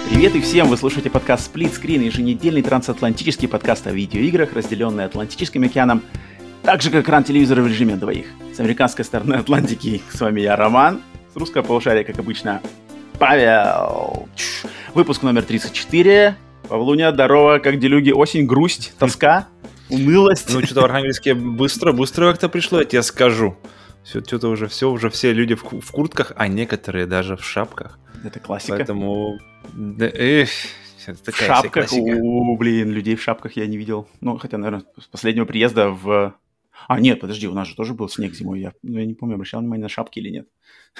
Привет и всем! Вы слушаете подкаст Split Screen, еженедельный трансатлантический подкаст о видеоиграх, разделенный Атлантическим океаном, так же, как экран телевизора в режиме двоих. С американской стороны Атлантики с вами я, Роман, с русского полушария, как обычно, Павел. Выпуск номер 34. Павлуня, здорово, как делюги, осень, грусть, тоска, унылость. Ну, что-то в Архангельске быстро как-то пришло, я тебе скажу. Что-то уже все люди в куртках, а некоторые даже в шапках. Это классика. Поэтому... в шапках? Блин, людей в шапках я не видел. Ну, хотя, наверное, с последнего приезда в... А, нет, подожди, у нас же тоже был снег зимой. Я не помню, обращал внимание на шапки или нет.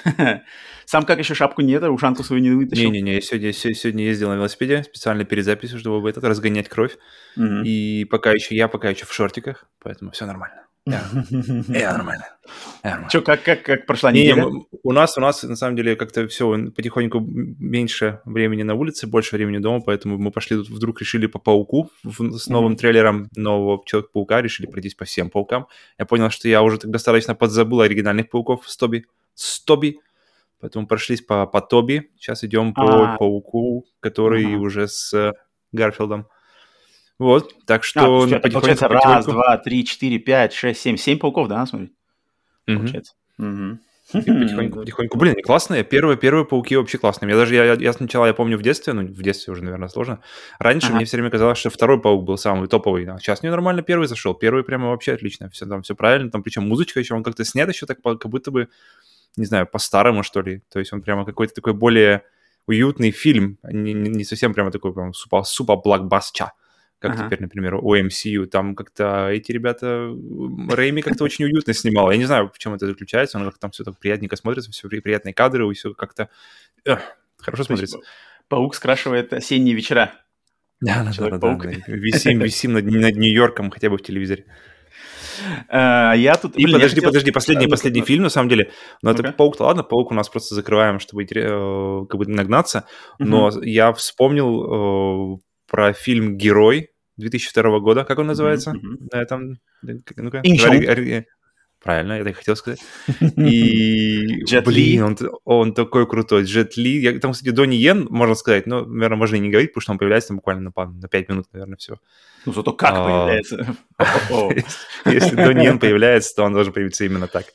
Сам как еще шапку нет, а ушанку свою не вытащил? Не-не-не, я сегодня ездил на велосипеде специально перед записью, чтобы разгонять кровь. И пока еще в шортиках, поэтому все нормально. Нормально. Что, как прошла неделя? У нас на самом деле как-то все потихоньку меньше времени на улице, больше времени дома, поэтому мы пошли тут, вдруг решили по пауку с новым трейлером нового Человека-паука, решили пройтись по всем паукам. Я понял, что я уже так достаточно подзабыл оригинальных пауков с Тоби, поэтому прошлись по Тоби. Сейчас идем по пауку, который уже с Гарфилдом. Вот, так что... это получается раз, два, три, четыре, пять, шесть, семь. 7 пауков, да, смотри? Получается. Потихоньку. Блин, они классные. Первые пауки вообще классные. Я сначала, я помню в детстве уже, наверное, сложно. Раньше мне все время казалось, что второй паук был самый топовый. А сейчас мне нормально первый зашел. Первый прямо вообще отлично. Все правильно. Там причем музычка еще, он как-то снят еще так, как будто бы, не знаю, по-старому, что ли. То есть он прямо какой-то такой более уютный фильм. Не совсем прямо такой прям супер-блокбастер. Как теперь, например, у MCU, там как-то эти ребята, Рэйми как-то очень уютно снимал. Я не знаю, в чем это заключается, но как там все так приятненько смотрится, все приятные кадры, и все как-то хорошо смотрится. Паук скрашивает осенние вечера. Да. Висим над Нью-Йорком хотя бы в телевизоре. Я тут... Подожди, последний фильм, на самом деле. Но это Паук-то ладно, Паук у нас просто закрываем, чтобы как бы нагнаться. Но я вспомнил... про фильм «Герой» 2002 года. Как он называется? На этом... Ну-ка. Правильно, я так хотел сказать. И, блин, он такой крутой. Джет Ли. Там, кстати, Донни Йен, можно сказать, но, наверное, можно и не говорить, потому что он появляется там буквально на 5 минут, наверное, всего. Ну, зато как появляется. Если Донни Йен появляется, то он должен появиться именно так.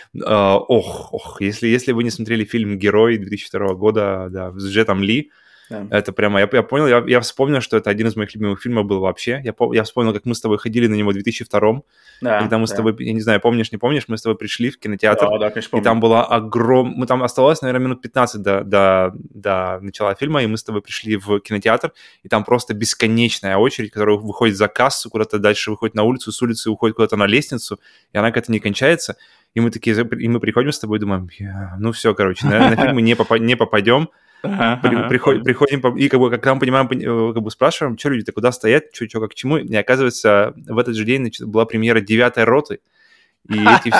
Если вы не смотрели фильм «Герой» 2002 года, да, с Джетом Ли, это прямо, я понял, я вспомнил, что это один из моих любимых фильмов был вообще. Я вспомнил, как мы с тобой ходили на него в 2002-м, когда мы с тобой, я не знаю, помнишь, не помнишь, мы с тобой пришли в кинотеатр, конечно, и там была огромная, там оставалось, наверное, минут 15 до начала фильма, и мы с тобой пришли в кинотеатр, и там просто бесконечная очередь, которая выходит за кассу, куда-то дальше выходит на улицу, с улицы уходит куда-то на лестницу, и она как-то не кончается, и мы приходим с тобой и думаем, ну все, короче, на фильм мы не попадем. Приходим, и как бы, как мы понимаем, как бы спрашиваем, что люди-то куда стоят, что как к чему. И оказывается, в этот же день была премьера 9-й роты. И эти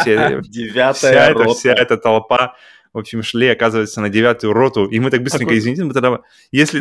вся эта толпа, в общем, шли, оказывается, на 9-ю роту. И мы так быстренько, извините, мы тогда, если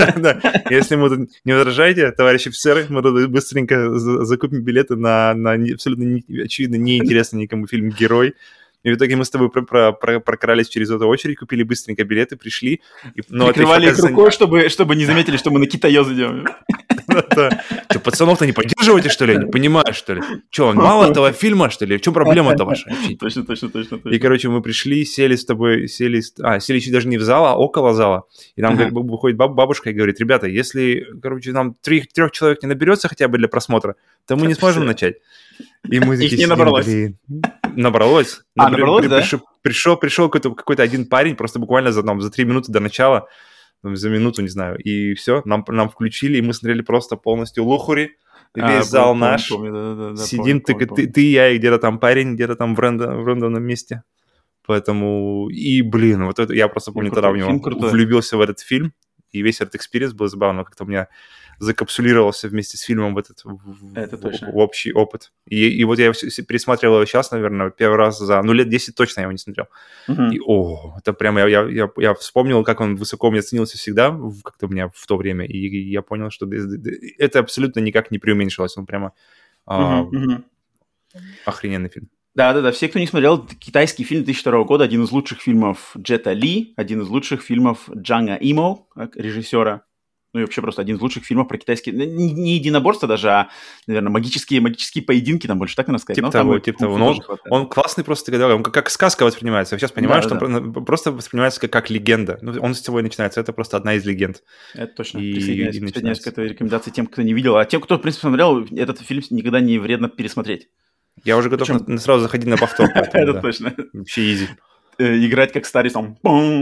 мы тут не возражаете, товарищи офицеры, мы тут быстренько закупим билеты на абсолютно, очевидно, неинтересный никому фильм «Герой». И в итоге мы с тобой прокрались через эту очередь, купили быстренько билеты, пришли. Прикрывали их рукой, чтобы не заметили, что мы на Китайо идем. Что, пацанов-то не поддерживаете, что ли? Не понимаешь, что ли? Что, мало этого фильма, что ли? В чем проблема-то ваша? Точно. И, короче, мы пришли, сели чуть даже не в зал, а около зала. И там как бы выходит бабушка и говорит, ребята, если, короче, нам 3 человек не наберется хотя бы для просмотра, то мы не сможем начать. И мы такие, их не набралось. Набралось. Набралось, да? Пришел какой-то один парень, просто буквально за 3 минуты до начала, за минуту, не знаю, и все, нам включили, и мы смотрели просто полностью лухури, весь зал наш, сидим, ты и я, и где-то там парень, где-то там в рандомном месте. Поэтому, и, блин, вот это, я просто помню, тогда в него влюбился в этот фильм, и весь этот экспириенс был забавно, как-то у меня закапсулировался вместе с фильмом в этот в общий опыт. И вот я пересматривал его сейчас, наверное, первый раз за... лет 10 точно я его не смотрел. И, это прямо... Я вспомнил, как он высоко мне ценился всегда, как-то у меня в то время, и я понял, что это абсолютно никак не преуменьшилось. Он прямо охрененный фильм. Да-да-да, все, кто не смотрел, китайский фильм 2002 года, один из лучших фильмов Джета Ли, один из лучших фильмов Джанга Имо, режиссера. Ну и вообще просто один из лучших фильмов про китайские... Не единоборства даже, а, наверное, магические поединки, там больше так надо сказать. Типа Но того, там типа того. Но он классный просто, он как сказка воспринимается. Я сейчас понимаю, что он просто воспринимается как легенда. Ну, он с того и начинается. Это просто одна из легенд. Это точно. Присоединяюсь к этой рекомендации тем, кто не видел. А тем, кто, в принципе, смотрел, этот фильм никогда не вредно пересмотреть. Я уже готов сразу заходить на повтор. Это точно. Вообще изи. Играть как старец, там...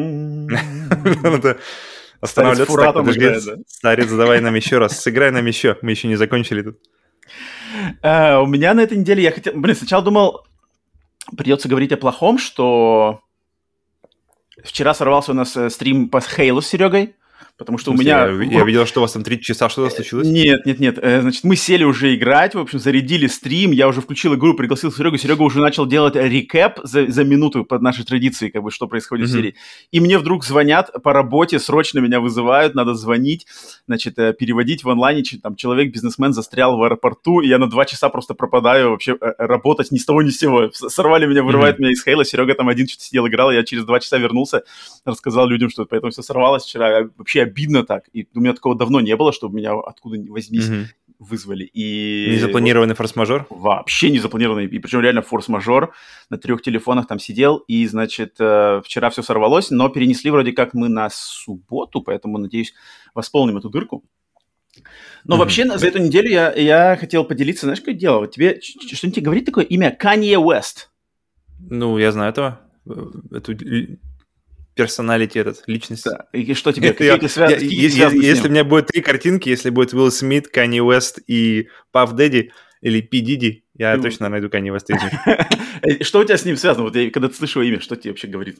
Останавливаться так, подожди. Старец, давай нам еще раз. Сыграй нам еще. Мы еще не закончили тут. У меня на этой неделе я хотел... Сначала думал, придется говорить о плохом, что вчера сорвался у нас стрим по Halo с Серегой. Потому что у меня... Я видел, что у вас там 3 часа что-то случилось. Нет. Значит, мы сели уже играть, в общем, зарядили стрим, я уже включил игру, пригласил Серегу. Серега уже начал делать рекэп за минуту под нашей традиции, как бы, что происходит в серии. И мне вдруг звонят по работе, срочно меня вызывают, надо звонить, значит, переводить в онлайне. Там человек-бизнесмен застрял в аэропорту, и я на 2 часа просто пропадаю вообще работать ни с того ни с сего. Сорвали меня, вырывают меня из Halo. Серега там один что-то сидел, играл, я через 2 часа вернулся, рассказал людям, что поэтому все сорвалось вчера. Вообще обидно так. И у меня такого давно не было, чтобы меня откуда ни возьмись вызвали. И незапланированный форс-мажор? Вообще незапланированный. И причем реально форс-мажор. На 3 телефонах там сидел. И, значит, вчера все сорвалось, но перенесли вроде как мы на субботу, поэтому, надеюсь, восполним эту дырку. Но вообще за эту неделю я хотел поделиться, знаешь, какое дело? Вот тебе что-нибудь тебе говорит такое имя Kanye West? Ну, я знаю этого. Эту персоналити этот, личность. Да. И что тебе? Если у меня будет 3 картинки, если будет Уилл Смит, Канье Уэст и Пафф Дэдди или Пи Диди, я точно найду Канье Уэста из них. Что у тебя с ним связано? Вот когда ты слышал имя, что тебе вообще говорит?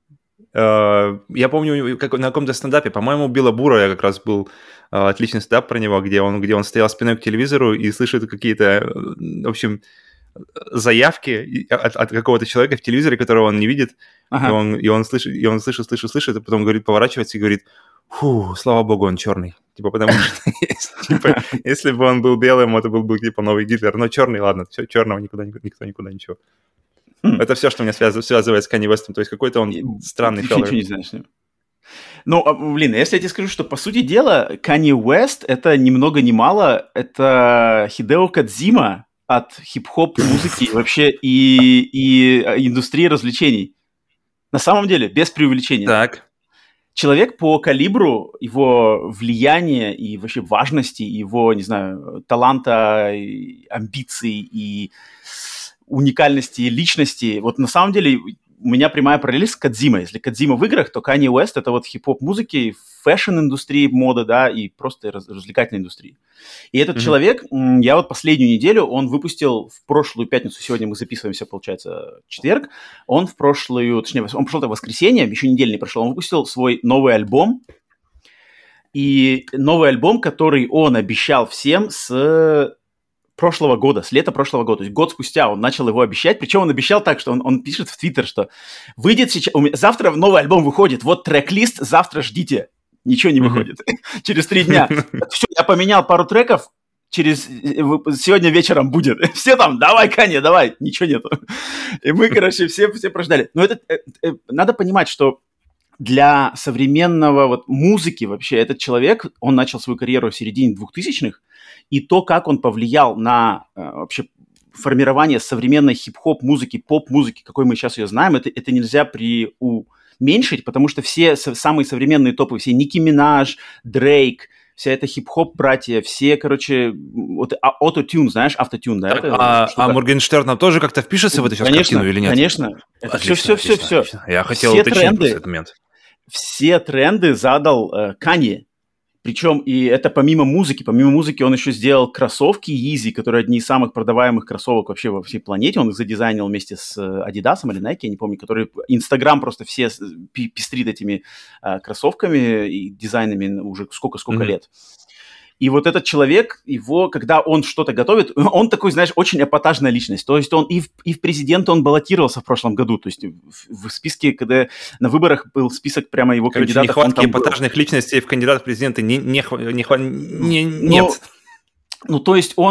Я помню, как на каком-то стендапе, по-моему, у Билла Бура я как раз был отличный стендап про него, где он стоял спиной к телевизору и слышит какие-то, в общем, заявки от какого-то человека в телевизоре, которого он не видит, и он слышит, и потом говорит, поворачивается и говорит: «Фу, слава богу, он черный». Типа, потому что если бы он был белым, это был бы типа новый Гитлер. Но черный, ладно, все, черного никто никуда, ничего. Это все, что меня связывает с Канье Уэстом. То есть какой-то он странный феллер. Ничего не знаешь. Ну, если я тебе скажу, что, по сути дела, Канье Уэст — это ни много ни мало, это Хидео Кодзима от хип-хоп музыки вообще и индустрии развлечений. На самом деле, без преувеличения. Так. Человек по калибру, его влияния и вообще важности, его, не знаю, таланта, амбиций и уникальности личности. Вот на самом деле у меня прямая параллель с Кодзимой. Если Кодзима в играх, то Канье Уэст — это вот хип-хоп музыки, фэшн-индустрии, мода, да, и просто развлекательной индустрии. И этот человек, я вот последнюю неделю, он выпустил в прошлую пятницу, сегодня мы записываемся, получается, четверг, он пошел в воскресенье, еще неделя не прошел, он выпустил свой новый альбом, и новый альбом, который он обещал всем с прошлого года, с лета прошлого года, то есть год спустя он начал его обещать, причем он обещал так, что он пишет в Твиттер, что выйдет сейчас, завтра новый альбом выходит, вот трек-лист, завтра ждите. Ничего не выходит. Через 3 дня. Все, я поменял пару треков, сегодня вечером будет. Все там, давай, Канье, давай. Ничего нету. И мы, короче, все прождали. Но это надо понимать, что для современного вот музыки вообще этот человек, он начал свою карьеру в середине 2000-х, и то, как он повлиял на вообще формирование современной хип-хоп музыки, поп-музыки, какой мы сейчас ее знаем, это нельзя уменьшить, потому что все самые современные топы, все Ники Минаж, Дрейк, вся эта хип-хоп братья, все, короче, вот auto-tune, знаешь, автотюн, да? Так, Моргенштерн тоже как-то впишется в эту сейчас картину или нет? Конечно, это все. Я хотел уточнить этот момент. Все тренды задал Канье. Причем, и это помимо музыки он еще сделал кроссовки Yeezy, которые одни из самых продаваемых кроссовок вообще во всей планете. Он их задизайнил вместе с Adidas или Nike, я не помню, которые Инстаграм просто все пестрит этими кроссовками и дизайнами уже сколько лет. И вот этот человек, когда он что-то готовит, он такой, знаешь, очень эпатажная личность. То есть он и в президенты он баллотировался в прошлом году. То есть в списке, когда на выборах был список прямо его кандидатов. Нехватки эпатажных личностей в кандидатах в президенты нет. Ну, то есть он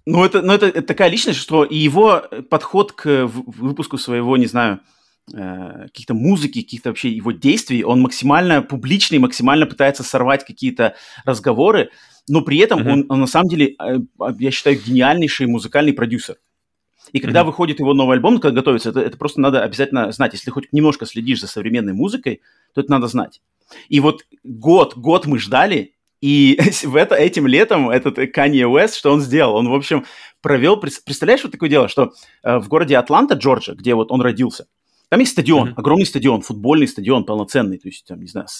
Это такая личность, что и его подход к выпуску своего, не знаю, каких-то музыки, каких-то вообще его действий, он максимально публичный, максимально пытается сорвать какие-то разговоры, но при этом он на самом деле, я считаю, гениальнейший музыкальный продюсер. И когда выходит его новый альбом, когда готовится, это просто надо обязательно знать. Если ты хоть немножко следишь за современной музыкой, то это надо знать. И вот год мы ждали, и этим летом этот Kanye West, что он сделал? Он, в общем, провел... Представляешь, вот такое дело, что в городе Атланта, Джорджия, где вот он родился, там есть стадион, огромный стадион, футбольный стадион полноценный, то есть, там, не знаю,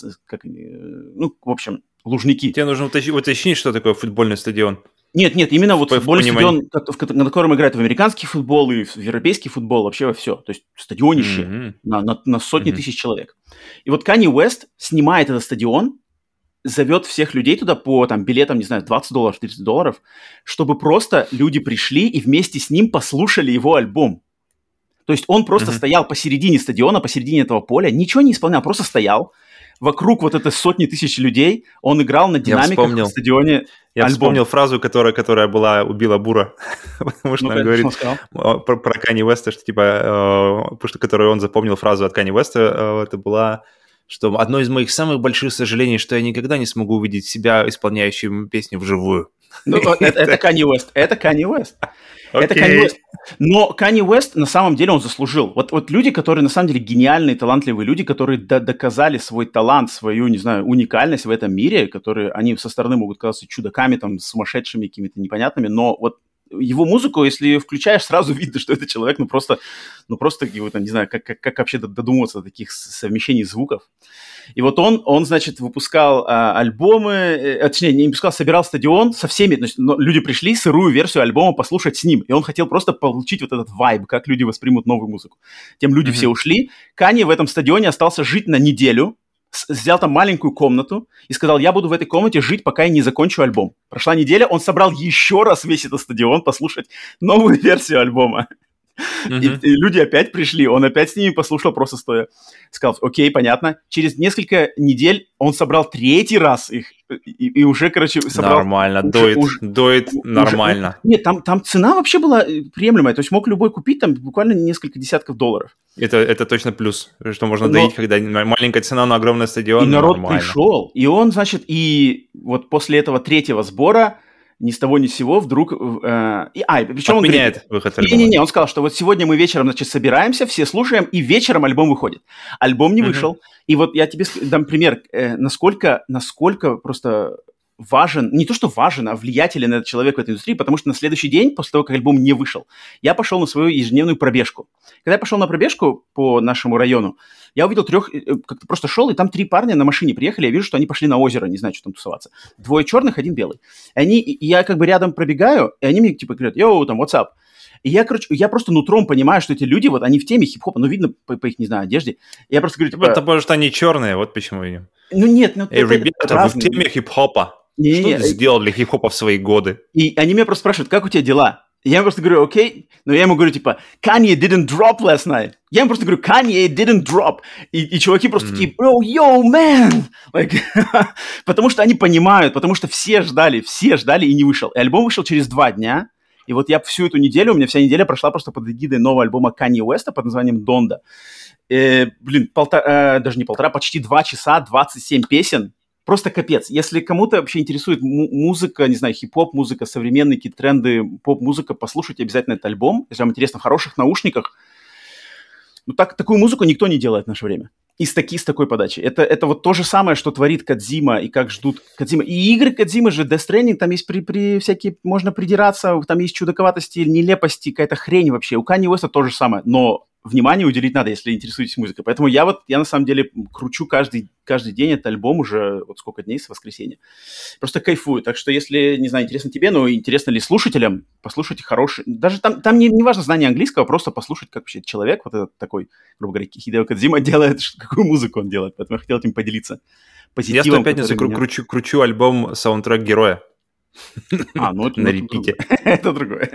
в общем, Лужники. Тебе нужно уточнить, что такое футбольный стадион. Нет, именно вот футбольный стадион, на котором играют в американский футбол и в европейский футбол, вообще во все. То есть стадионище на сотни тысяч человек. И вот Kanye West снимает этот стадион, зовет всех людей туда по билетам, не знаю, $20, $30, чтобы просто люди пришли и вместе с ним послушали его альбом. То есть он просто стоял посередине стадиона, посередине этого поля, ничего не исполнял, просто стоял. Вокруг вот этой сотни тысяч людей он играл на динамиках на стадионе. Я вспомнил фразу, которая была «убила Бура», потому что он говорит про Kanye West, что типа, которую он запомнил фразу от Kanye West, это была, что одно из моих самых больших сожалений, что я никогда не смогу увидеть себя исполняющим песню вживую. Это Kanye West, это Kanye West. Это Kanye West. Но Kanye West на самом деле он заслужил. Вот люди, которые на самом деле гениальные, талантливые люди, которые доказали свой талант, свою, не знаю, уникальность в этом мире, которые, они со стороны могут казаться чудаками, там, сумасшедшими, какими-то непонятными, но вот его музыку, если включаешь, сразу видно, что это человек, просто его, там, не знаю, как вообще додумываться до таких совмещений звуков. И вот он значит, выпускал альбомы, точнее, не выпускал, собирал стадион со всеми, значит, люди пришли сырую версию альбома послушать с ним, и он хотел просто получить вот этот вайб, как люди воспримут новую музыку. Тем люди все ушли. Kanye в этом стадионе остался жить на неделю, взял там маленькую комнату и сказал, я буду в этой комнате жить, пока я не закончу альбом. Прошла неделя, он собрал еще раз весь этот стадион послушать новую версию альбома. И люди опять пришли, он опять с ними послушал просто стоя. Сказал, окей, понятно. Через несколько недель он собрал третий раз их и уже, короче, собрал... Нормально, доит нормально. Нет, там цена вообще была приемлемая, то есть мог любой купить там буквально несколько десятков $. Это точно плюс, что можно доить, когда маленькая цена на огромный стадион. И народ пришел, и он, значит, и вот после этого третьего сбора ни с того ни с сего вдруг... Причем он говорит... выход альбома. Не, он сказал, что вот сегодня мы вечером, значит, собираемся, все слушаем, и вечером альбом выходит. Альбом не вышел. И вот я тебе дам пример, насколько просто важен, не то что важен, а влиятелен этот человек в этой индустрии, потому что на следующий день, после того, как альбом не вышел, я пошел на свою ежедневную пробежку. Когда я пошел на пробежку по нашему району, я увидел как-то просто шел, и там 3 парня на машине приехали, я вижу, что они пошли на озеро, не знаю, что там тусоваться. 2 черных, 1 белый. И я как бы рядом пробегаю, и они мне типа говорят, йоу, там, what's up? И я просто нутром понимаю, что эти люди, вот они в теме хип-хопа, видно по их, не знаю, одежде. Я просто говорю, типа... Это потому что они черные, вот почему. Нет, ребята, вы в теме хип-хопа. Что ты сделал для хип-хопа в свои годы? И они меня просто спрашивают, как у тебя дела? Я им просто говорю, окей, но я ему говорю, типа, Kanye didn't drop last night. Я им просто говорю, Kanye didn't drop. И чуваки просто такие, bro, yo, man! Потому что они понимают, потому что все ждали и не вышел. И альбом вышел через 2 дня. И вот я всю эту неделю, у меня вся неделя прошла просто под эгидой нового альбома Kanye West под названием «Donda». Даже не полтора, почти 2 часа, 27 песен. Просто капец. Если кому-то вообще интересует музыка, не знаю, хип-хоп, музыка, современные какие-то тренды, поп-музыка, послушайте обязательно этот альбом. Если вам интересно, в хороших наушниках. Такую музыку никто не делает в наше время. И с такой подачей. Это вот то же самое, что творит Кодзима, и как ждут Кодзима. И игры Кодзимы же, Death Stranding, там есть всякие, можно придираться, там есть чудаковатости, нелепости, какая-то хрень вообще. У Kanye West то же самое, но внимание уделить надо, если интересуетесь музыкой. Поэтому я на самом деле кручу каждый день этот альбом уже вот сколько дней с воскресенья. Просто кайфую. Так что если, не знаю, интересно тебе, но интересно ли слушателям, послушайте хороший... Даже там не важно знание английского, просто послушать, как вообще человек, вот этот такой, грубо говоря, Хидео Кодзима делает, какую музыку он делает. Поэтому я хотел этим поделиться. Я в пятницу кручу альбом «Саундтрек героя». Это на репите. Это другое.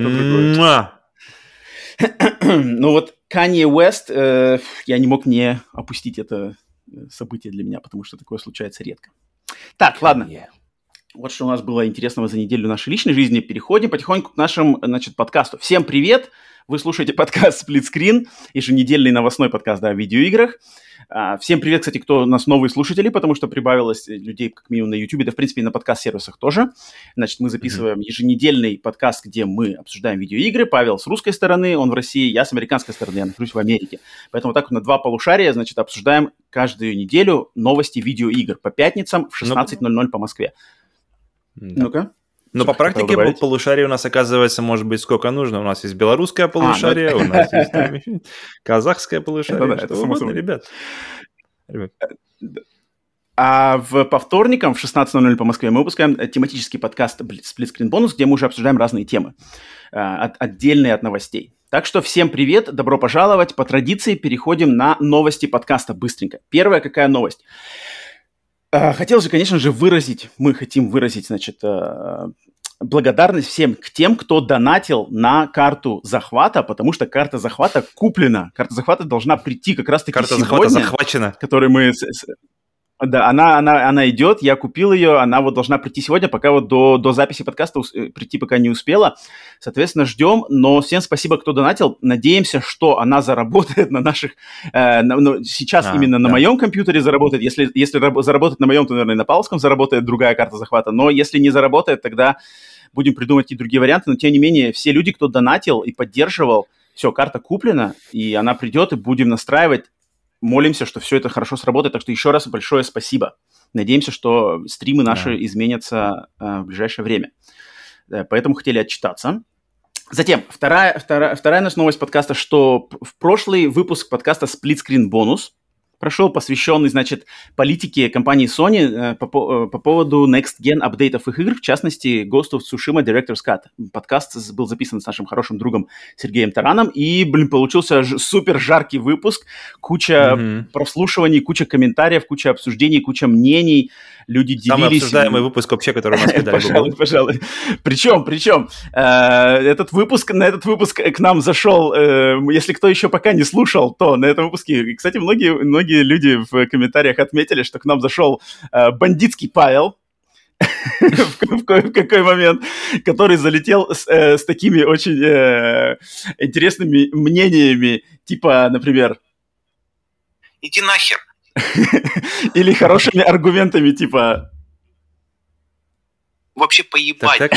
Ну вот Kanye West, я не мог не опустить это событие для меня, потому что такое случается редко. Так, ладно. Вот что у нас было интересного за неделю в нашей личной жизни. Переходим потихоньку к нашему, значит, подкасту. Всем привет! Вы слушаете подкаст Split Screen, еженедельный новостной подкаст о видеоиграх. Всем привет, кстати, кто у нас новые слушатели, потому что прибавилось людей как минимум на YouTube, да, в принципе, и на подкаст-сервисах тоже. Значит, мы записываем еженедельный подкаст, где мы обсуждаем видеоигры. Павел с русской стороны, он в России, я с американской стороны, я нахожусь в Америке. Поэтому так на два полушария, значит, обсуждаем каждую неделю новости видеоигр по пятницам в 16:00 по Москве. Да. Ну-ка. Но по практике полушарие у нас, оказывается, может быть сколько нужно. У нас есть белорусское полушарие, у нас есть казахское полушарие. Это само собой. Ребят. А по вторникам в 16:00 по Москве мы выпускаем тематический подкаст Split Screen Bonus, где мы уже обсуждаем разные темы, отдельные от новостей. Так что всем привет, добро пожаловать. По традиции переходим на новости подкаста быстренько. Первая какая новость? Хотелось же, конечно же, мы хотим выразить, значит, благодарность всем к тем, кто донатил на карту захвата, потому что карта захвата куплена. Карта захвата должна прийти как раз-таки карта сегодня. Карта захвата захвачена. Которую мы... Да, она идет, я купил ее, она вот должна прийти сегодня, пока вот до записи подкаста прийти пока не успела. Соответственно, ждем, но всем спасибо, кто донатил. Надеемся, что она заработает на наших... сейчас именно на моем компьютере заработает. Если заработает на моем, то, наверное, на павловском заработает другая карта захвата. Но если не заработает, тогда будем придумывать и другие варианты. Но, тем не менее, все люди, кто донатил и поддерживал, все, карта куплена, и она придет, и будем настраивать. Молимся, что все это хорошо сработает. Так что еще раз большое спасибо. Надеемся, что стримы наши изменятся в ближайшее время. Поэтому хотели отчитаться. Затем, вторая наша новость подкаста, что в прошлый выпуск подкаста Split Screen Bonus прошел, посвященный, значит, политике компании Sony по поводу Next Gen апдейтов их игр, в частности, Ghost of Tsushima Director's Cut. Подкаст был записан с нашим хорошим другом Сергеем Тараном, и, получился супер жаркий выпуск, куча прослушиваний, куча комментариев, куча обсуждений, куча мнений, люди делились... Самый обсуждаемый выпуск вообще, который у нас когда-либо был. Пожалуй. Причем, на этот выпуск к нам зашел, если кто еще пока не слушал, то на этом выпуске, кстати, многие люди в комментариях отметили, что к нам зашел бандитский Павел в какой момент, который залетел с такими очень интересными мнениями, типа, например... Иди нахер. Или хорошими аргументами, типа... Вообще поебать.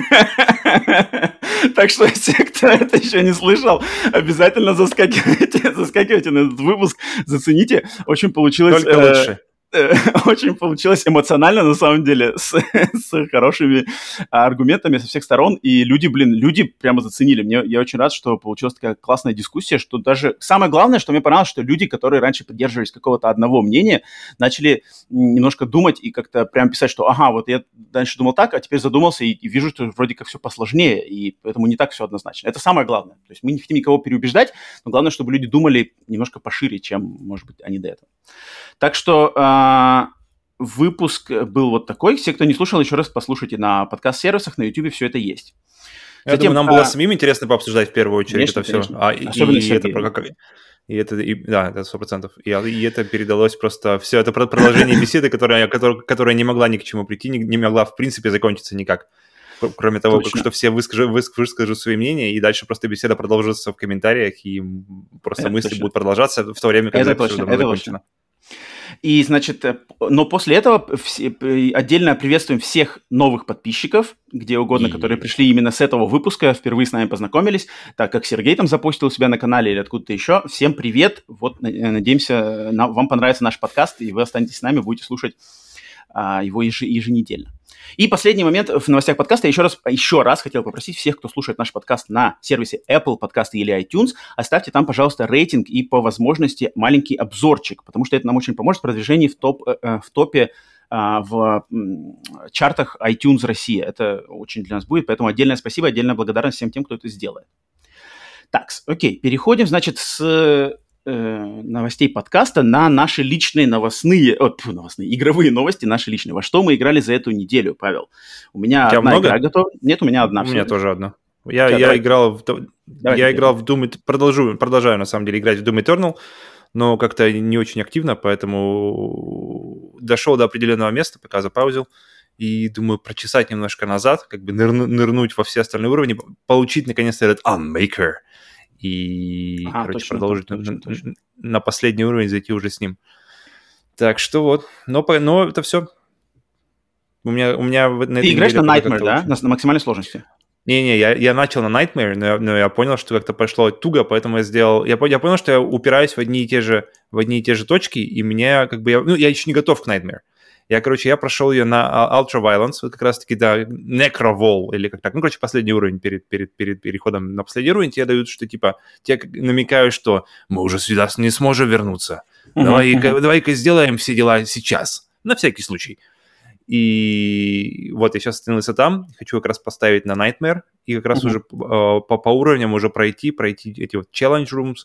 Так что, все, кто это еще не слышал, обязательно заскакивайте на этот выпуск, зацените. Очень получилось... Только лучше. Очень получилось эмоционально, на самом деле, с хорошими аргументами со всех сторон. И люди прямо заценили. Я очень рад, что получилась такая классная дискуссия, что даже... Самое главное, что мне понравилось, что люди, которые раньше поддерживались какого-то одного мнения, начали немножко думать и как-то прям писать, что ага, вот я раньше думал так, а теперь задумался и вижу, что вроде как все посложнее, и поэтому не так все однозначно. Это самое главное. То есть мы не хотим никого переубеждать, но главное, чтобы люди думали немножко пошире, чем, может быть, они до этого. Так что выпуск был вот такой. Все, кто не слушал, еще раз послушайте на подкаст-сервисах, на YouTube все это есть. Я думаю, нам было самим интересно пообсуждать в первую очередь это все. Особенно Сергею. Да, это 100%. И это передалось просто... Все это продолжение беседы, которая не могла ни к чему прийти, не могла, в принципе, закончиться никак. Кроме того, что все выскажут свои мнения, и дальше просто беседа продолжится в комментариях, и просто мысли будут продолжаться в то время, когда это все давно закончено. И, значит, но после этого отдельно приветствуем всех новых подписчиков, где угодно, которые пришли именно с этого выпуска, впервые с нами познакомились, так как Сергей там запустил у себя на канале или откуда-то еще. Всем привет, вот, надеемся, вам понравится наш подкаст, и вы останетесь с нами, будете слушать его еженедельно. И последний момент в новостях подкаста. Я еще раз хотел попросить всех, кто слушает наш подкаст на сервисе Apple подкасты или iTunes, оставьте там, пожалуйста, рейтинг и по возможности маленький обзорчик, потому что это нам очень поможет в продвижении в топе в чартах iTunes Россия. Это очень для нас будет, поэтому отдельное спасибо, отдельная благодарность всем тем, кто это сделает. Так, окей, переходим, значит, с новостей подкаста на наши личные игровые новости, наши личные. Во что мы играли за эту неделю, Павел? У меня одна игра готова. Нет, у меня одна. У меня тоже одна. Я играл в Doom, продолжаю на самом деле играть в Doom Eternal, но как-то не очень активно, поэтому дошел до определенного места, пока запаузил, и думаю прочесать немножко назад, как бы нырнуть во все остальные уровни, получить наконец-то этот Unmaker и, короче, точно, продолжить точно. на последний уровень, зайти уже с ним. Так что вот, но это все. У меня на этой Ты играешь на неделе Nightmare, да? На максимальной сложности? Не-не, я начал на Nightmare, но я понял, что как-то пошло туго, поэтому я понял, что я упираюсь в одни и те же точки, и мне как бы... я еще не готов к Nightmare. Я прошел ее на Ultra Violence, вот как раз-таки, да, Necrovol, или как так. Последний уровень перед переходом на последний уровень тебе дают, что типа, тебе намекают, что мы уже сюда не сможем вернуться. Давай-ка сделаем все дела сейчас, на всякий случай. И вот я сейчас остановился там, хочу как раз поставить на Nightmare, и как раз уже по уровням уже пройти эти вот challenge rooms,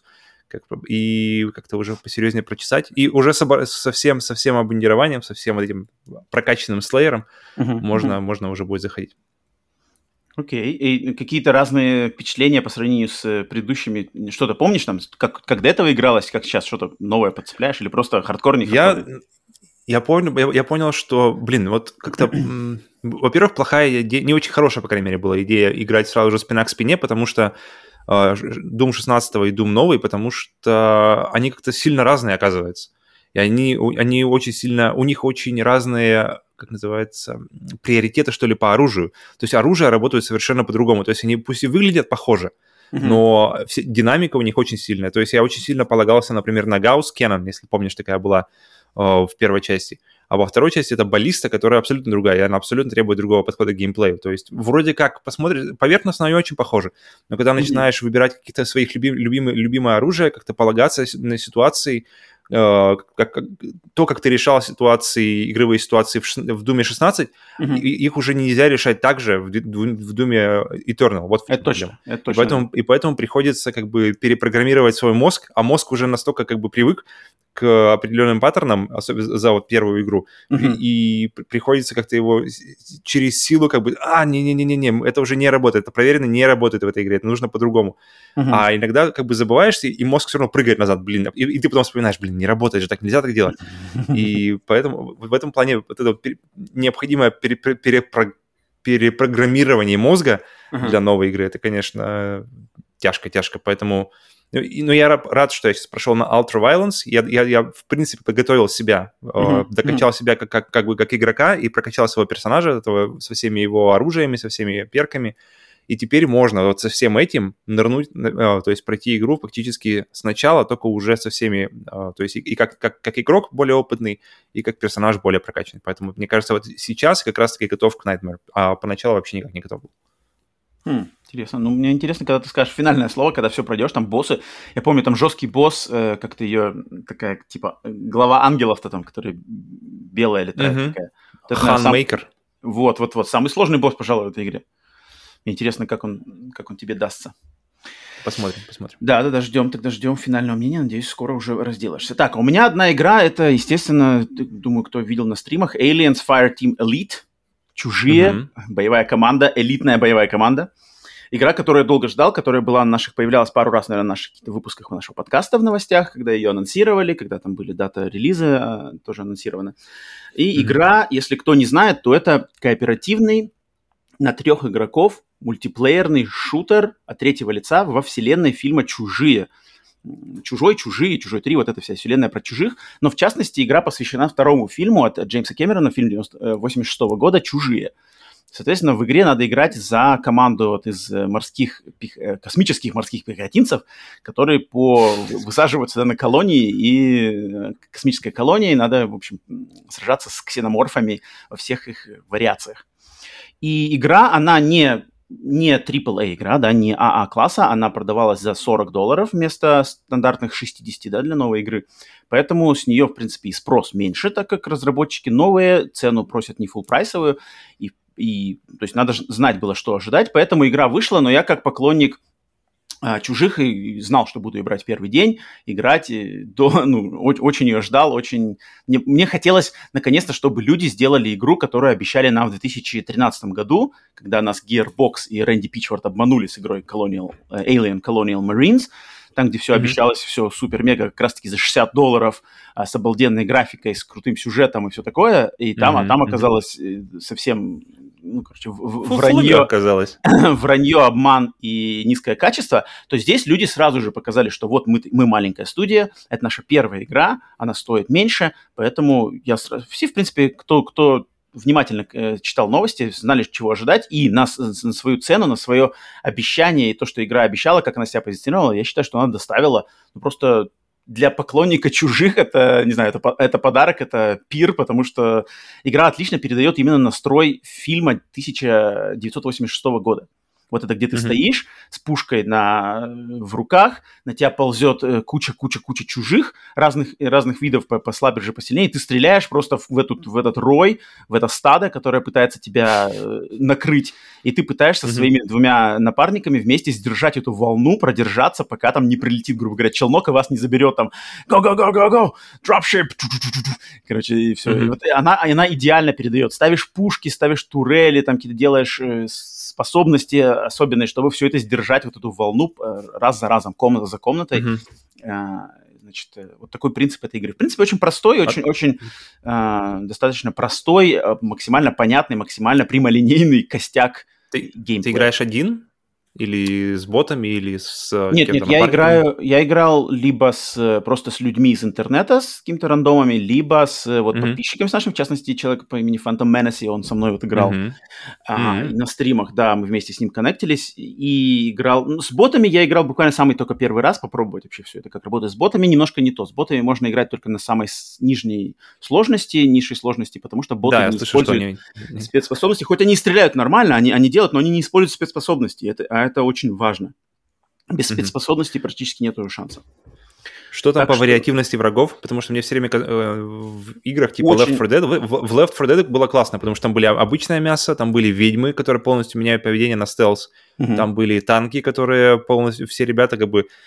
и как-то уже посерьезнее прочесать. И уже со всем обмундированием, со всем вот этим прокачанным слеером можно уже будет заходить. Окей. И какие-то разные впечатления по сравнению с предыдущими? Что-то помнишь там? Как до этого игралось, как сейчас? Что-то новое подцепляешь? Или просто хардкор, не хардкор? Я понял, что, вот как-то, во-первых, не очень хорошая, по крайней мере, была идея играть сразу же спина к спине, потому что Doom 16 и Doom новый, потому что они как-то сильно разные, оказывается. И они очень сильно, у них очень разные, как называется, приоритеты, что ли, по оружию. То есть оружие работает совершенно по-другому. То есть они пусть и выглядят похоже, но динамика у них очень сильная. То есть я очень сильно полагался, например, на Gauss Cannon, если помнишь, такая была в первой части. А во второй части это баллиста, которая абсолютно другая, и она абсолютно требует другого подхода к геймплею. То есть вроде как посмотришь, поверхностно они очень похожи, но когда начинаешь выбирать какие-то своих любимое оружие, как-то полагаться на ситуации, как ты решал игровые ситуации в Doom 16, их уже нельзя решать так же в Doom Eternal. Вот это точно. И поэтому приходится как бы перепрограммировать свой мозг, а мозг уже настолько как бы привык к определенным паттернам, особенно за вот первую игру, и приходится как-то его через силу как бы, не, это уже не работает, это проверено, не работает в этой игре, это нужно по-другому. А иногда как бы забываешься, и мозг все равно прыгает назад, и ты потом вспоминаешь, не работает же, так нельзя так делать. И поэтому в этом плане вот это необходимое перепрограммирование мозга для новой игры, это, конечно, тяжко, поэтому... Но я рад, что я сейчас прошел на Ultra Violence. Я в принципе, подготовил себя, докачал себя как игрока и прокачал своего персонажа этого, со всеми его оружиями, со всеми перками. И теперь можно вот со всем этим нырнуть, то есть пройти игру фактически сначала, только уже со всеми, то есть и как игрок более опытный, и как персонаж более прокачанный. Поэтому, мне кажется, вот сейчас как раз-таки готов к Nightmare, а поначалу вообще никак не готов был. Интересно. Мне интересно, когда ты скажешь финальное слово, когда все пройдешь, там боссы. Я помню, там жесткий босс, как-то ее такая, типа, глава ангелов-то там, которая белая летает такая. Ханмейкер. Вот. Самый сложный босс, пожалуй, в этой игре. Мне интересно, как он тебе дастся. Посмотрим. Да, ждем финального мнения. Надеюсь, скоро уже разделаешься. Так, у меня одна игра, это, естественно, думаю, кто видел на стримах, Aliens Fireteam Elite. Чужие, боевая команда, элитная боевая команда. Игра, которую я долго ждал, которая появлялась пару раз, наверное, в наших каких-то выпусках нашего подкаста в новостях, когда ее анонсировали, когда там были дата релиза тоже анонсированы. И игра, если кто не знает, то это кооперативный на 3 игроков мультиплеерный шутер от третьего лица во вселенной фильма «Чужие». «Чужие», «Чужой 3», вот эта вся вселенная про чужих. Но, в частности, игра посвящена второму фильму от Джеймса Кэмерона, фильм 1986 года «Чужие». Соответственно, в игре надо играть за команду из космических морских пехотинцев, которые высаживаются на колонии, и космической колонии надо, в общем, сражаться с ксеноморфами во всех их вариациях. И игра, она не AAA игра, да, не АА-класса, она продавалась за $40 вместо стандартных 60, да, для новой игры. Поэтому с нее, в принципе, и спрос меньше, так как разработчики новые, цену просят не фулл-прайсовую, и то есть надо знать было, что ожидать. Поэтому игра вышла, но я как поклонник чужих и знал, что буду играть в первый день, играть, очень ее ждал, очень... Мне хотелось, наконец-то, чтобы люди сделали игру, которую обещали нам в 2013 году, когда нас Gearbox и Рэнди Пичфорд обманули с игрой Alien Colonial Marines. там, где все обещалось, все супер-мега, как раз-таки за $60, с обалденной графикой, с крутым сюжетом и все такое, и там оказалось совсем, вранье, оказалось. вранье, обман и низкое качество, то здесь люди сразу же показали, что вот мы маленькая студия, это наша первая игра, она стоит меньше, поэтому все, в принципе, кто внимательно читал новости, знали, чего ожидать, и на свою цену, на свое обещание, и то, что игра обещала, как она себя позиционировала, я считаю, что она доставила, просто для поклонника чужих это, не знаю, это подарок, это пир, потому что игра отлично передает именно настрой фильма 1986 года. Вот это где ты стоишь с пушкой в руках, на тебя ползет куча чужих разных видов, послабее, посильнее, и ты стреляешь просто в этот рой, в это стадо, которое пытается тебя накрыть, и ты пытаешься своими двумя напарниками вместе сдержать эту волну, продержаться, пока там не прилетит, грубо говоря, челнок и вас не заберет там go, dropship, короче, и все. И вот она идеально передает. Ставишь пушки, ставишь турели, там какие-то делаешь способности особенные, чтобы все это сдержать, вот эту волну раз за разом, комната за комнатой. Значит, вот такой принцип этой игры. В принципе, очень простой, очень достаточно простой, максимально понятный, максимально прямолинейный костяк геймплея. Ты играешь один? Или с ботами, или с Нет, я играл либо просто с людьми из интернета, с какими-то рандомами, либо с подписчиками с нашим, в частности, человек по имени Phantom Menace, он со мной вот играл на стримах, да, мы вместе с ним коннектились и играл. Ну, с ботами я играл буквально самый только первый раз, попробовать вообще все это, как работает с ботами, немножко не то. С ботами можно играть только на самой нижней сложности, потому что боты не используют спецспособности, хоть они и стреляют нормально, они делают, но они не используют спецспособности, это очень важно. Без спецспособностей практически нет уже шансов. Что там по вариативности врагов? Потому что мне все время в играх типа Left 4 Dead... В Left 4 Dead было классно, потому что там были обычное мясо, там были ведьмы, которые полностью меняют поведение на стелс, там были танки, которые полностью... Все ребята как бы...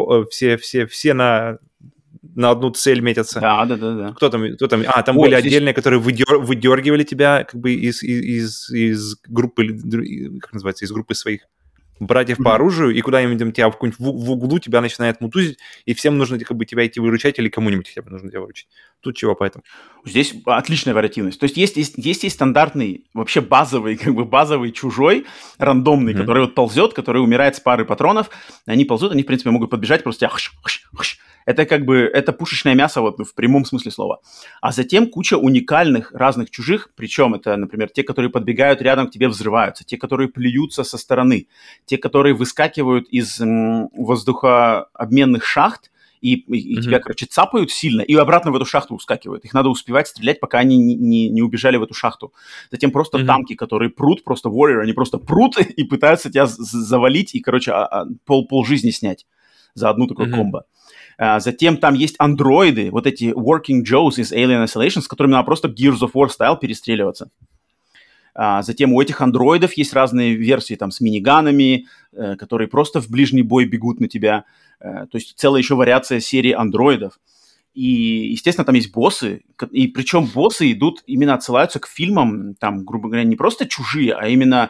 Все на одну цель метятся. Да. Кто там? Там были отдельные, которые выдергивали тебя как бы из группы... Как называется? Из группы своих братьев по оружию, и куда-нибудь тебя в углу тебя начинает мутузить, и всем нужно как бы тебя идти выручать, или кому-нибудь хотя бы нужно тебя выручить. Тут чего поэтому? Здесь отличная вариативность. То есть есть стандартный, вообще базовый чужой, рандомный, который вот ползет, который умирает с пары патронов. Они ползут, они, в принципе, могут подбежать, просто это как бы, это пушечное мясо вот в прямом смысле слова. А затем куча уникальных разных чужих, причем это, например, те, которые подбегают рядом к тебе, взрываются, те, которые плюются со стороны, те, которые выскакивают из воздухообменных шахт, и тебя, короче, цапают сильно, и обратно в эту шахту ускакивают. Их надо успевать стрелять, пока они не убежали в эту шахту. Затем просто танки, которые прут, просто warrior, они просто прут и пытаются тебя завалить и, короче, пол жизни снять за одну такую комбо. Затем там есть андроиды, вот эти Working Joes из Alien Isolation, с которыми надо просто Gears of War стайл перестреливаться. Затем у этих андроидов есть разные версии там с миниганами, которые просто в ближний бой бегут на тебя. То есть целая еще вариация серии андроидов. И, естественно, там есть боссы, и причем боссы именно отсылаются к фильмам, там, грубо говоря, не просто чужие, а именно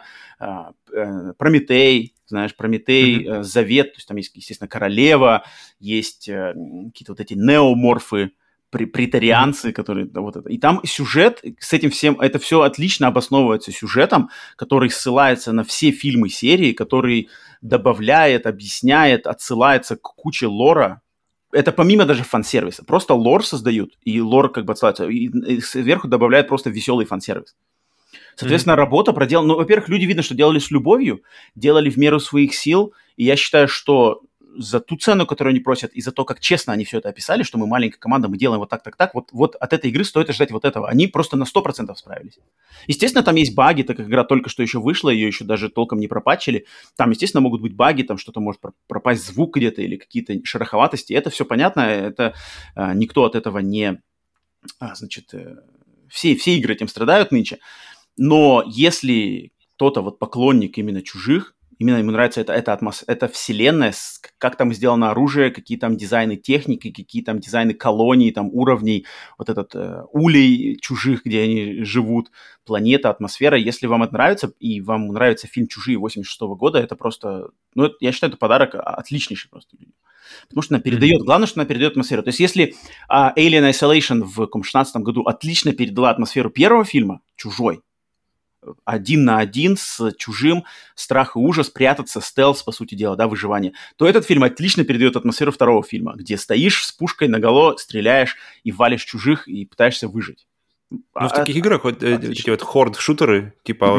Прометей, знаешь, Завет, то есть там есть, естественно, королева, есть какие-то вот эти неоморфы, претарианцы, которые вот это. И там сюжет с этим всем, это все отлично обосновывается сюжетом, который ссылается на все фильмы серии, который добавляет, объясняет, отсылается к куче лора. Это помимо даже фан-сервиса. Просто лор создают, и лор как бы отсылается, и сверху добавляют просто веселый фан-сервис. Соответственно, работа проделана... Ну, во-первых, люди, видно, что делали с любовью, делали в меру своих сил, и я считаю, что за ту цену, которую они просят, и за то, как честно они все это описали, что мы маленькая команда, мы делаем вот так, вот от этой игры стоит ожидать вот этого. Они просто на 100% справились. Естественно, там есть баги, так как игра только что еще вышла, ее еще даже толком не пропатчили. Там, естественно, могут быть баги, там что-то может пропасть звук где-то или какие-то шероховатости. Это все понятно, это никто от этого не... Все игры этим страдают нынче. Но если кто-то вот поклонник именно чужих, именно ему нравится эта вселенная, как там сделано оружие, какие там дизайны техники, какие там дизайны колоний, там уровней, вот этот улей чужих, где они живут, планета, атмосфера. Если вам это нравится, и вам нравится фильм «Чужие» 86 года, это просто... Ну, я считаю, это подарок отличнейший просто. Потому что она передает, главное, что она передает атмосферу. То есть если Alien Isolation в 2016 году отлично передала атмосферу первого фильма, «Чужой», 1 на 1 с чужим, страх и ужас, прятаться, стелс, по сути дела, да, выживание, то этот фильм отлично передает атмосферу второго фильма, где стоишь с пушкой наголо, стреляешь и валишь чужих и пытаешься выжить. Ну, в таких играх вот эти вот хорд-шутеры, типа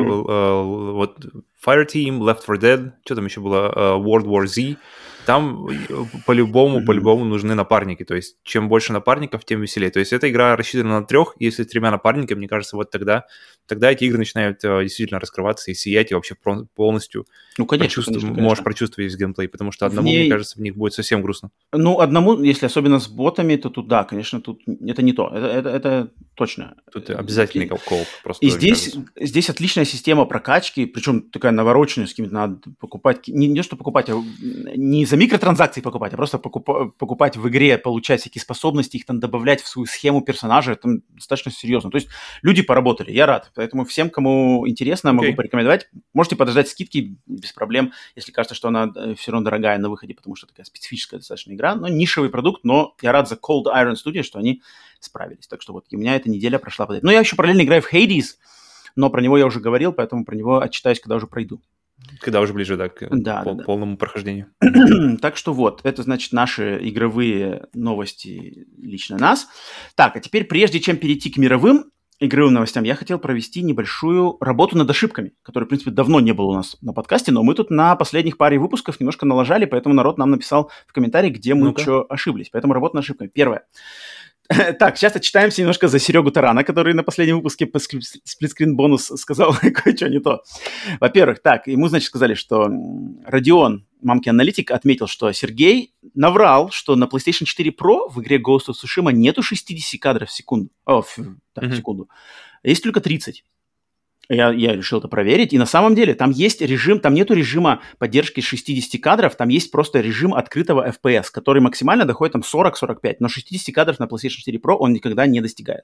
вот Fire Team, Left 4 Dead, что там еще было, World War Z, там по-любому нужны напарники. То есть чем больше напарников, тем веселее. То есть эта игра рассчитана на 3, если с 3 напарниками, мне кажется, вот тогда эти игры начинают действительно раскрываться и сиять, и вообще полностью можешь прочувствовать весь геймплей, потому что одному, мне кажется, в них будет совсем грустно. Ну, одному, если особенно с ботами, то тут, да, конечно, тут это не то, это точно. Тут обязательный кооп просто. И здесь отличная система прокачки, причем такая навороченная, с какими-то надо покупать, не что покупать, а не за микротранзакции покупать, а просто покупать в игре, получать всякие способности, их там добавлять в свою схему персонажа, это достаточно серьезно. То есть люди поработали, я рад. Поэтому всем, кому интересно, могу порекомендовать. Можете подождать скидки без проблем, если кажется, что она все равно дорогая на выходе, потому что такая специфическая достаточно игра, но нишевый продукт, но я рад за Cold Iron Studios, что они справились. Так что вот у меня эта неделя прошла под это. Но я еще параллельно играю в Hades, но про него я уже говорил, поэтому про него отчитаюсь, когда уже пройду. Когда уже ближе, да, к полному прохождению. Так что вот, это, значит, наши игровые новости лично нас. Так, а теперь, прежде чем перейти к мировым игровым новостям, я хотел провести небольшую работу над ошибками, которой, в принципе, давно не было у нас на подкасте, но мы тут на последних паре выпусков немножко налажали, поэтому народ нам написал в комментарии, где мы что ошиблись. Поэтому работа над ошибками. Первое. Так, сейчас отчитаемся немножко за Серегу Тарана, который на последнем выпуске по сплитскрин-бонус сказал кое-что не то. Во-первых, так, ему, значит, сказали, что Родион, мамкин аналитик, отметил, что Сергей наврал, что на PlayStation 4 Pro в игре Ghost of Tsushima нету 60 кадров в секунду. В секунду. Есть только 30. Я решил это проверить, и на самом деле там есть режим, там нету режима поддержки 60 кадров, там есть просто режим открытого FPS, который максимально доходит там 40-45, но 60 кадров на PlayStation 4 Pro он никогда не достигает.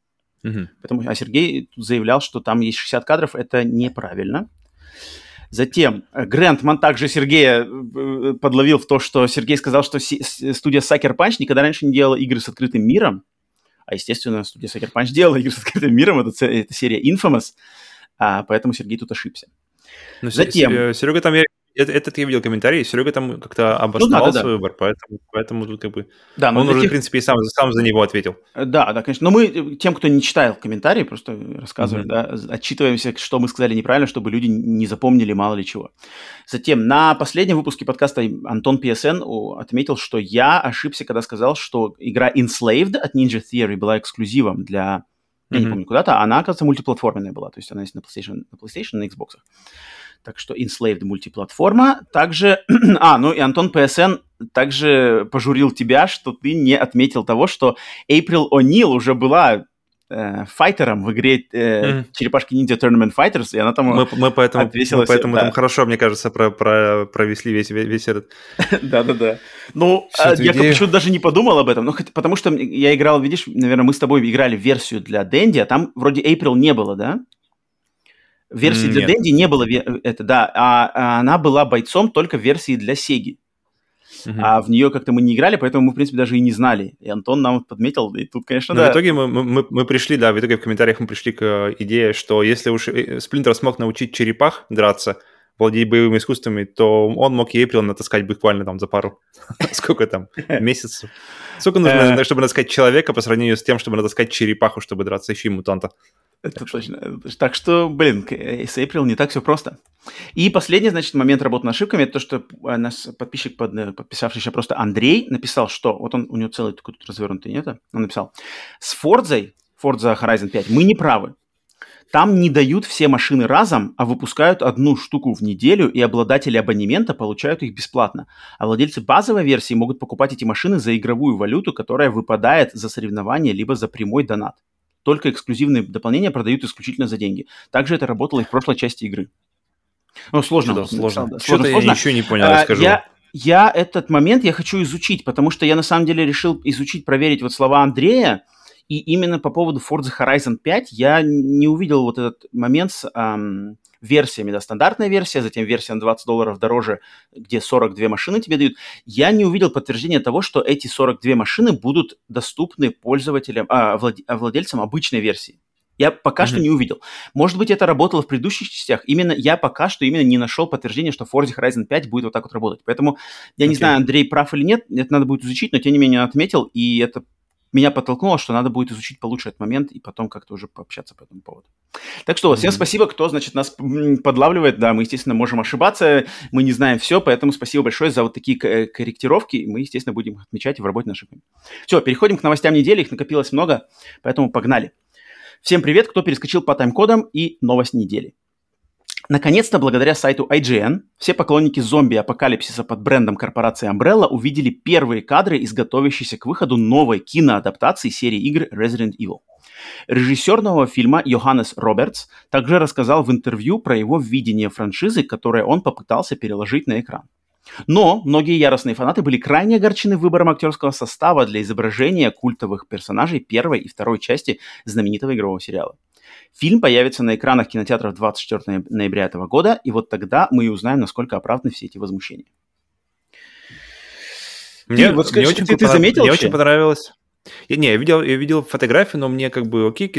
А Сергей заявлял, что там есть 60 кадров, это неправильно. Затем Грентман также Сергея подловил в то, что Сергей сказал, что студия Sucker Punch никогда раньше не делала игры с открытым миром, а, естественно, студия Sucker Punch делала игры с открытым миром, это серия Infamous, поэтому Сергей тут ошибся. Ну, затем... Серега там, этот я видел комментарий, Серега там как-то обосновал свой выбор, поэтому тут как бы... Да, он уже, в принципе, и сам за него ответил. Да, конечно. Но мы тем, кто не читал комментарии, просто рассказываем, да, отчитываемся, что мы сказали неправильно, чтобы люди не запомнили мало ли чего. Затем на последнем выпуске подкаста Антон PSN отметил, что я ошибся, когда сказал, что игра Enslaved от Ninja Theory была эксклюзивом для... Я не помню куда-то, она, оказывается, мультиплатформенная была, то есть она есть на PlayStation, на Xbox. Так что Enslaved мультиплатформа. Также... и Антон PSN также пожурил тебя, что ты не отметил того, что Эйприл О'Нил уже была файтером в игре Черепашки-ниндзя Tournament Fighters, и она там мы поэтому там хорошо, мне кажется, провесли весь этот... Да-да-да. Ну, я почему-то даже не подумал об этом, потому что я играл, видишь, наверное, мы с тобой играли в версию для Дэнди, а там вроде Эйприл не было, да? В версии для Дэнди не было а она была бойцом только в версии для Сеги. А в нее как-то мы не играли, поэтому мы, в принципе, даже и не знали. И Антон нам подметил, и тут, конечно, в итоге мы пришли, в итоге в комментариях мы пришли к идее, что если уж Сплинтер смог научить черепах драться, владеть боевыми искусствами, то он мог Эйприл натаскать буквально там за пару, сколько там, месяцев. Сколько нужно, чтобы натаскать человека по сравнению с тем, чтобы натаскать черепаху, чтобы драться, еще и мутанта. Это точно. Так что, с Эйприл не так все просто. И последний, значит, момент работы над ошибками, это то, что наш подписчик, подписавшийся просто Андрей, написал, что, вот у него целый такой тут развернутый, нет? Он написал, с Forza Horizon 5 мы не правы. Там не дают все машины разом, а выпускают одну штуку в неделю, и обладатели абонемента получают их бесплатно. А владельцы базовой версии могут покупать эти машины за игровую валюту, которая выпадает за соревнования, либо за прямой донат. Только эксклюзивные дополнения продают исключительно за деньги. Также это работало и в прошлой части игры. Ну, сложно. Что-то я еще не понял, расскажу. Я этот момент хочу изучить, потому что я на самом деле решил изучить, проверить вот слова Андрея, И именно по поводу Forza Horizon 5 я не увидел вот этот момент с версиями, да, стандартная версия, затем версия на $20 дороже, где 42 машины тебе дают. Я не увидел подтверждения того, что эти 42 машины будут доступны пользователям, владельцам обычной версии. Я пока что не увидел. Может быть, это работало в предыдущих частях. Я пока что не нашел подтверждения, что Forza Horizon 5 будет вот так вот работать. Поэтому я не знаю, Андрей прав или нет, это надо будет изучить, но тем не менее он отметил, и это меня подтолкнуло, что надо будет изучить получше этот момент и потом как-то уже пообщаться по этому поводу. Так что всем спасибо, кто, значит, нас подлавливает. Да, мы, естественно, можем ошибаться, мы не знаем все, поэтому спасибо большое за вот такие корректировки. Мы, естественно, будем их отмечать в работе нашей. Все, переходим к новостям недели, их накопилось много, поэтому погнали. Всем привет, кто перескочил по тайм-кодам и новость недели. Наконец-то, благодаря сайту IGN, все поклонники зомби-апокалипсиса под брендом корпорации Umbrella увидели первые кадры из готовящейся к выходу новой киноадаптации серии игр Resident Evil. Режиссер нового фильма Йоханнес Робертс также рассказал в интервью про его видение франшизы, которое он попытался переложить на экран. Но многие яростные фанаты были крайне огорчены выбором актерского состава для изображения культовых персонажей первой и второй части знаменитого игрового сериала. Фильм появится на экранах кинотеатров 24 ноября этого года, и вот тогда мы и узнаем, насколько оправданы все эти возмущения. Мне очень понравилось. Я видел фотографии, но мне как бы окей,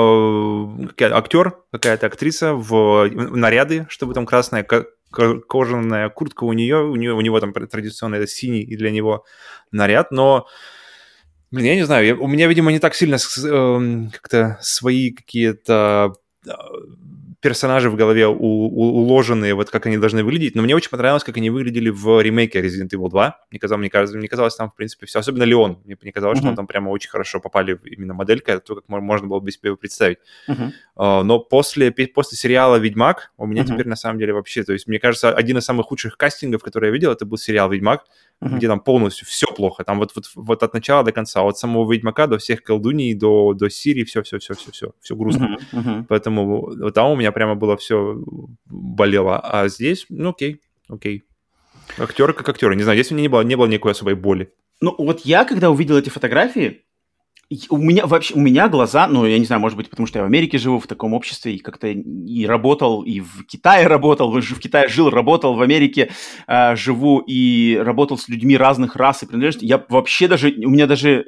актер, какая-то актриса в наряды, чтобы там красная кожаная куртка у него там традиционно это синий и для него наряд, но блин, я не знаю, у меня, видимо, не так сильно как-то свои какие-то персонажи в голове уложенные, вот как они должны выглядеть, но мне очень понравилось, как они выглядели в ремейке Resident Evil 2. Мне казалось, там, в принципе, все, особенно Леон. Мне казалось, что он там прямо очень хорошо попали в именно моделька, то, как можно было бы себе представить. Но после сериала «Ведьмак» у меня теперь, на самом деле, вообще, то есть, мне кажется, один из самых худших кастингов, который я видел, это был сериал «Ведьмак», где там полностью все плохо. Там вот от начала до конца, от самого Ведьмака до всех колдуний, до Сири, все грустно. Поэтому вот там у меня прямо было все болело. А здесь, окей. Актеры как актеры. Не знаю, здесь у меня не было никакой особой боли. Ну, вот я, когда увидел эти фотографии, у меня глаза, я не знаю, может быть, потому что я в Америке живу, в таком обществе, и как-то и работал, и в Китае работал, в Китае жил, работал, в Америке живу, и работал с людьми разных рас и принадлежностей. Я вообще у меня даже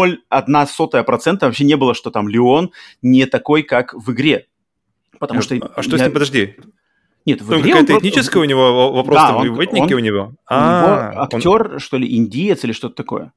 0,01% вообще не было, что там Леон не такой, как в игре. Потому что... А что с ним, подожди? Нет, в игре какая-то этническая у него вопрос, да, в этнике у него? У него актер, что ли, индиец или что-то такое.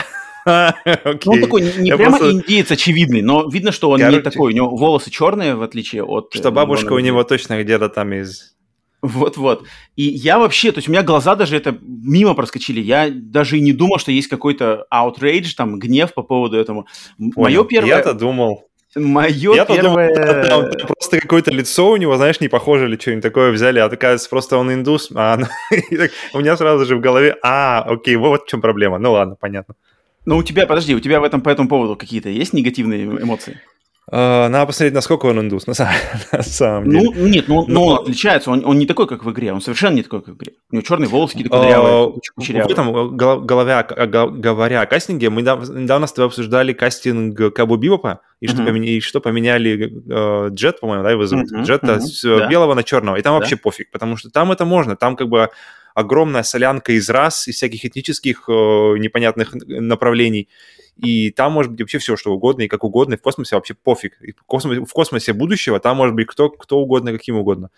Он такой не прямо индиец очевидный, но видно, что он не такой. У него волосы черные, в отличие от... Что бабушка у него точно где-то там из... Вот. И я вообще, то есть у меня глаза даже это мимо проскочили. Я даже и не думал, что есть какой-то outrage, там, гнев по поводу этого. Мое первое... Я-то думал... первое... Думал, просто какое-то лицо у него, знаешь, не похоже или что-нибудь такое взяли, а оказывается, просто он индус. У меня сразу же в голове, окей, вот в чем проблема. Ну ладно, понятно. Ну, у тебя по этому поводу какие-то есть негативные эмоции? Надо посмотреть, насколько он индус, на самом деле. Он отличается, он не такой, как в игре, он совершенно не такой, как в игре. У него черные волосы какие-то кудрявые, кучерявые. В этом, говоря о кастинге, мы недавно с тобой обсуждали кастинг Кабу Бибопа, и что поменяли Джет, по-моему, да, его зовут? Джета с белого на черного, и там вообще пофиг, потому что там это можно, там как бы огромная солянка из рас, из всяких этнических непонятных направлений, и там может быть вообще все, что угодно, и как угодно, и в космосе вообще пофиг. В космосе будущего там может быть кто угодно, каким угодно.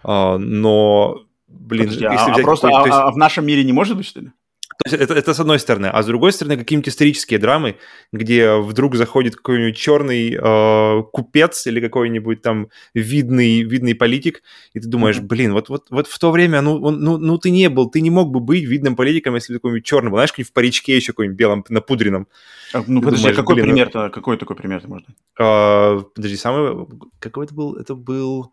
Но, блин... Подожди, в нашем мире не может быть, что ли? То есть это с одной стороны. А с другой стороны, какие-нибудь исторические драмы, где вдруг заходит какой-нибудь черный купец или какой-нибудь там видный политик, и ты думаешь, блин, вот в то время, ты не мог бы быть видным политиком, если ты какой-нибудь черный был. Знаешь, какой-нибудь в паричке еще какой-нибудь белом, напудренном. Подожди, какой пример-то? Какой такой пример можно? Подожди, какой это был? Это был...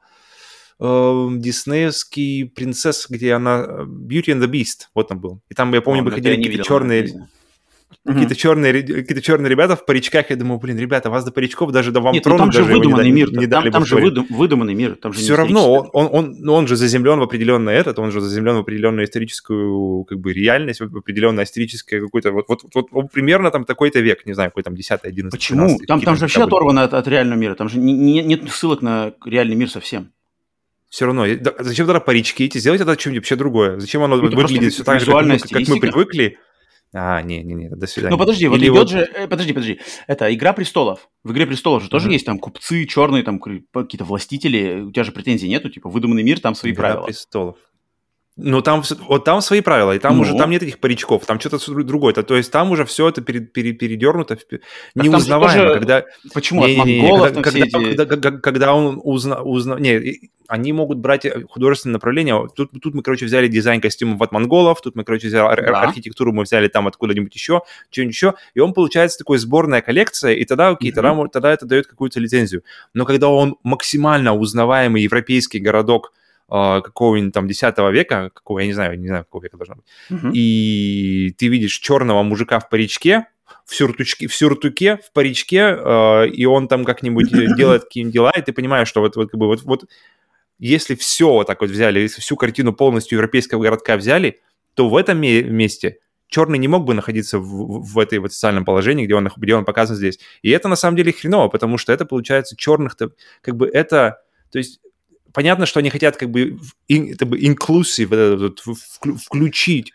диснеевский принцесс, где она Beauty and the Beast, вот там был. И там, я помню, выходили какие-то черные... какие-то черные ребята в паричках. Я думаю, блин, ребята, вас до паричков даже до вам Нет, тронуть там же даже его выдуманный мир. не дали бы Там же говорить. выдуманный мир. Там же Все равно он же заземлен в определенное он же заземлен в определенную историческую как бы реальность, в определенное историческое какое-то вот примерно там такой-то век, не знаю, какой там 10-й, 11-й. Почему? Там же вообще оторвано от реального мира. Там же нет ссылок на реальный мир совсем. Все равно. Зачем тогда парички эти? Сделать это что-нибудь вообще другое. Зачем оно выглядит все так же, как мы привыкли? Не, до свидания. Ну, подожди, вот идет же... Подожди. Это «Игра престолов». В «Игре престолов» же тоже есть там купцы, черные, там какие-то властители. У тебя же претензий нету? Типа, выдуманный мир, там свои правила. «Игра престолов». Ну, там свои правила, и там уже там нет этих паричков, там что-то другое. То есть там уже все это передернуто, неузнаваемо. Когда... Почему? От монголов там все эти... Когда он узнал... Не, они могут брать художественное направление. Тут мы, короче, взяли дизайн костюмов от монголов, тут мы, короче, взяли архитектуру, мы взяли там откуда-нибудь еще, что-нибудь еще, и он получается такой сборная коллекция, и тогда тогда это дает какую-то лицензию. Но когда он максимально узнаваемый европейский городок какого-нибудь там 10 века, я не знаю, какого века должно быть, и ты видишь черного мужика в паричке, в сюртуке, в паричке, и он там как-нибудь делает какие-нибудь дела, и ты понимаешь, что вот если все вот так вот взяли, если всю картину полностью европейского городка взяли, то в этом месте черный не мог бы находиться в этой вот социальном положении, где он показан здесь. И это на самом деле хреново, потому что это получается черных-то, как бы это, то есть понятно, что они хотят как бы inclusive, включить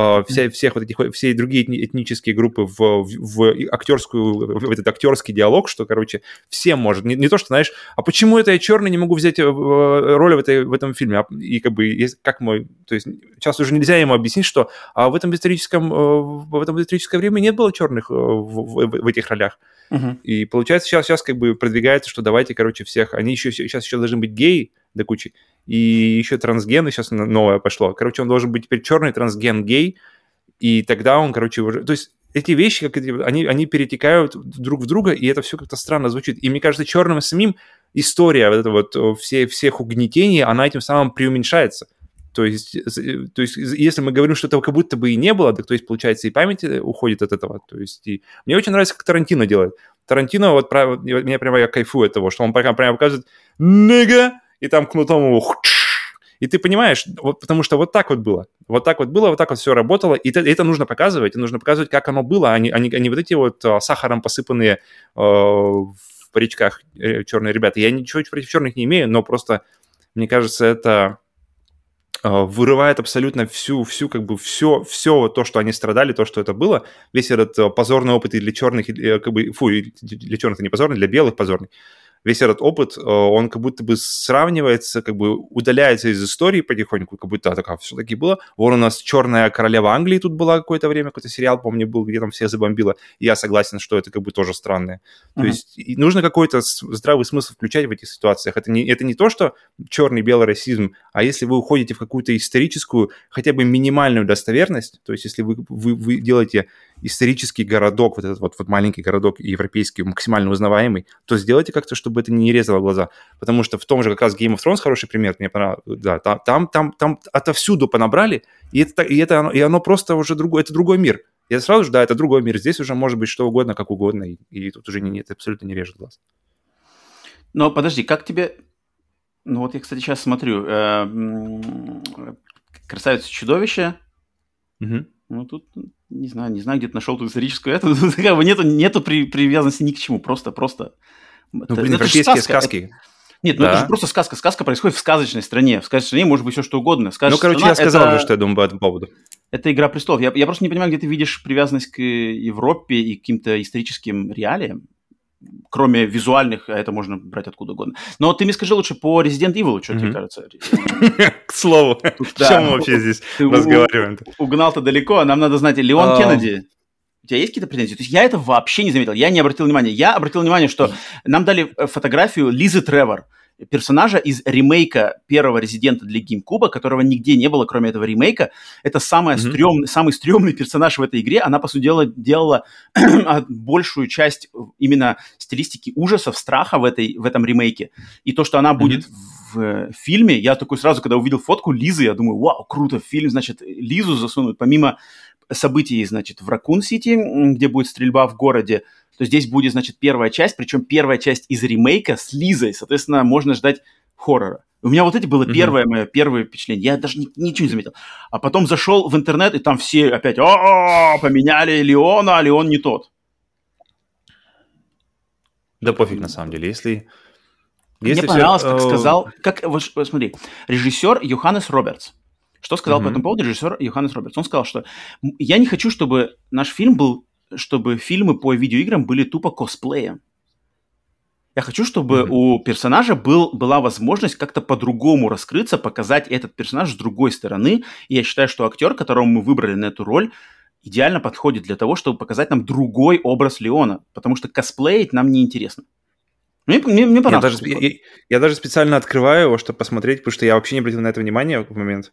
все другие этнические группы в этот актерский диалог, что, короче, все может. Не то, что, знаешь, а почему это я черный не могу взять роль в этом фильме? И как бы, то есть сейчас уже нельзя ему объяснить, что в этом историческое время не было черных в этих ролях. И получается, сейчас как бы продвигается, что давайте, короче, всех, они сейчас еще должны быть геи до кучи, и еще трансгены сейчас новое пошло. Короче, он должен быть теперь черный трансген гей, и тогда он, короче, уже... То есть эти вещи, они перетекают друг в друга, и это все как-то странно звучит. И мне кажется, черным самим история всех угнетений, она этим самым преуменьшается. То есть, если мы говорим, что этого как будто бы и не было, то есть, получается, и память уходит от этого. То есть, и мне очень нравится, как Тарантино делает. Тарантино, я кайфую от того, что он прямо показывает «Нига!» и там кнутом его... И ты понимаешь, потому что вот так вот было. Вот так вот все работало, и это нужно показывать. И нужно показывать, как оно было, а не вот эти вот сахаром посыпанные в паричках черные ребята. Я ничего против черных не имею, но просто, мне кажется, это... вырывает абсолютно все то, что они страдали, то, что это было, весь этот позорный опыт и для черных, для черных это не позорный, для белых позорный. Весь этот опыт, он как будто бы сравнивается, как бы удаляется из истории потихоньку, как будто так все-таки было. Вот у нас «Черная королева Англии» тут была какое-то время, какой-то сериал, помню, был, где там всех забомбило. И я согласен, что это как бы тоже странное. То есть нужно какой-то здравый смысл включать в этих ситуациях. Это не то, что черный-белый расизм, а если вы уходите в какую-то историческую, хотя бы минимальную достоверность, то есть если вы делаете исторический городок, вот этот вот маленький городок европейский, максимально узнаваемый, то сделайте как-то, чтобы это не резало глаза. Потому что в том же как раз Game of Thrones хороший пример, мне понравилось. Да, там отовсюду понабрали, и оно просто уже это другой мир. И сразу же, да, это другой мир. Здесь уже может быть что угодно, как угодно, и тут уже это абсолютно не режет глаз. Но подожди, как тебе... Ну вот я, кстати, сейчас смотрю. «Красавица и чудовище». Ну, тут, не знаю, где-то нашел ту историческую. Это как бы нету привязанности ни к чему. Просто. Ну, блин, европейские сказки. Нет, это же просто сказка. Сказка происходит в сказочной стране. В сказочной стране может быть все что угодно. Я сказал уже, что я думаю по этому поводу. Это «Игра престолов». Я просто не понимаю, где ты видишь привязанность к Европе и к каким-то историческим реалиям. Кроме визуальных, а это можно брать откуда угодно. Но ты мне скажи лучше по Resident Evil, что тебе кажется? К слову, о чем мы вообще здесь разговариваем? Угнал-то далеко, а нам надо знать, Леон Кеннеди. У тебя есть какие-то претензии? То есть я это вообще не заметил, я не обратил внимания. Я обратил внимание, что нам дали фотографию Лизы Тревор, персонажа из ремейка первого Резидента для GameCube, которого нигде не было, кроме этого ремейка. Это самый стрёмный персонаж в этой игре. Она, по сути дела, делала большую часть именно стилистики ужасов, страха в этом ремейке. И то, что она будет в фильме, я такой сразу, когда увидел фотку Лизы, я думаю, вау, круто, фильм, значит, Лизу засунут, помимо событий, значит, в Ракун-Сити, где будет стрельба в городе, то здесь будет, значит, первая часть, причем первая часть из ремейка с Лизой, соответственно, можно ждать хоррора. У меня вот это было мое первое впечатление. Я даже ничего не заметил. А потом зашел в интернет, и там все опять поменяли Леона, а Леон не тот. Да пофиг, на самом деле. Если Мне понравилось, как сказал... Вот смотри, режиссер Йоханнес Робертс. Что сказал по этому поводу режиссер Йоханнес Робертс? Он сказал, что я не хочу, чтобы наш фильм был... чтобы фильмы по видеоиграм были тупо косплеем. Я хочу, чтобы у персонажа была возможность как-то по-другому раскрыться, показать этот персонаж с другой стороны. И я считаю, что актер, которого мы выбрали на эту роль, идеально подходит для того, чтобы показать нам другой образ Леона. Потому что косплеить нам неинтересно. Мне понравилось. Я даже специально открываю его, чтобы посмотреть, потому что я вообще не обратил на это внимания в момент.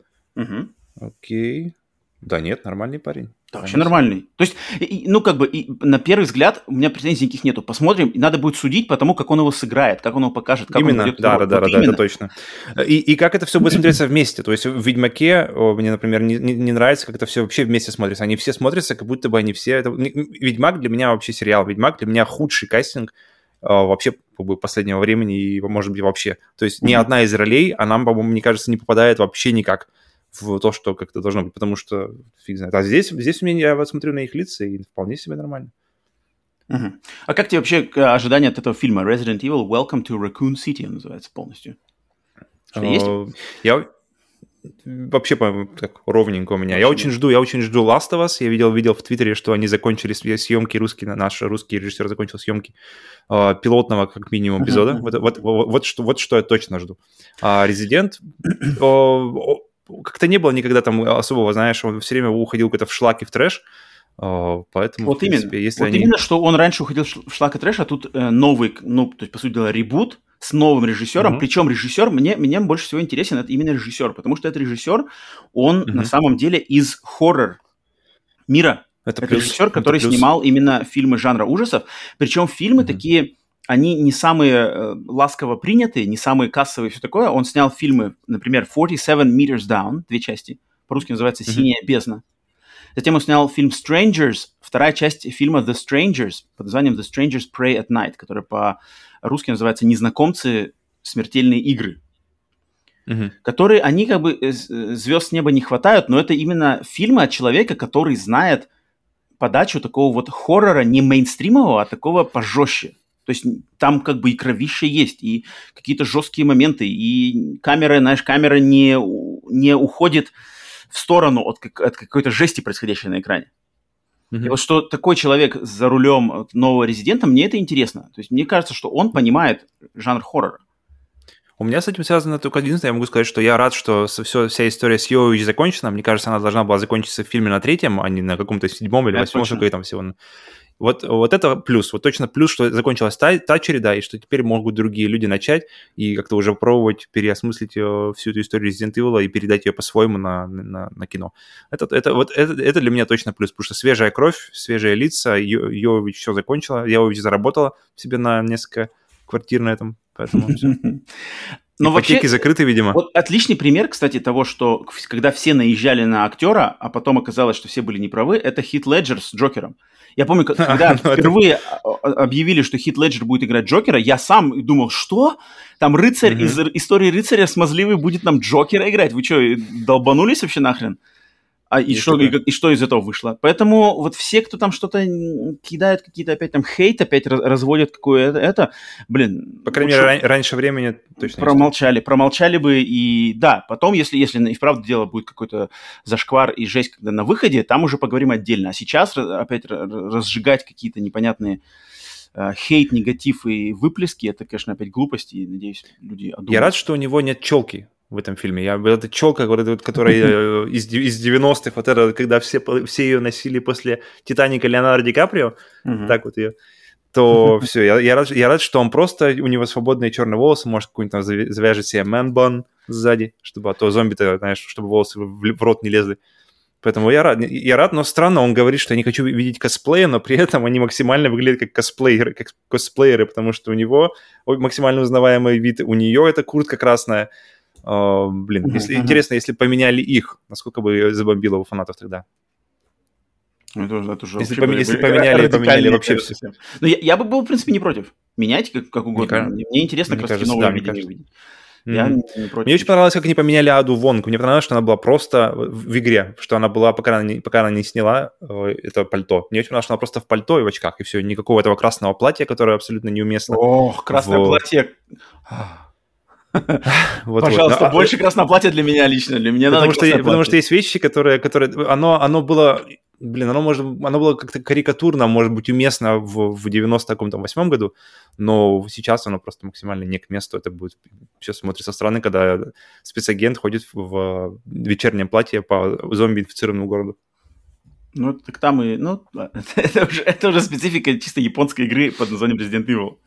Окей. Да нет, нормальный парень. Да, вообще нормальный. То есть, на первый взгляд у меня претензий никаких нету. Посмотрим, и надо будет судить по тому, как он его сыграет, как он его покажет, как именно, он будет. Да, это точно. И как это все будет смотреться вместе. То есть в «Ведьмаке» мне, например, не нравится, как это все вообще вместе смотрится. Они все смотрятся, как будто бы они все... «Ведьмак» для меня вообще сериал. «Ведьмак» для меня худший кастинг вообще последнего времени и, может быть, вообще. То есть ни одна из ролей, она, по-моему, мне кажется, не попадает вообще никак в то, что как-то должно быть, потому что фиг знает. А здесь у меня, я вот смотрю на их лица, и вполне себе нормально. А как тебе вообще ожидания от этого фильма? Resident Evil Welcome to Raccoon City называется полностью. Что есть? Я вообще, по-моему, так ровненько у меня. Я очень жду Last of Us. Я видел в Твиттере, что они закончили съемки, наш русский режиссер закончил съемки пилотного, как минимум, эпизода. Вот что я точно жду. А Resident... как-то не было никогда там особого, знаешь, он все время уходил куда-то в шлак и в трэш, поэтому, вот в принципе, именно, что он раньше уходил в шлак и трэш, а тут новый, то есть, по сути дела, ребут с новым режиссером, причем режиссер, мне больше всего интересен это именно режиссер, потому что этот режиссер, он на самом деле из хоррор мира. Это режиссер, который снимал именно фильмы жанра ужасов, причем фильмы такие... Они не самые ласково принятые, не самые кассовые и все такое. Он снял фильмы, например, 47 Meters Down, 2 части. По-русски называется «Синяя бездна». Затем он снял фильм Strangers, вторая часть фильма The Strangers, под названием The Strangers Pray at Night, который по-русски называется «Незнакомцы. Смертельные игры». Которые, они как бы звезд с неба не хватают, но это именно фильмы от человека, который знает подачу такого вот хоррора не мейнстримового, а такого пожестче. То есть там как бы и кровище есть, и какие-то жесткие моменты, и камера не уходит в сторону от какой-то жести, происходящей на экране. И вот что такой человек за рулем нового «Резидента», мне это интересно. То есть мне кажется, что он понимает жанр хоррора. У меня с этим связано только единственное, я могу сказать, что я рад, что вся история с Йовович закончена. Мне кажется, она должна была закончиться в фильме на 3-м, а не на каком-то 7-м или 8-м, что там всего. Вот это плюс, вот точно плюс, что закончилась та череда, и что теперь могут другие люди начать и как-то уже пробовать переосмыслить всю эту историю Resident Evil и передать ее по-своему на кино. Это для меня точно плюс, потому что свежая кровь, свежие лица, Йовович все закончила, Йовович заработала себе на несколько квартир на этом, поэтому все. Но ипотеки вообще, закрыты, видимо. Вот отличный пример, кстати, того, что когда все наезжали на актера, а потом оказалось, что все были неправы, это Хит Леджер с Джокером. Я помню, когда впервые объявили, что Хит Леджер будет играть Джокера, я сам думал, что? Там рыцарь из истории рыцаря смазливый будет нам Джокера играть? Вы что, долбанулись вообще нахрен? И что из этого вышло? Поэтому вот все, кто там что-то кидают, какие-то опять там хейт, опять разводят какое-то, блин. По крайней мере, раньше времени точно. Промолчали бы, и да, потом, если и вправду дело будет какой-то зашквар и жесть, когда на выходе, там уже поговорим отдельно. А сейчас опять разжигать какие-то непонятные хейт, негатив и выплески, это, конечно, опять глупости, и, надеюсь, люди одумаются. Я рад, что у него нет челки в этом фильме. Эта челка, которая из 90-х, вот это, когда все ее носили после «Титаника» Леонардо Ди Каприо, так вот ее, то все, я рад, что он просто, у него свободные черные волосы, может, какой-нибудь там завяжет себе мэн-бан сзади, чтобы, а то зомби-то, знаешь, чтобы волосы в рот не лезли. Поэтому я рад, но странно, он говорит, что я не хочу видеть косплея, но при этом они максимально выглядят как косплееры, потому что у него максимально узнаваемый вид, у нее это куртка красная. Интересно, если поменяли их, насколько бы забомбило у фанатов тогда? Это уже Если вообще поменяли радикальные вообще кажется, все. совсем. Но я бы был, в принципе, не против. Меняйте как угодно. Мне Мне интересно как раз кажется, новые да, мне видения кажется. увидеть. Я Мгм. не против. Мне очень понравилось, как они поменяли Аду Вонг. Мне понравилось, что она была просто в игре, что она была, пока она не сняла это пальто. Мне очень понравилось, что она просто в пальто и в очках, и все. Никакого этого красного платья, которое абсолютно неуместно. Ох, красное платье. Вот. Пожалуйста, больше красного платья для меня лично. Для меня надо красное Потому что платье. есть вещи, которые оно было... Блин, оно было как-то карикатурно, может быть, уместно в 98 году, но сейчас оно просто максимально не к месту. Это будет все смотрится со стороны, когда спецагент ходит в вечернем платье по зомби-инфицированному городу. Ну, так там и... Ну, это уже специфика чисто японской игры под названием Resident Evil.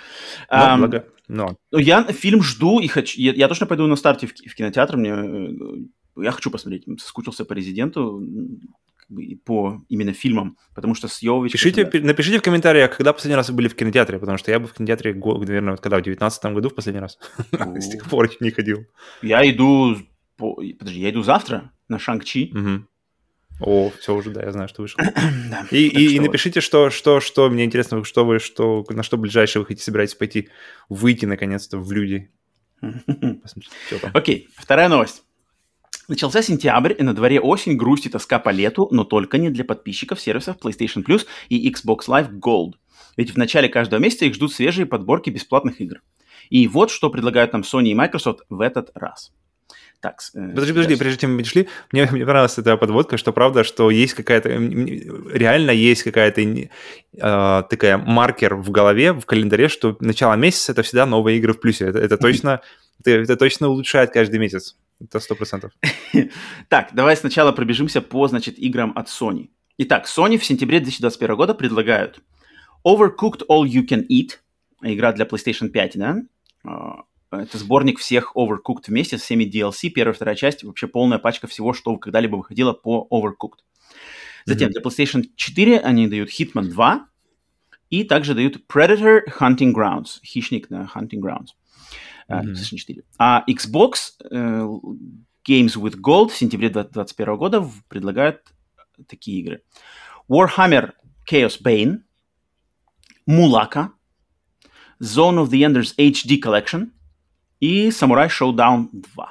Я фильм жду и хочу... Я точно пойду на старте в кинотеатр. Я хочу посмотреть. Соскучился по Резиденту, по именно фильмам, потому что с Йововичем... Напишите в комментариях, когда последний раз вы были в кинотеатре, потому что я был в кинотеатре, наверное, когда, в 2019 году в последний раз. С тех пор не ходил. Я иду завтра на Шанг-Чи. О, все уже, да, я знаю, что вышел. И напишите, что мне интересно, на что ближайшее вы собираетесь пойти, выйти наконец-то в люди. Окей, вторая новость. Начался сентябрь, и на дворе осень, грусть и тоска по лету, но только не для подписчиков сервисов PlayStation Plus и Xbox Live Gold. Ведь в начале каждого месяца их ждут свежие подборки бесплатных игр. И вот что предлагают нам Sony и Microsoft в этот раз. Так, подожди, прежде чем мы перешли, мне понравилась эта подводка, что правда, что есть какая-то, реально есть какая-то такая маркер в голове, в календаре, что начало месяца — это всегда новые игры в плюсе. Это точно улучшает каждый месяц. Это 100%. Так, давай сначала пробежимся по, играм от Sony. Итак, Sony в сентябре 2021 года предлагают Overcooked All You Can Eat, игра для PlayStation 5, да? Это сборник всех Overcooked вместе с всеми DLC, первая и вторая часть, вообще полная пачка всего, что когда-либо выходило по Overcooked. Затем для PlayStation 4 они дают Hitman 2 и также дают Predator Hunting Grounds, хищник на Hunting Grounds. PlayStation 4. А Xbox Games with Gold в сентябре 2021 года предлагают такие игры. Warhammer Chaos Bane, Mulaka, Zone of the Enders HD Collection и Samurai Showdown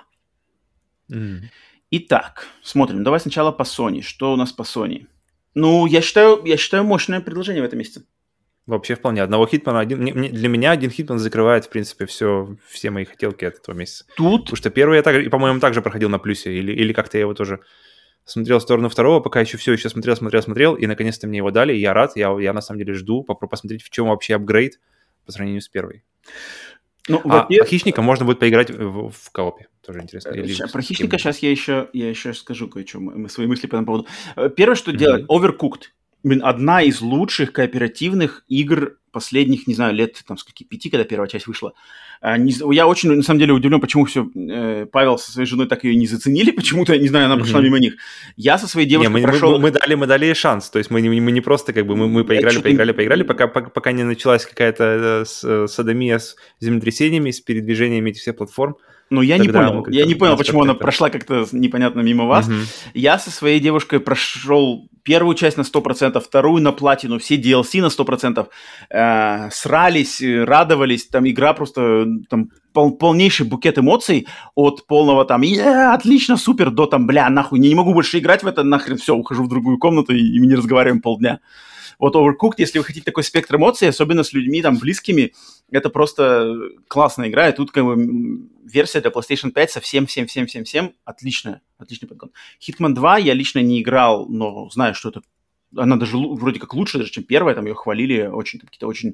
2. Итак, смотрим. Давай сначала по Sony. Что у нас по Sony? Ну, я считаю мощное предложение в этом месяце. Вообще вполне. Одного Хитмана, для меня один Хитман закрывает, в принципе, все мои хотелки от этого месяца. Потому что первый я, по-моему, также проходил на плюсе, или как-то я его тоже смотрел в сторону второго, пока еще смотрел, и наконец-то мне его дали, и я рад, я на самом деле жду посмотреть, в чем вообще апгрейд по сравнению с первой. Ну, Хищника можно будет поиграть в коопе, тоже интересно. Про Хищника сейчас я еще скажу кое-что, свои мысли по этому поводу. Первое, что делать, Overcooked. Одна из лучших кооперативных игр последних, не знаю, лет, 5, когда первая часть вышла. Я очень, на самом деле, удивлен, почему Павел со своей женой так ее не заценили, почему-то, не знаю, она прошла мимо них. Я со своей девушкой прошел... Мы дали ей шанс, то есть мы не просто мы поиграли, пока не началась какая-то содомия с землетрясениями, с передвижениями этих всех платформ. Ну, я не понял, почему она прошла как-то непонятно мимо вас. Я со своей девушкой прошел первую часть на 100%, вторую на платину, все DLC на 100%. Срались, радовались, там игра просто, полнейший букет эмоций от полного отлично, супер, до нахуй, не могу больше играть в это, нахрен, все, ухожу в другую комнату и мы не разговариваем полдня. Вот Overcooked, если вы хотите такой спектр эмоций, особенно с людьми близкими, это просто классная игра, и тут версия для PlayStation 5 со всем отличный подгон. Hitman 2 я лично не играл, но знаю, что это, она даже вроде как лучше, даже чем первая, там ее хвалили, какие-то очень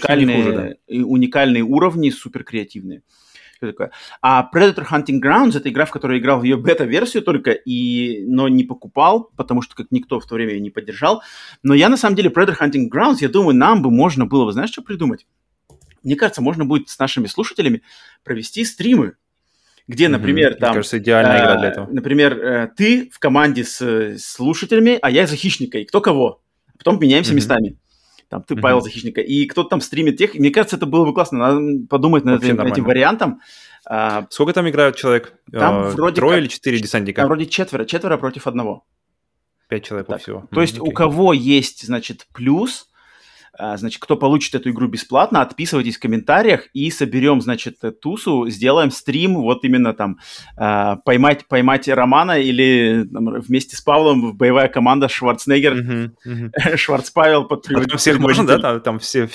уникальные уровни, супер креативные. Что такое? А Predator Hunting Grounds — это игра, в которой я играл в ее бета-версию только, но не покупал, потому что как никто в то время ее не поддержал. Но я, на самом деле, Predator Hunting Grounds, я думаю, нам бы можно было, знаешь, что придумать? Мне кажется, можно будет с нашими слушателями провести стримы, где, например, Мне кажется, идеальная игра для этого. Например, ты в команде с слушателями, а я за хищника, и кто кого. А потом меняемся местами. Ты, Павел, за хищника, и кто-то там стримит тех. Мне кажется, это было бы классно. Надо подумать над этим вариантом. Сколько там играют человек? Там вроде 3 или 4 десантника? Там вроде 4 против 1. 5 человек Так. всего. То есть у кого есть, значит, плюс, значит, кто получит эту игру бесплатно, отписывайтесь в комментариях и соберем, значит, тусу, сделаем стрим, вот именно там поймать Романа или там, вместе с Павлом боевая команда Шварценеггер, Шварцпавел под приводителем. Всех можно, да? Там все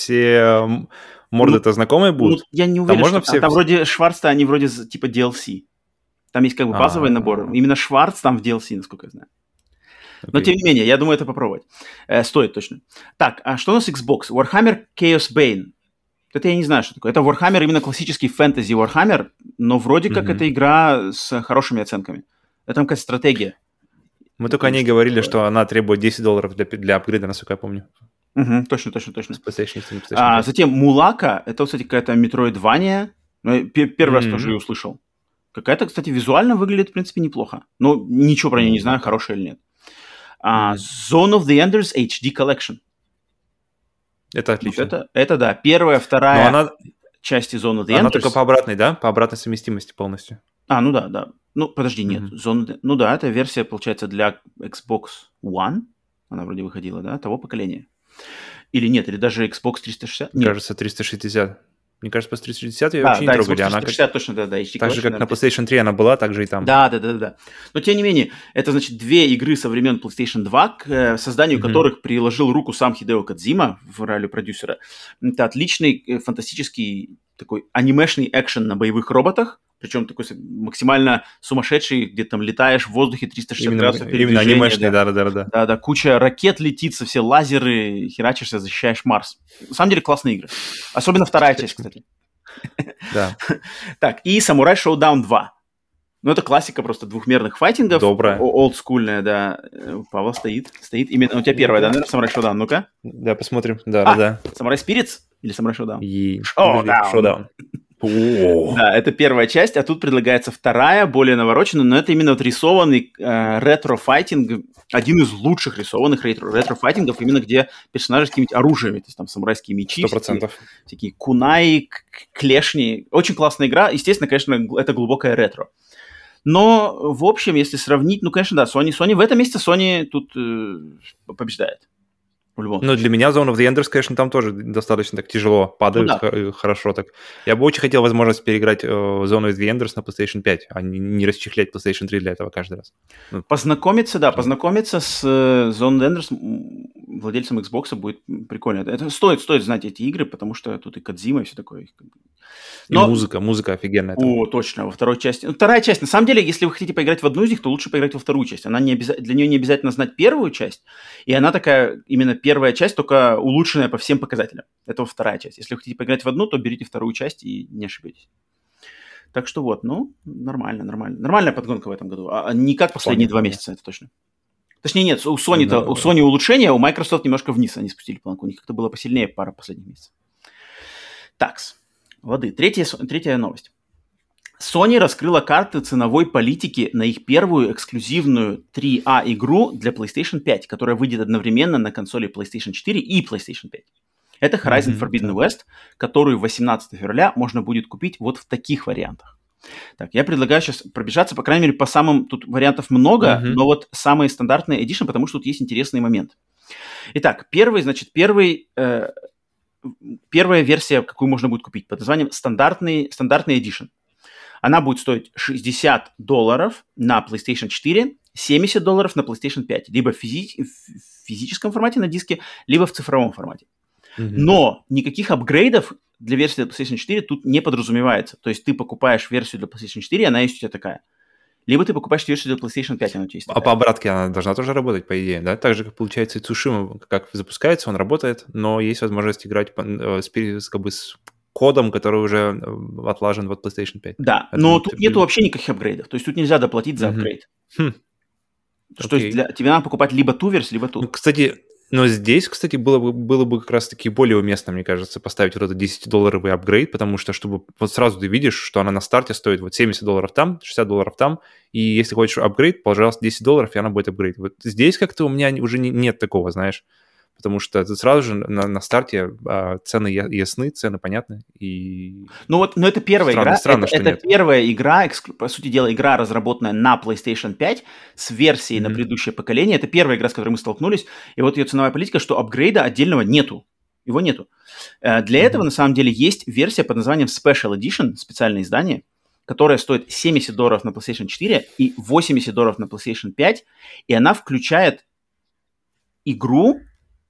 морды-то знакомые будут? Ну, я не уверен, там что там вроде Шварц-то, они вроде типа DLC. Там есть как бы базовый набор. Именно Шварц там в DLC, насколько я знаю. Но, тем не менее, я думаю, это попробовать. Стоит точно. Так, а что у нас Xbox? Warhammer Chaos Bane. Это я не знаю, что такое. Это Warhammer, именно классический фэнтези Warhammer, но вроде как это игра с хорошими оценками. Это там какая-то стратегия. Мы только о ней говорили, что она требует $10 для апгрейда, насколько я помню. Точно. С PlayStation 4, затем Мулака. Это, кстати, какая-то Metroidvania. Первый раз тоже ее услышал. Какая-то, кстати, визуально выглядит, в принципе, неплохо. Но ничего про нее не знаю, хорошая или нет. Zone of the Enders HD Collection. Это отлично. Вот это да. Первая, вторая части Zone of the Enders. Она только по обратной, да? По обратной совместимости полностью. Ну да. Ну, подожди, нет. Ну да, это версия, получается, для Xbox One. Она вроде выходила, да? Того поколения. Или нет, или даже Xbox 360. Мне кажется, 360. Мне кажется, по 360 ее вообще не трогали. Да, 360 точно, да. Так же, как на PlayStation 3 она была, так же и там. Да. Но, тем не менее, это, значит, две игры со времен PlayStation 2, к созданию которых приложил руку сам Хидео Кодзима в роли продюсера. Это отличный, фантастический такой анимешный экшен на боевых роботах, причем такой максимально сумасшедший, где там летаешь в воздухе 360 градусов передвижения. Именно анимешный, да. Да, куча ракет летится, все лазеры, херачишься, защищаешь Марс. На самом деле классные игры. Особенно вторая часть, кстати. Да. Так, и Samurai Showdown 2. Ну, это классика просто двухмерных файтингов. Добрая. Олдскульная, да. Павел стоит. Именно у тебя первая, да, наверное, Samurai Showdown? Ну-ка. Да, посмотрим. Да. Samurai Spirits или Samurai Showdown? Showdown. Да, это первая часть, а тут предлагается вторая, более навороченная, но это именно вот рисованный ретро-файтинг, один из лучших рисованных ретро-файтингов, именно где персонажи с какими-нибудь оружиями, то есть там самурайские мечи, 100%. всякие кунаи, клешни. Очень классная игра, естественно, конечно, это глубокое ретро. Но, в общем, если сравнить, ну, конечно, да, Sony в этом месяце Sony тут побеждает. Ну, для меня Zone of the Enders, конечно, там тоже достаточно так тяжело падают, хорошо так. Я бы очень хотел возможность переиграть Zone of the Enders на PlayStation 5, а не расчехлять PlayStation 3 для этого каждый раз. Познакомиться с Zone of the Enders владельцем Xbox будет прикольно. Это стоит знать эти игры, потому что тут и Кодзима, и все такое. Но... И музыка офигенная. О, точно, во второй части. Вторая часть, на самом деле, если вы хотите поиграть в одну из них, то лучше поиграть во вторую часть. Она для нее не обязательно знать первую часть, и она такая, именно первая часть, только улучшенная по всем показателям. Это вторая часть. Если вы хотите поиграть в одну, то берите вторую часть и не ошибетесь. Так что вот, нормально. Нормальная подгонка в этом году. А не как последние 2 месяца, это точно. Точнее, нет, у Sony улучшение, у Microsoft немножко вниз они спустили планку. У них как-то было посильнее пара последних месяцев. Такс. Лады. Третья новость. Sony раскрыла карты ценовой политики на их первую эксклюзивную AAA игру для PlayStation 5, которая выйдет одновременно на консоли PlayStation 4 и PlayStation 5. Это Horizon Forbidden West, которую 18 февраля можно будет купить вот в таких вариантах. Так, я предлагаю сейчас пробежаться, по крайней мере, по самым... Тут вариантов много, но вот самые стандартные Edition, потому что тут есть интересный момент. Итак, первая версия, какую можно будет купить, под названием стандартный Edition. Она будет стоить $60 на PlayStation 4, $70 на PlayStation 5. Либо в физическом формате на диске, либо в цифровом формате. Но никаких апгрейдов для версии PlayStation 4 тут не подразумевается. То есть ты покупаешь версию для PlayStation 4, она есть у тебя такая. Либо ты покупаешь версию для PlayStation 5, она у тебя есть такая. А по обратке она должна тоже работать, по идее, да? Так же, как получается и Tsushima, как запускается, он работает, но есть возможность играть с кодом, который уже отлажен в PlayStation 5. Да, но тут нету вообще никаких апгрейдов. То есть тут нельзя доплатить за апгрейд. То есть тебе надо покупать либо ту версию, либо ту. Ну, кстати, но здесь, кстати, было бы как раз-таки более уместно, мне кажется, поставить вот этот $10 апгрейд, потому что, чтобы вот сразу ты видишь, что она на старте стоит вот $70 там, $60 там, и если хочешь апгрейд, пожалуйста, $10, и она будет апгрейд. Вот здесь как-то у меня уже нет такого, знаешь, потому что это сразу же на старте цены ясны, цены понятны. И но это первая игра. Странно, что это нет. первая игра, по сути дела, игра, разработанная на PlayStation 5 с версией на предыдущее поколение. Это первая игра, с которой мы столкнулись. И вот ее ценовая политика, что апгрейда отдельного нету. Его нету. Для этого, на самом деле, есть версия под названием Special Edition, специальное издание, которая стоит $70 на PlayStation 4 и $80 на PlayStation 5. И она включает игру,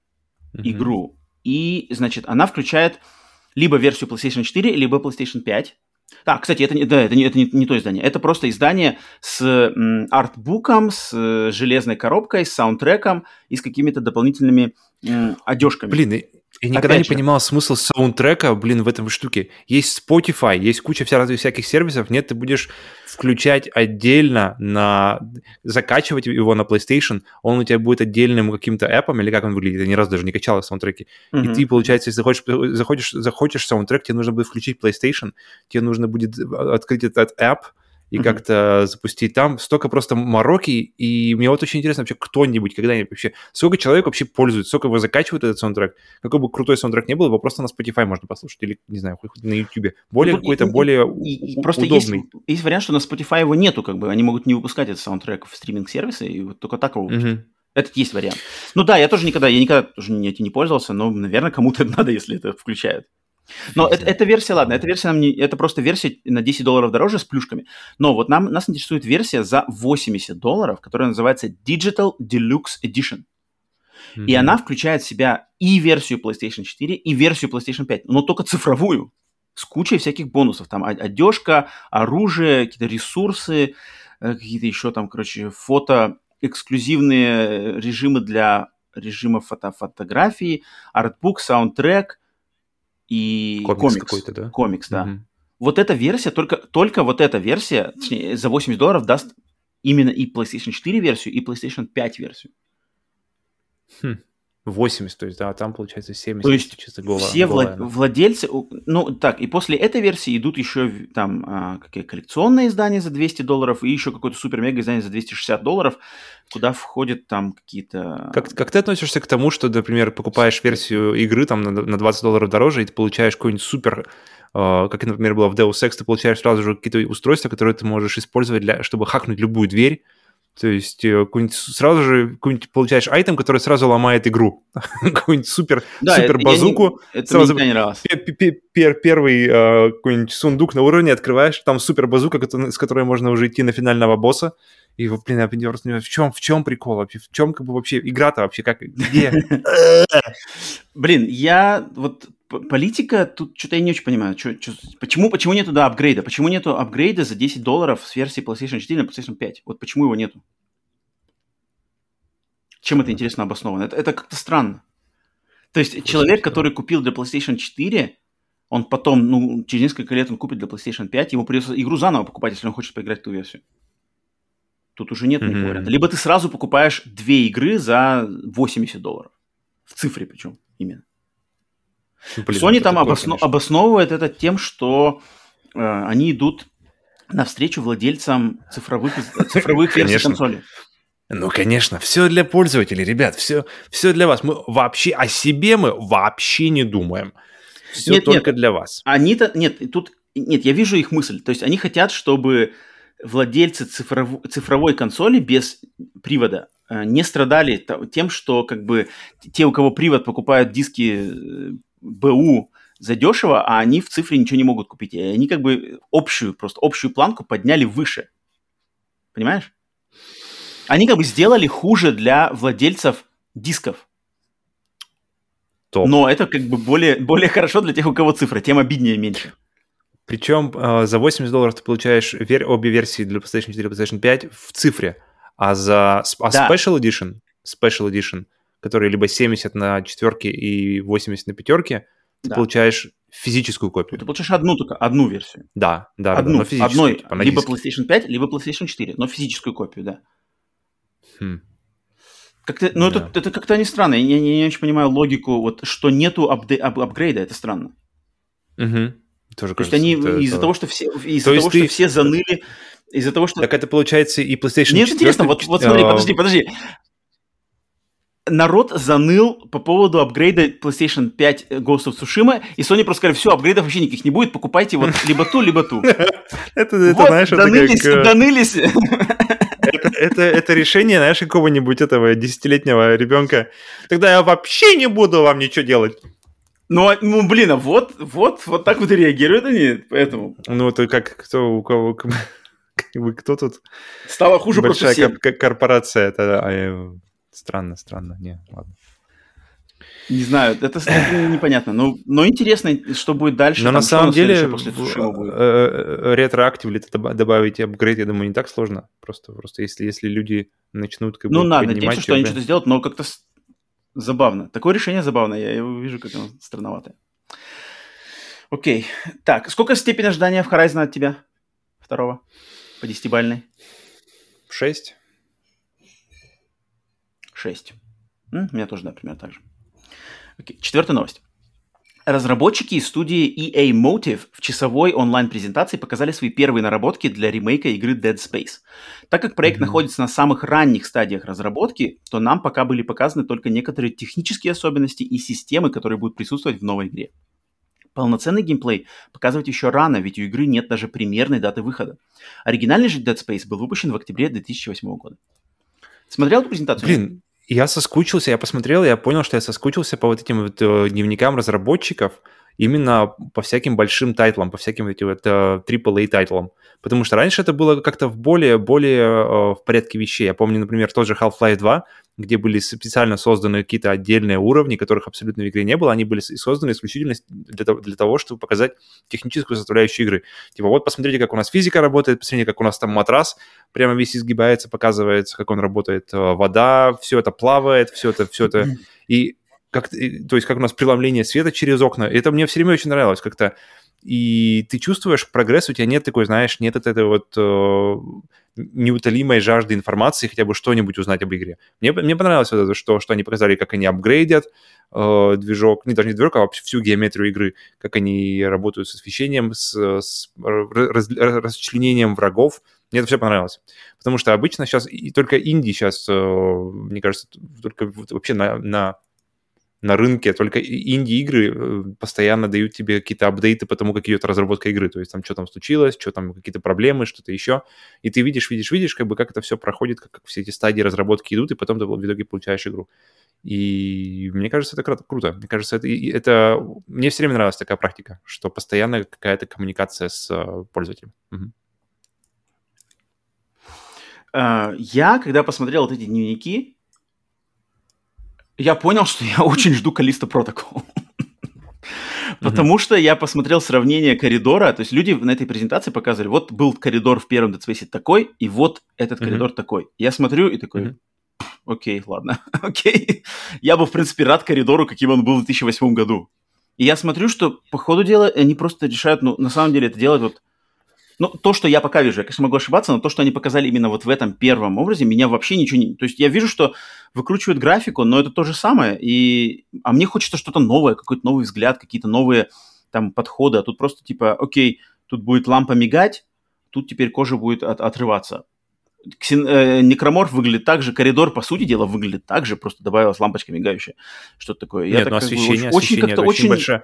и, значит, она включает либо версию PlayStation 4, либо PlayStation 5. Кстати, это не то издание. Это просто издание с артбуком, с железной коробкой, с саундтреком и с какими-то дополнительными одежками. Блин, я никогда не понимал смысл саундтрека, в этом штуке. Есть Spotify, есть куча всяких сервисов. Нет, ты будешь включать отдельно, закачивать его на PlayStation, он у тебя будет отдельным каким-то эпом, или как он выглядит, я ни разу даже не качал саундтреки. И ты, получается, если захочешь саундтрек, тебе нужно будет включить PlayStation, тебе нужно будет открыть этот эп, и как-то запустить там. Столько просто мороки, и мне вот очень интересно вообще кто-нибудь, когда-нибудь вообще, сколько человек вообще пользуется, сколько его закачивают этот саундтрек, какой бы крутой саундтрек не был, его просто на Spotify можно послушать, или, не знаю, хоть на YouTube. Более Просто удобный. Есть вариант, что на Spotify его нету, они могут не выпускать этот саундтрек в стриминг-сервисы, и вот только так его выпустят. Этот есть вариант. Я никогда тоже этим не пользовался, но, наверное, кому-то это надо, если это включают. Но эта версия, ладно, это просто версия на $10 дороже с плюшками. Но вот нас интересует версия за $80, которая называется Digital Deluxe Edition. И она включает в себя и версию PlayStation 4, и версию PlayStation 5, но только цифровую, с кучей всяких бонусов. Там одежка, оружие, какие-то ресурсы, какие-то еще там, эксклюзивные режимы для режима фотографии, артбук, саундтрек, и комикс. Да? Комикс, да. Вот эта версия, только вот эта версия, точнее, за $80 даст именно и PlayStation 4 версию, и PlayStation 5 версию. 80, то есть, да, а там получается 70. То есть чисто все владельцы, и после этой версии идут еще там коллекционные издания за $200 и еще какое-то супер-мега издание за $260, куда входят там какие-то... Как ты относишься к тому, что, например, покупаешь версию игры там на $20 дороже, и ты получаешь какой-нибудь супер... как, например, было в Deus Ex, ты получаешь сразу же какие-то устройства, которые ты можешь использовать, чтобы хакнуть любую дверь. То есть сразу же получаешь айтем, который сразу ломает игру. Какую-нибудь супер базуку. Это мне никогда не нравилось. Первый какой-нибудь сундук на уровне открываешь, там супер базука, с которой можно уже идти на финального босса. И, я просто не знаю, в чем прикол вообще? В чем вообще игра-то вообще? Где? Политика, тут что-то я не очень понимаю. Почему нету апгрейда? Почему нету апгрейда за $10 с версии PlayStation 4 на PlayStation 5? Вот почему его нету? Чем это интересно обосновано? Это как-то странно. То есть человек, который купил для PlayStation 4, он потом, через несколько лет он купит для PlayStation 5, ему придется игру заново покупать, если он хочет поиграть в ту версию. Тут уже нет никакого варианта. Либо ты сразу покупаешь 2 игры за $80. В цифре причем именно. Sony там обосновывает это тем, что они идут навстречу владельцам цифровых версий консоли. Конечно, все для пользователей, ребят, все для вас. Мы вообще о себе не думаем. Все только для вас. Я вижу их мысль. То есть они хотят, чтобы владельцы цифровой консоли без привода не страдали тем, что те, у кого привод, покупают диски БУ задешево, а они в цифре ничего не могут купить. И они общую планку подняли выше. Понимаешь? Они сделали хуже для владельцев дисков. Топ. Но это более хорошо для тех, у кого цифра, тем обиднее меньше. Причем за $80 ты получаешь обе версии для PlayStation 4 и PlayStation 5 в цифре, Special Edition, который либо 70 на четверке и 80 на пятерке, ты получаешь физическую копию. Ты получаешь одну версию. Да, но физическую. Либо PlayStation 5, либо PlayStation 4, но физическую копию, да. Это как-то не странно. Я не очень понимаю логику, что нету апгрейда, это странно. Тоже то есть они из-за того, что все заныли, из-за того, что... Так это получается и PlayStation 4... Мне интересно, вот смотри, подожди. народ заныл по поводу апгрейда PlayStation 5 Ghost of Tsushima, и Sony просто сказали, все, апгрейдов вообще никаких не будет, покупайте вот либо ту, либо ту. Это, знаешь, донылись. Это решение, знаешь, какого-нибудь этого 10-летнего ребенка. Тогда я вообще не буду вам ничего делать. Ну, блин, а вот так вот и реагируют они, поэтому... Ну, это как кто у кого... Кто тут? Стало хуже просто всем. Большая корпорация. Это странно. Не, ладно. Не знаю, это непонятно. Но интересно, что будет дальше. Но на самом деле после Tsushima будет. ретроактивли добавить апгрейд, я думаю, не так сложно. Просто если люди начнут как бы Ну, надо понимать... надеяться, что они что-то сделают, но как-то забавно. Такое решение забавное, я его вижу, как оно странноватое. Окей. Так, сколько степень ожидания в Horizon от тебя? Второго? По 10-бальной? 6. 6. У меня тоже, например, так же. Окей. 4-я новость. Разработчики из студии EA Motive в часовой онлайн-презентации показали свои первые наработки для ремейка игры Dead Space. Так как проект находится на самых ранних стадиях разработки, то нам пока были показаны только некоторые технические особенности и системы, которые будут присутствовать в новой игре. Полноценный геймплей показывать еще рано, ведь у игры нет даже примерной даты выхода. Оригинальный же Dead Space был выпущен в октябре 2008 года. Смотрел эту презентацию? Блин, я соскучился, я посмотрел, я понял, что я соскучился по вот этим вот дневникам разработчиков, именно по всяким большим тайтлам, по всяким этим вот AAA тайтлам. Потому что раньше это было как-то более в порядке вещей. Я помню, например, тот же Half-Life 2, где были специально созданы какие-то отдельные уровни, которых абсолютно в игре не было. Они были созданы исключительно для того, чтобы показать техническую составляющую игры. Типа, вот посмотрите, как у нас физика работает, посмотрите, как у нас там матрас прямо весь изгибается, показывается, как он работает, вода, все это плавает, все это. И то есть как у нас преломление света через окна. Это мне все время очень нравилось как-то. И ты чувствуешь прогресс, у тебя нет такой, знаешь, нет от этой вот неутолимой жажды информации, хотя бы что-нибудь узнать об игре. Мне понравилось вот это, что они показали, как они апгрейдят движок, даже не движок, а вообще всю геометрию игры, как они работают с освещением, с расчленением врагов. Мне это все понравилось. Потому что обычно сейчас, и только инди сейчас, мне кажется, только вообще на рынке, только инди-игры постоянно дают тебе какие-то апдейты по тому, как идет разработка игры. То есть там, что там случилось, что там, какие-то проблемы, что-то еще. И ты видишь, как бы как это все проходит, как все эти стадии разработки идут, и потом ты в итоге получаешь игру. И мне кажется, это круто. Мне кажется, это мне все время нравилась такая практика, что постоянно какая-то коммуникация с пользователем. Угу. Я, когда посмотрел вот эти дневники, я понял, что я очень жду Callisto Protocol. Потому что я посмотрел сравнение коридора. То есть люди на этой презентации показывали, вот был коридор в первом Dead Space такой, и вот этот коридор такой. Я смотрю и такой, окей, ладно, окей. Я был, в принципе, рад коридору, каким он был в 2008 году. И я смотрю, что по ходу дела они просто решают, на самом деле это делать вот... то, что я пока вижу, я, конечно, могу ошибаться, но то, что они показали именно вот в этом первом образе, меня вообще ничего не... То есть я вижу, что выкручивают графику, но это то же самое, а мне хочется что-то новое, какой-то новый взгляд, какие-то новые там подходы, а тут просто типа, окей, тут будет лампа мигать, тут теперь кожа будет отрываться. Некроморф выглядит так же, коридор, по сути дела, выглядит так же, просто добавилась лампочка мигающая, что-то такое. Нет, освещение очень большое.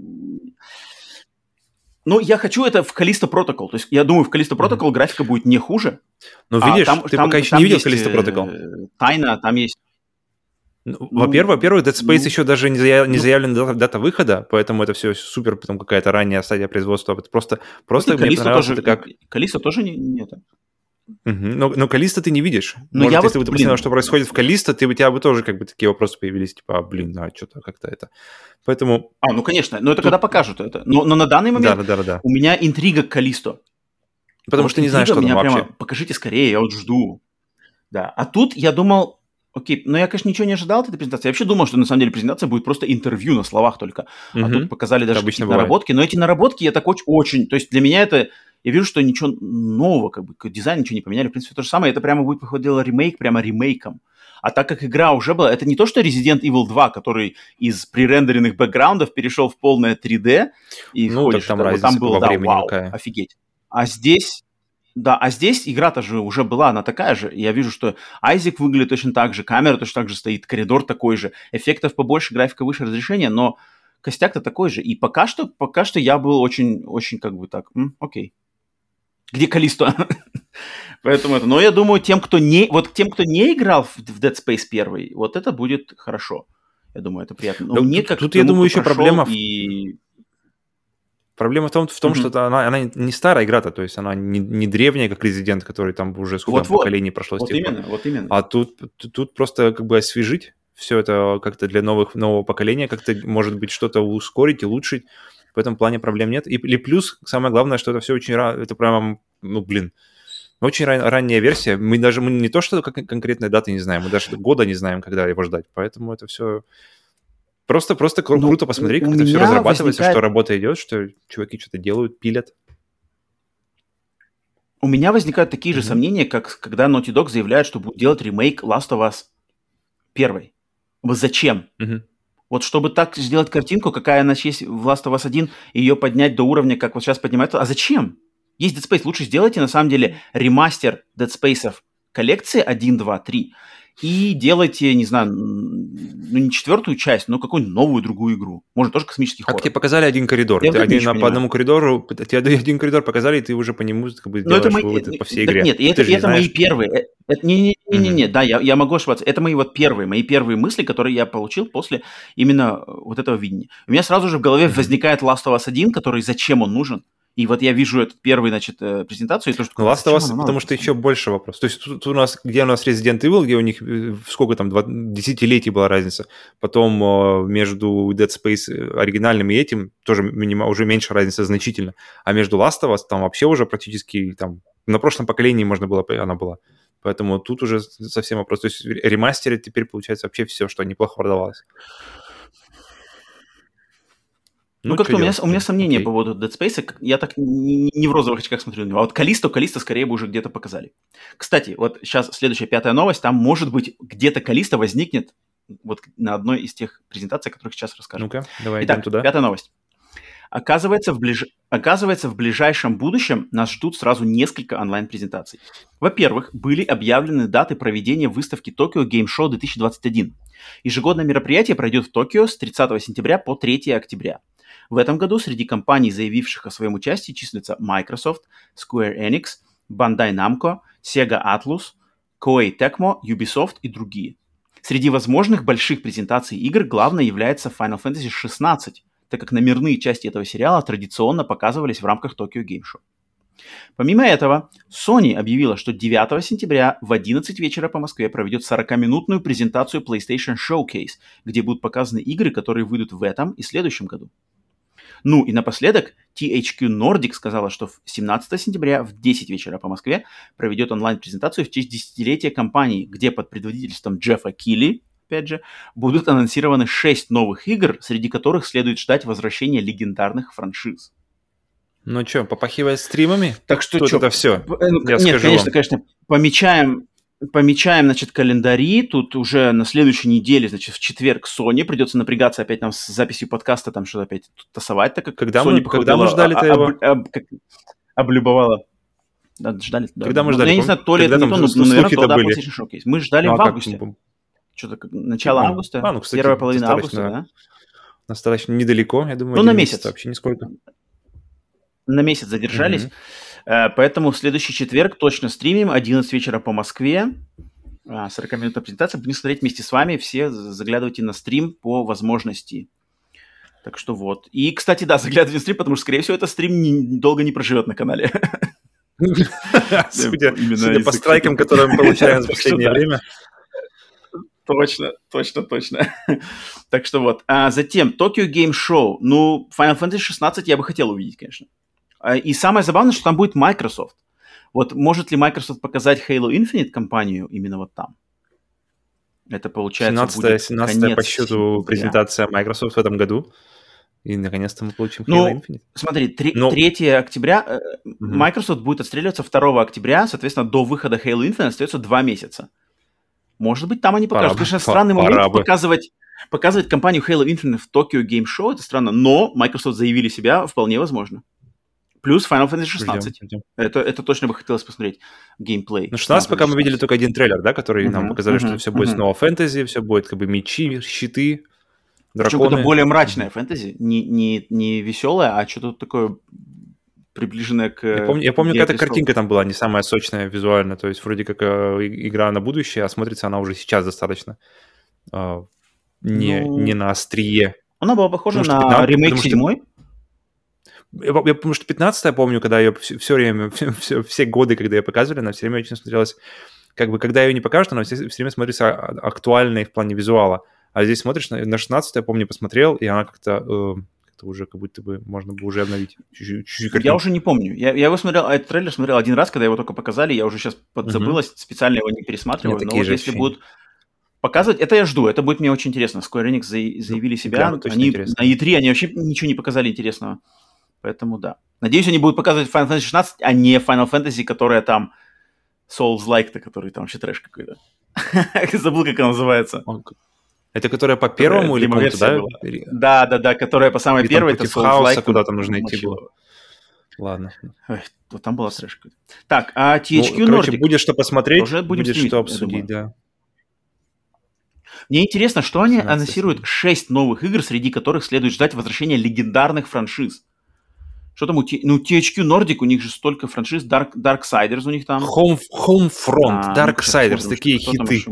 Ну, я хочу это в Callisto Protocol. То есть, я думаю, в Callisto Protocol графика будет не хуже. Ну, видишь, ты пока еще не видел Callisto Protocol. Тайна, там есть... Во-первых, Dead Space еще даже не заявлена дата выхода, поэтому это все супер, потом какая-то ранняя стадия производства. Это просто мне понравилось, это как... Callisto тоже не это. Но Callisto ты не видишь. Может, если бы ты посмотрел, что происходит в Callisto, у тебя бы тоже как бы такие вопросы появились, типа, что-то как-то это. Поэтому... ну, конечно, но это когда покажут это. Но на данный момент у меня интрига к Callisto. Потому что не знаешь, что там вообще. Прямо, покажите скорее, я вот жду. Да, а тут я думал, окей, но я, конечно, ничего не ожидал от этой презентации. Я вообще думал, что на самом деле презентация будет просто интервью на словах только. А тут показали даже какие-то наработки. Но эти наработки я так очень... То есть для меня это... Я вижу, что ничего нового, как бы дизайн ничего не поменяли. В принципе, то же самое. Это прямо будет выходило ремейк, прямо ремейком. А так как игра уже была... Это не то, что Resident Evil 2, который из пререндеренных бэкграундов перешел в полное 3D. И так там разница там было, во времени вау, какая. офигеть. А здесь... Да, а здесь игра-то же уже была, она такая же. Я вижу, что Айзек выглядит точно так же, камера точно так же стоит, коридор такой же, эффектов побольше, графика выше, разрешения, но костяк-то такой же. И пока что я был очень, очень как бы так, окей. Где Калисто? Поэтому это. Но я думаю, тем, кто не играл в Dead Space 1, вот это будет хорошо. Я думаю, это приятно. Но мне как тут, я думаю, еще проблема... И... Проблема в том что она не старая игра-то, то есть она не древняя, как Resident, который там уже сколько поколений прошло с тех пор. Вот именно. А тут просто как бы освежить все это как-то для нового поколения, как-то, может быть, что-то ускорить, улучшить. В этом плане проблем нет. Или плюс, самое главное, что это все очень рано, это прям, очень ранняя версия. Мы не то, что конкретной даты не знаем, мы даже года не знаем, когда его ждать. Поэтому это все... Просто круто посмотреть, как это все разрабатывается, что работа идет, что чуваки что-то делают, пилят. У меня возникают такие же сомнения, как когда Naughty Dog заявляет, что будет делать ремейк Last of Us 1. Вот зачем? Вот чтобы так сделать картинку, какая она есть в Last of Us 1, ее поднять до уровня, как вот сейчас поднимают. А зачем? Есть Dead Space. Лучше сделайте, на самом деле, ремастер Dead Space'ов коллекции 1, 2, 3 и делайте, не знаю, не 4-ю часть, но какую-нибудь новую другую игру. Может, тоже космический хоррор. Как тебе показали один коридор? По одному коридору, тебе один коридор показали, и ты уже по нему как бы делаешь выводы по всей игре. Нет, это мои первые. Не, да, я могу ошибаться. Это мои первые мысли, которые я получил после именно вот этого видения. У меня сразу же в голове возникает Last of Us 1, который зачем он нужен. И вот я вижу эту первую, значит, презентацию, и то, что... Last of Us, потому что еще больше вопрос. То есть тут у нас Resident Evil, где у них сколько там, десятилетий была разница. Потом между Dead Space оригинальным и этим тоже уже меньше разница значительно. А между Last of Us там вообще уже практически там на прошлом поколении она была. Поэтому тут уже совсем вопрос. То есть ремастерить теперь получается вообще все, что неплохо продавалось. Как-то у меня сомнения по поводу Dead Space. Я так не в розовых очках смотрю на него. А вот Калисто скорее бы уже где-то показали. Кстати, вот сейчас следующая 5-я новость. Там, может быть, где-то Калисто возникнет вот на одной из тех презентаций, о которых сейчас расскажу. Ну-ка, давай идем туда. 5-я новость. Оказывается, в ближайшем будущем нас ждут сразу несколько онлайн-презентаций. Во-первых, были объявлены даты проведения выставки Tokyo Game Show 2021. Ежегодное мероприятие пройдет в Токио с 30 сентября по 3 октября. В этом году среди компаний, заявивших о своем участии, числятся Microsoft, Square Enix, Bandai Namco, Sega Atlus, Koei Tecmo, Ubisoft и другие. Среди возможных больших презентаций игр главной является Final Fantasy XVI, так как номерные части этого сериала традиционно показывались в рамках Tokyo Game Show. Помимо этого, Sony объявила, что 9 сентября в 11 вечера по Москве проведет 40-минутную презентацию PlayStation Showcase, где будут показаны игры, которые выйдут в этом и следующем году. Ну и напоследок, THQ Nordic сказала, что 17 сентября в 10 вечера по Москве проведет онлайн-презентацию в честь десятилетия компании, где под предводительством Джеффа Килли, опять же, будут анонсированы 6 новых игр, среди которых следует ждать возвращения легендарных франшиз. Ну что, попахивает стримами? Так что это все. Нет, конечно, помечаем, значит, календари. Тут уже на следующей неделе, значит, в четверг Sony придется напрягаться опять нам с записью подкаста, там что-то опять тасовать, так как когда Sony мы ждали-то его? Облюбовала. Да, ждали. Да. Когда мы ждали? Я не знаю, то ли это не то, но, наверное, то, да, PlayStation Showcase. Мы ждали в августе. Что-то начало августа, кстати, первая половина августа, да? Достаточно недалеко, я думаю. Ну, на месяц. Вообще нисколько. На месяц задержались. Поэтому в следующий четверг точно стримим, 11 вечера по Москве. 40-минутная презентация. Будем смотреть вместе с вами. Все заглядывайте на стрим по возможности. Так что вот. И, кстати, да, заглядывайте на стрим, потому что, скорее всего, этот стрим долго не проживет на канале. Судя по страйкам, которые мы получаем за последнее время. Точно. Так что вот. Затем Tokyo Game Show. Ну, Final Fantasy 16 я бы хотел увидеть, конечно. И самое забавное, что там будет Microsoft. Вот может ли Microsoft показать Halo Infinite компанию именно вот там? Это получается 17-я по счету презентация Microsoft в этом году. И наконец-то мы получим Halo Infinite. Смотри, 3 октября Microsoft будет отстреливаться 2 октября. Соответственно, до выхода Halo Infinite остается 2 месяца. Может быть, там они покажут. Конечно, странный момент показывать компанию Halo Infinite в Tokyo Game Show. Это странно, но Microsoft заявили себя, вполне возможно. Плюс Final Fantasy 16. Ждем. Это точно бы хотелось посмотреть. Геймплей. Ну, 16 пока мы видели только один трейлер, да, который нам показали, что все будет снова фэнтези, все будет как бы мечи, щиты, Причем драконы. это более мрачное фэнтези, не веселое, а что-то такое приближенное к... Я помню, какая-то картинка там была не самая сочная визуально, то есть вроде как игра на будущее, а смотрится она уже сейчас достаточно не на острие. Она была похожа на ремейк 7-й. Я помню, что 15-я, помню, когда ее все время, все годы, когда ее показывали, она все время очень смотрелась, как бы, когда ее не покажут, она все время смотрится актуальной в плане визуала. А здесь смотришь, на 16-ю, я помню, посмотрел, и она как-то уже как будто бы можно бы уже обновить. Чуть-чуть я уже не помню. Я его смотрел, этот трейлер смотрел один раз, когда его только показали, я уже сейчас подзабылась, специально его не пересматриваю, но вот если будут показывать, это я жду, это будет мне очень интересно. Square Enix заявили себя, они на E3 они вообще ничего не показали интересного, поэтому да. Надеюсь, они будут показывать Final Fantasy 16, а не Final Fantasy, которая там Souls-like-то, который там вообще трэш какой-то. Забыл, как она называется. Это которая по первому или по-моему, да? Да, которая по самой первой. Это Souls-like. Куда там нужно идти было. Ладно. Вот там была трэш какой-то. Так, а THQ Nordic... Короче, будет что посмотреть, будет что обсудить, да. Мне интересно, что они анонсируют 6 новых игр, среди которых следует ждать возвращения легендарных франшиз. Что там THQ Nordic, у них же столько франшиз, Darksiders у них там. Homefront, Darksiders, такие хиты.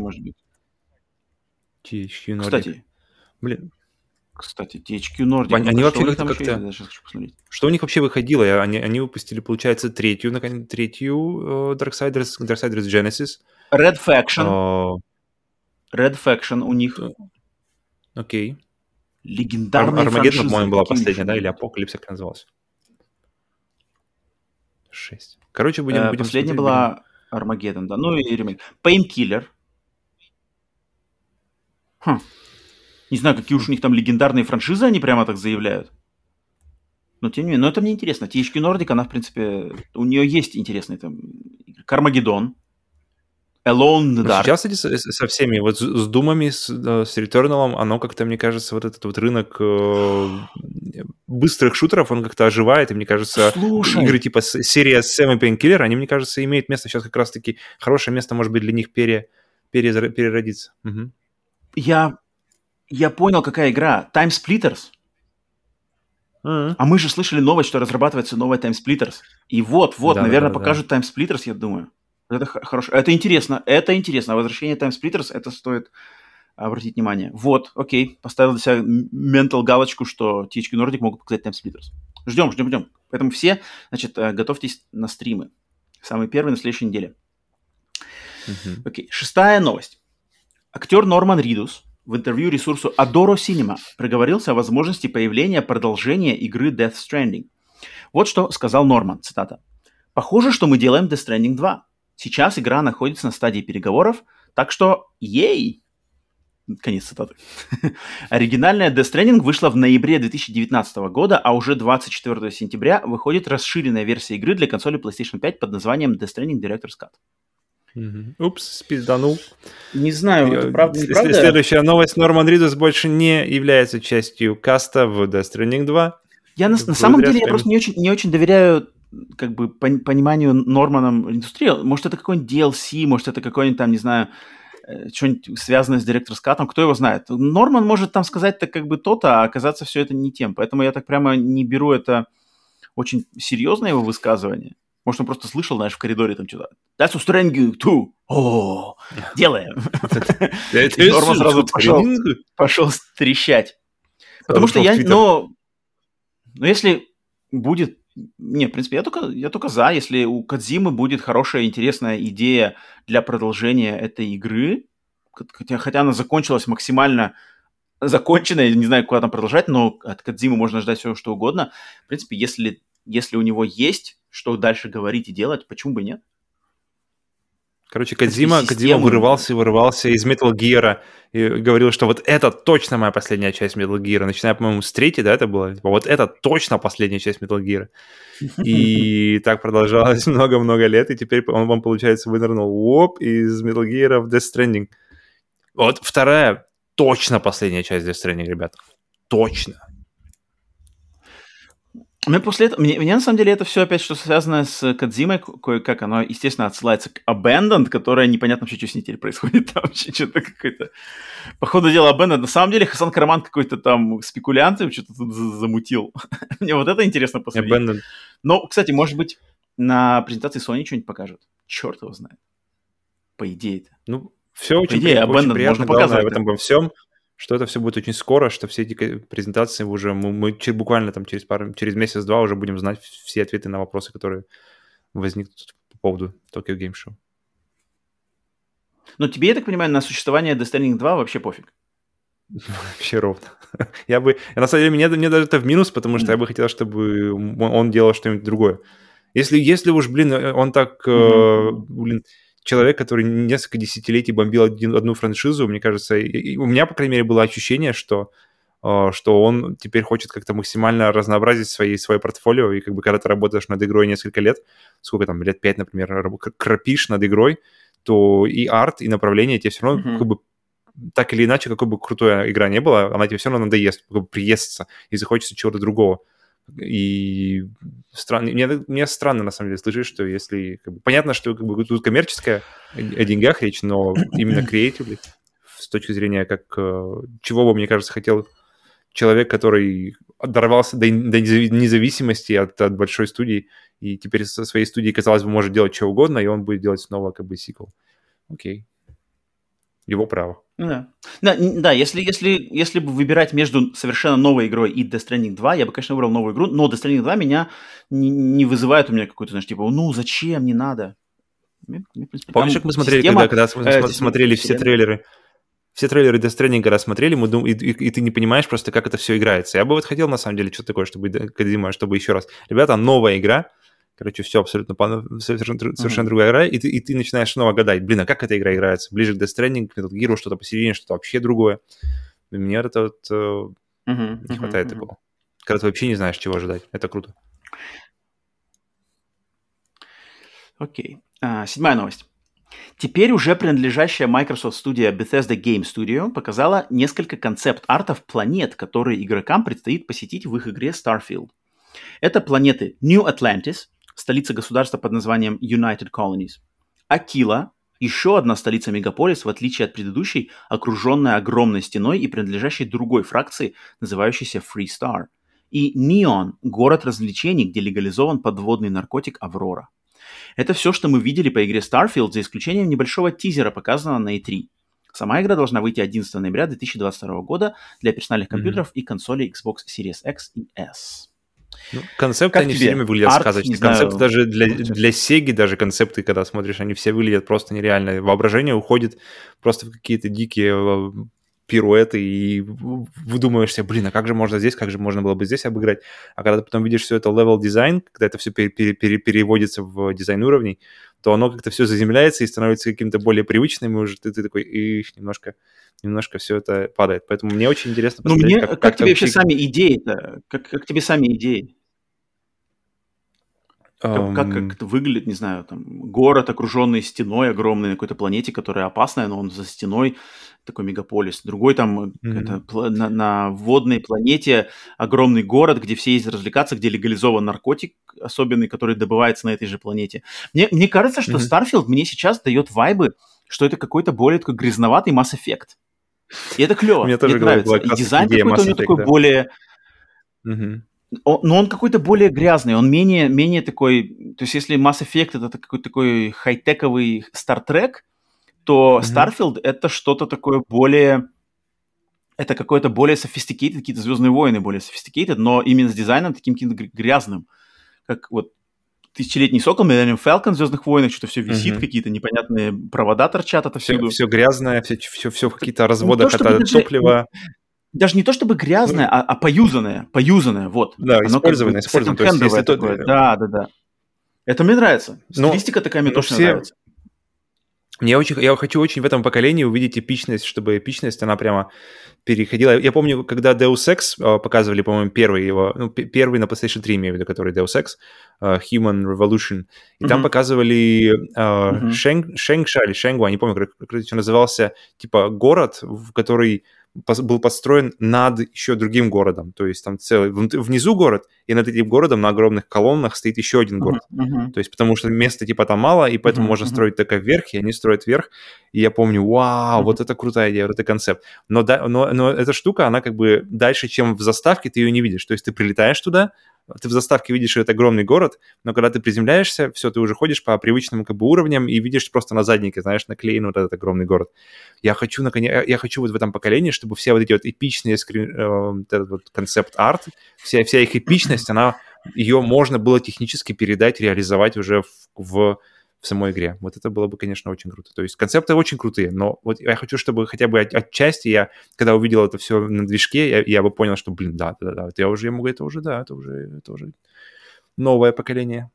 THQ Nordic. Кстати, THQ Nordic. Они вообще как-то... Что у них вообще выходило? Они выпустили, получается, третью Darksiders Genesis. Red Faction у них. Окей. Легендарная франшиза. Армагеддон, по-моему, была последняя, да? Или Апокалипс, как называлась? 6. Короче, будем последняя была Армагеддон, да. Ну и ремейк. Painkiller. Не знаю, какие уж у них там легендарные франшизы, они прямо так заявляют. Но тем не менее, это мне интересно. THQ Nordic, она, в принципе, у нее есть интересные там Кармагеддон, Alone in the Dark. Сейчас, кстати, со всеми, вот с Думами, с Returnal, оно как-то, мне кажется, вот этот вот рынок быстрых шутеров, он как-то оживает, и мне кажется, игры типа серия Sam и Painkiller, они, мне кажется, имеют место сейчас как раз-таки, хорошее место, может быть, для них переродиться. Угу. Я понял, какая игра. Time Splitters. А мы же слышали новость, что разрабатывается новая Time Splitters. И наверное, покажут Time Splitters, я думаю. Это хорошо. Это интересно. Возвращение Time Splitters, это стоит обратить внимание. Вот, окей. Поставил для себя ментал галочку, что THQ Nordic могут показать Time Splitters. Ждем. Поэтому все, значит, готовьтесь на стримы. Самый первый на следующей неделе. Окей. 6-я новость. Актер Норман Ридус в интервью ресурсу Adoro Cinema проговорился о возможности появления продолжения игры Death Stranding. Вот что сказал Норман, цитата. «Похоже, что мы делаем Death Stranding 2. Сейчас игра находится на стадии переговоров, так что ей!» Конец цитаты. Оригинальная Death Stranding вышла в ноябре 2019 года, а уже 24 сентября выходит расширенная версия игры для консоли PlayStation 5 под названием Death Stranding Director's Cut. Упс, спизданул. Не знаю, это правда, неправда? Следующая новость. Норман Ридус больше не является частью каста в Death Stranding 2. Я на самом деле просто не очень доверяю как бы пониманию Норманом индустрии. Может, это какой-нибудь DLC, может, это какой-нибудь там, не знаю, что-нибудь связанное с Director's Cut'ом, кто его знает. Норман может там сказать-то как бы то-то, а оказаться все это не тем. Поэтому я так прямо не беру это очень серьезное его высказывание. Может, он просто слышал, знаешь, в коридоре там что-то. That's Stranding 2. О, делаем. И Норман сразу пошел трещать. Потому что но если будет... Не, в принципе, я только за, если у Кодзимы будет хорошая, интересная идея для продолжения этой игры, хотя она закончилась максимально законченная, не знаю, куда там продолжать, но от Кодзимы можно ждать все, что угодно. В принципе, если у него есть что дальше говорить и делать, почему бы нет? Короче, Кодзима вырывался из Metal Gear и говорил, что вот это точно моя последняя часть Metal Gear. Начиная, по-моему, с 3, да, это было? Вот это точно последняя часть Metal Gear. И так продолжалось много-много лет, и теперь он, получается, вынырнул из Metal Gear в Death Stranding. Вот вторая точно последняя часть Death Stranding, ребята. Точно. Мне после этого, мне на самом деле это все опять, что связано с Кодзимой, кое-как оно, естественно, отсылается к Abandoned, которая непонятно вообще, что с ней теперь происходит там, вообще что-то какое-то... По ходу дела Abandoned, на самом деле Хасан Караман какой-то там спекулянт, что-то тут замутил. Мне вот это интересно посмотреть. Abandoned. Но, кстати, может быть, на презентации Sony что-нибудь покажут. Черт его знает. По идее-то. Ну, все очень, идее, очень Abandoned приятно, можно главное показывать, в этом во всем, что это все будет очень скоро, что все эти презентации уже, мы буквально там через месяц-два уже будем знать все ответы на вопросы, которые возникнут по поводу Tokyo Game Show. Но тебе, я так понимаю, на существование Death Stranding 2 вообще пофиг. Вообще ровно. На самом деле, мне даже это в минус, потому что я бы хотел, чтобы он делал что-нибудь другое. Если уж, он так, человек, который несколько десятилетий бомбил одну франшизу, мне кажется, и у меня, по крайней мере, было ощущение, что он теперь хочет как-то максимально разнообразить свое портфолио, и как бы когда ты работаешь над игрой несколько лет, сколько там, лет 5, например, крапишь над игрой, то и арт, и направление тебе все равно как бы так или иначе, какой бы крутая игра не была, она тебе все равно надоест, как бы приестся, и захочется чего-то другого. И мне странно, на самом деле, слышать, что если... Как бы, понятно, что как бы, тут коммерческая о деньгах речь, но именно креативно, с точки зрения, как чего бы, мне кажется, хотел человек, который дорвался до независимости от большой студии, и теперь со своей студией, казалось бы, может делать что угодно, и он будет делать снова как бы сиквел. Окей. Его право. Да, если бы выбирать между совершенно новой игрой и Death Stranding 2, я бы, конечно, выбрал новую игру, но Death Stranding 2 меня не вызывает у меня какой-то, знаешь, типа, ну, зачем, не надо. Помнишь, как мы смотрели, когда смотрели все трейлеры? Все трейлеры Death Stranding, когда смотрели, и ты не понимаешь просто, как это все играется. Я бы вот хотел, на самом деле, что-то такое, чтобы Кодзима, чтобы еще раз. Ребята, новая игра, короче, все абсолютно совершенно другая игра, и ты начинаешь снова гадать, а как эта игра играется? Ближе к Death Stranding, к Metal Gear, что-то посередине, что-то вообще другое. И мне это вот не хватает такого. Когда ты вообще не знаешь, чего ожидать. Это круто. Окей. 7-я новость. Теперь уже принадлежащая Microsoft студия Bethesda Game Studio показала несколько концепт-артов планет, которые игрокам предстоит посетить в их игре Starfield. Это планеты New Atlantis, столица государства под названием United Colonies, Акила, еще одна столица-мегаполис, в отличие от предыдущей, окруженная огромной стеной и принадлежащей другой фракции, называющейся Free Star, и Neon, город развлечений, где легализован подводный наркотик Аврора. Это все, что мы видели по игре Starfield, за исключением небольшого тизера, показанного на E3. Сама игра должна выйти 11 ноября 2022 года для персональных компьютеров и консолей Xbox Series X и S. Ну, концепты, они все время выглядят сказочно. Концепты даже для Sega, даже концепты, когда смотришь, они все выглядят просто нереально. Воображение уходит просто в какие-то дикие пируэты, и выдумываешься, а как же можно здесь, как же можно было бы здесь обыграть. А когда ты потом видишь все это level дизайн, когда это все переводится в дизайн уровней, то оно как-то все заземляется и становится каким-то более привычным, и уже ты такой, немножко все это падает. Поэтому мне очень интересно посмотреть, как тебе вообще сами идеи-то? Как тебе сами идеи? Как это выглядит, не знаю, там, город, окруженный стеной огромной на какой-то планете, которая опасная, но он за стеной, такой мегаполис. Другой там на водной планете огромный город, где все ездят развлекаться, где легализован наркотик особенный, который добывается на этой же планете. Мне кажется, что Starfield мне сейчас дает вайбы, что это какой-то более такой грязноватый Mass Effect. И это клево, мне нравится. И дизайн какой-то у него такой более... Но он какой-то более грязный, он менее такой... То есть если Mass Effect это какой-то такой хай-тековый Star Trek, то Starfield это что-то такое более... Это какое-то более sophisticated, какие-то Звездные войны более sophisticated, но именно с дизайном таким каким-то грязным. Как вот Тысячелетний Сокол, Millennium Falcon в Звездных войнах, что-то все висит, какие-то непонятные провода торчат отовсюду. Все грязное, все в каких-то разводах от топлива. Даже не то чтобы грязное, а поюзанное, вот. Да, использованное. Да. Это мне нравится. Стилистика такая мне точно нравится. Я хочу очень в этом поколении увидеть эпичность, чтобы эпичность, она прямо переходила. Я помню, когда Deus Ex показывали, по-моему, первый на PlayStation 3, имею в виду, который Deus Ex, Human Revolution, и там показывали Шенгуа, не помню, как это назывался, типа город, в который был построен над еще другим городом. То есть там целый внизу город, и над этим городом на огромных колоннах стоит еще один город. То есть потому что места типа там мало, и поэтому можно строить только вверх, и они строят вверх. И я помню, вау, вот это крутая идея, вот это концепт. Но эта штука, она как бы дальше, чем в заставке, ты ее не видишь. То есть ты прилетаешь туда, ты в заставке видишь, что это огромный город, но когда ты приземляешься, все, ты уже ходишь по привычным как бы уровням и видишь просто на заднике, знаешь, наклеен вот этот огромный город. Я хочу вот в этом поколении, чтобы все вот эти вот эпичные этот вот концепт-арт, вся их эпичность, ее можно было технически передать, реализовать уже в самой игре. Вот это было бы, конечно, очень круто. То есть концепты очень крутые, но вот я хочу, чтобы хотя бы отчасти когда увидел это все на движке, я бы понял, что, блин, да, это уже новое поколение.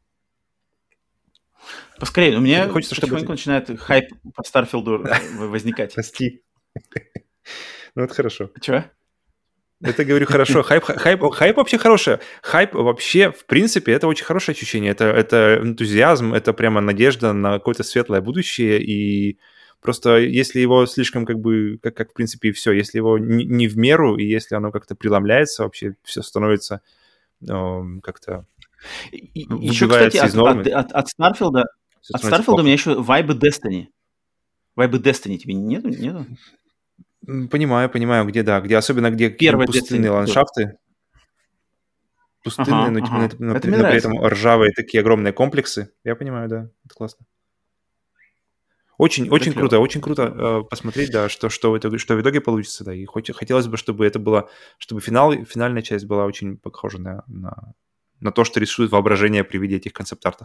Поскорее, у меня хочется, чтобы начинает хайп по Старфилду возникать. Прости. Ну, это хорошо. Чего? Это, говорю, хорошо. Хайп вообще хороший. Хайп вообще, в принципе, это очень хорошее ощущение. Это энтузиазм, это прямо надежда на какое-то светлое будущее. И просто если его слишком как бы, как в принципе и все, если его не в меру, и если оно как-то преломляется, вообще все становится как-то еще, кстати, от Старфилда у меня еще вайбы Destiny. Вайбы Destiny тебе нету? Понимаю, где особенно где пустынные ландшафты. Пустынные, но при этом ржавые такие огромные комплексы. Я понимаю, да, это классно. Очень круто посмотреть, да, что в итоге получится, да. И хотелось бы, чтобы это было, чтобы финальная часть была очень похожа на то, что рисует воображение при виде этих концепт-артов.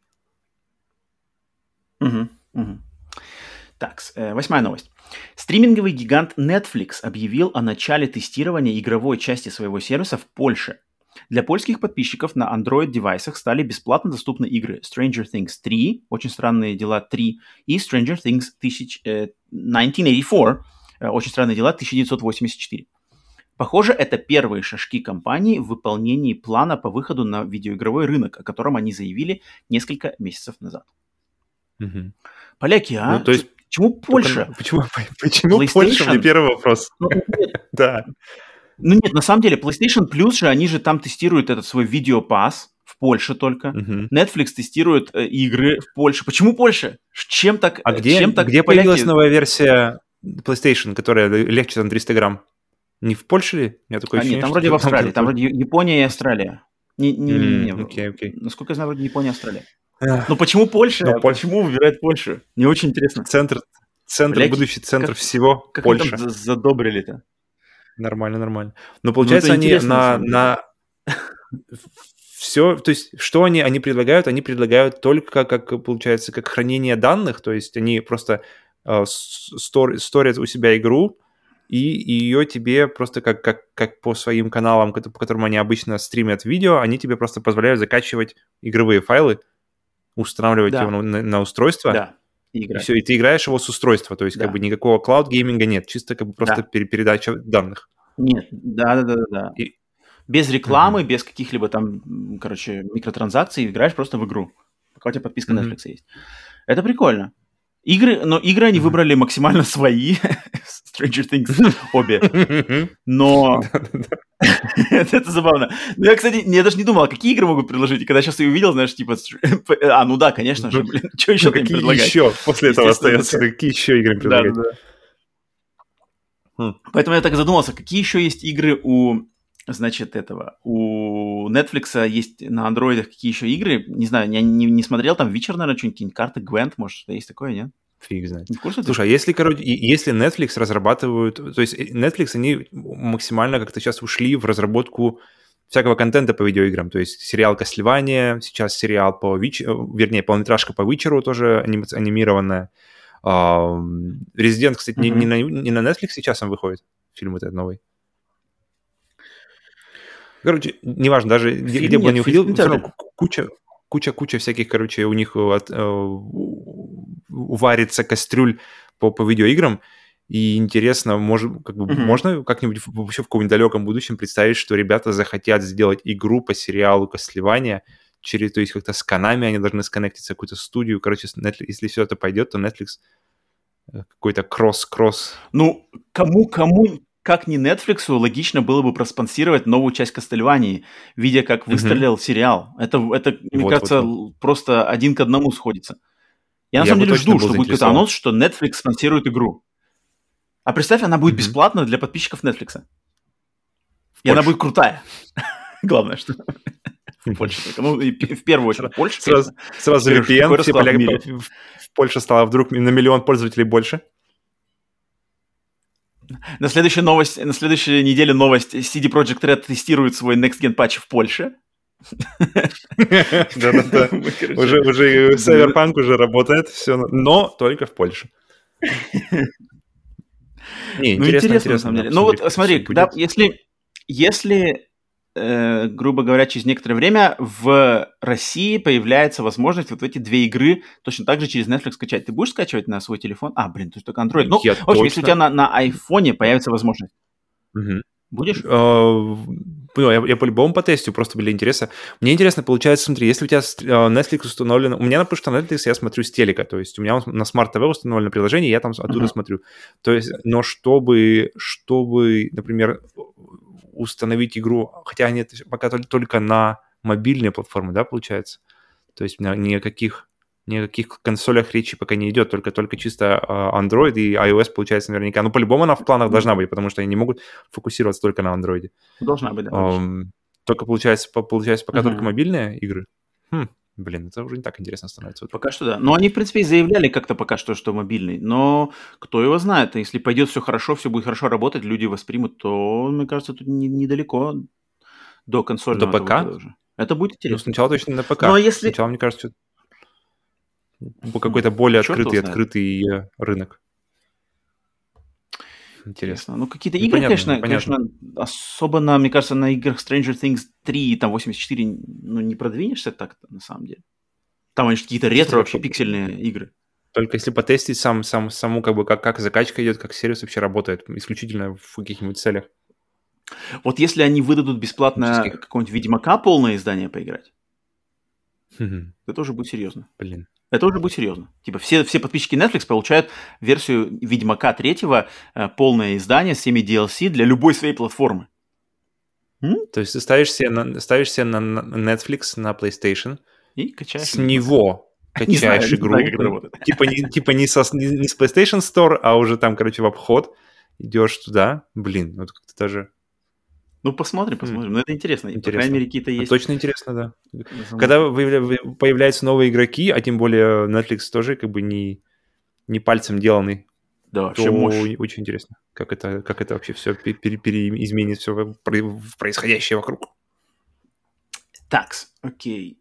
Так, 8-я новость. Стриминговый гигант Netflix объявил о начале тестирования игровой части своего сервиса в Польше. Для польских подписчиков на Android-девайсах стали бесплатно доступны игры Stranger Things 3, Очень странные дела 3, и Stranger Things 1984, Очень странные дела 1984. Похоже, это первые шажки компании в выполнении плана по выходу на видеоигровой рынок, о котором они заявили несколько месяцев назад. Поляки, а? Ну, то есть, почему Польша? Почему Польша? Мне первый вопрос. Да. Ну нет, на самом деле, PlayStation Plus же, они же там тестируют этот свой видеопасс в Польше только. Netflix тестирует игры в Польше. Почему Польша? Чем так? А где появилась новая версия PlayStation, которая легче там 300 грамм? Не в Польше ли? Нет, там вроде в Австралии. Там вроде Япония и Австралия. Окей. Насколько я знаю, вроде Япония и Австралия. Ну почему Польша? Почему выбирает Польшу? Мне очень интересно. Центр, будущий центр всего Польша. Как они там задобрили-то? Нормально. Но получается, они на все, то есть что они предлагают? Они предлагают только, получается, как хранение данных, то есть они просто сторят у себя игру, и ее тебе просто как по своим каналам, по которым они обычно стримят видео, они тебе просто позволяют закачивать игровые файлы, устанавливать его на устройство. Да. И все, и ты играешь его с устройства, то есть как бы никакого клауд-гейминга нет, чисто как бы просто передача данных. Нет, да. Без рекламы, без каких-либо там, короче, микротранзакций играешь просто в игру, пока у тебя подписка Netflix есть. Это прикольно. Игры они выбрали максимально свои, Stranger Things обе, но это забавно. Я, кстати, даже не думал, какие игры могут предложить, и когда сейчас я увидел, знаешь, типа, ну да, конечно же, блин, что еще ты им предлагаешь? Какие еще после этого остается, какие еще игры им предлагать? Поэтому я так задумался, какие еще есть игры у Netflix есть на андроидах, какие еще игры, не знаю, я не смотрел, там Witcher, наверное, что-нибудь, карты Gwent, может, что-то есть такое, нет? Фиг знает. Слушай, а если Netflix разрабатывают... То есть Netflix, они максимально как-то сейчас ушли в разработку всякого контента по видеоиграм. То есть сериал Castlevania, сейчас сериал полнометражка по Witcher'у тоже анимированная. Resident, кстати, не на Netflix сейчас он выходит, фильм этот новый. Короче, неважно, даже где бы он ни выходил, все равно куча всяких, короче, у них уварится кастрюль по видеоиграм, и интересно, можно как-нибудь вообще в каком-нибудь далеком будущем представить, что ребята захотят сделать игру по сериалу Castlevania, то есть как-то с Konami они должны сконнектиться в какую-то студию, короче, если все это пойдет, то Netflix какой-то кросс. Ну, как не Netflix, логично было бы проспонсировать новую часть Кастельвании, видя, как выстрелил сериал. Это мне кажется, просто один к одному сходится. Я на самом деле жду, что будет какой-то анонс, что Netflix спонсирует игру. А представь, она будет бесплатна для подписчиков Netflix. И она будет крутая. Главное, что... В Польше. Ну, и в первую очередь в Польше. Сразу VPN, все поляки в Польше стало вдруг на 1 миллион пользователей больше. На следующей неделе новость. CD Projekt Red тестирует свой Next Gen патч в Польше. Да-да-да. Уже Cyberpunk уже работает, все, но только в Польше. Интересно, на самом деле. Ну вот смотри, если грубо говоря, через некоторое время в России появляется возможность вот эти 2 игры точно так же через Netflix скачать. Ты будешь скачивать на свой телефон? То есть только Android. Ну, в общем, если у тебя на айфоне появится возможность. Будешь? Я по-любому потестю, просто для интереса. Мне интересно, получается, смотри, если у тебя Netflix установлен... У меня, потому что Netflix я смотрю с телека, то есть у меня на Smart TV установлено приложение, я там оттуда смотрю. То есть, но чтобы, например, установить игру, хотя они пока только на мобильные платформы, да, получается? То есть ни о каких консолях речи пока не идет, только чисто Android и iOS, получается, наверняка. Ну, по-любому она в планах должна быть, потому что они не могут фокусироваться только на Android. Должна быть, да. Только, получается пока только мобильные игры? Блин, это уже не так интересно становится. Пока что да. Но они, в принципе, и заявляли как-то пока что мобильный. Но кто его знает, если пойдет все хорошо, все будет хорошо работать, люди воспримут, то, мне кажется, тут недалеко до консольного. До ПК? Уже. Это будет интересно. Ну, сначала точно на ПК. Но если... Сначала, мне кажется, какой-то более открытый рынок. Интересно. Ну, какие-то игры, конечно, особенно, мне кажется, на играх Stranger Things 3 и там 84 не продвинешься так-то, на самом деле. Там они же какие-то ретро, вообще пиксельные игры. Только если потестить саму как закачка идет, как сервис вообще работает, исключительно в каких-нибудь целях. Вот если они выдадут бесплатно какого-нибудь Ведьмака полное издание поиграть, это уже будет серьезно. Блин. Это уже будет серьезно. Типа все подписчики Netflix получают версию Ведьмака 3, полное издание с всеми DLC для любой своей платформы. То есть ты ставишь себе на Netflix, на PlayStation, и качаешь. С него качаешь игру. Типа не с PlayStation Store, а уже там, короче, в обход идешь туда. Блин, вот как-то даже... Ну, посмотрим. Ну, это интересно. По крайней мере, какие-то есть... Точно интересно, да. Когда появляются новые игроки, а тем более Netflix тоже как бы не пальцем деланный, да, вообще мощь. Очень интересно, как это вообще все изменит все происходящее вокруг. Так, окей.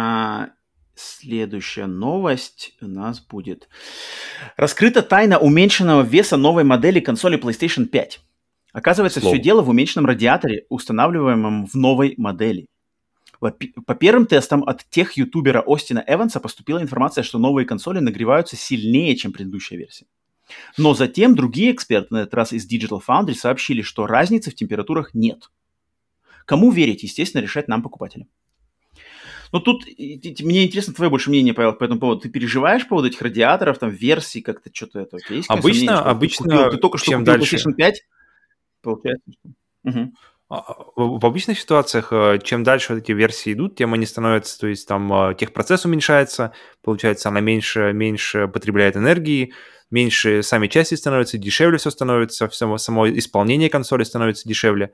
Следующая новость у нас будет. Раскрыта тайна уменьшенного веса новой модели консоли PlayStation 5. Оказывается, все дело в уменьшенном радиаторе, устанавливаемом в новой модели. По первым тестам от тех-ютубера Остина Эванса поступила информация, что новые консоли нагреваются сильнее, чем предыдущая версия. Но затем другие эксперты, на этот раз из Digital Foundry, сообщили, что разницы в температурах нет. Кому верить, естественно, решать нам, покупателям. Но тут мне интересно твое больше мнение, Павел, по этому поводу. Ты переживаешь по поводу этих радиаторов, там, версий, как-то что-то это? Есть, обычно ты только что чем купил дальше. PlayStation 5? Получается, что... В обычных ситуациях, чем дальше вот эти версии идут, тем они становятся, то есть там техпроцесс уменьшается, получается, она меньше потребляет энергии, меньше сами части становятся, дешевле все становится, само исполнение консоли становится дешевле,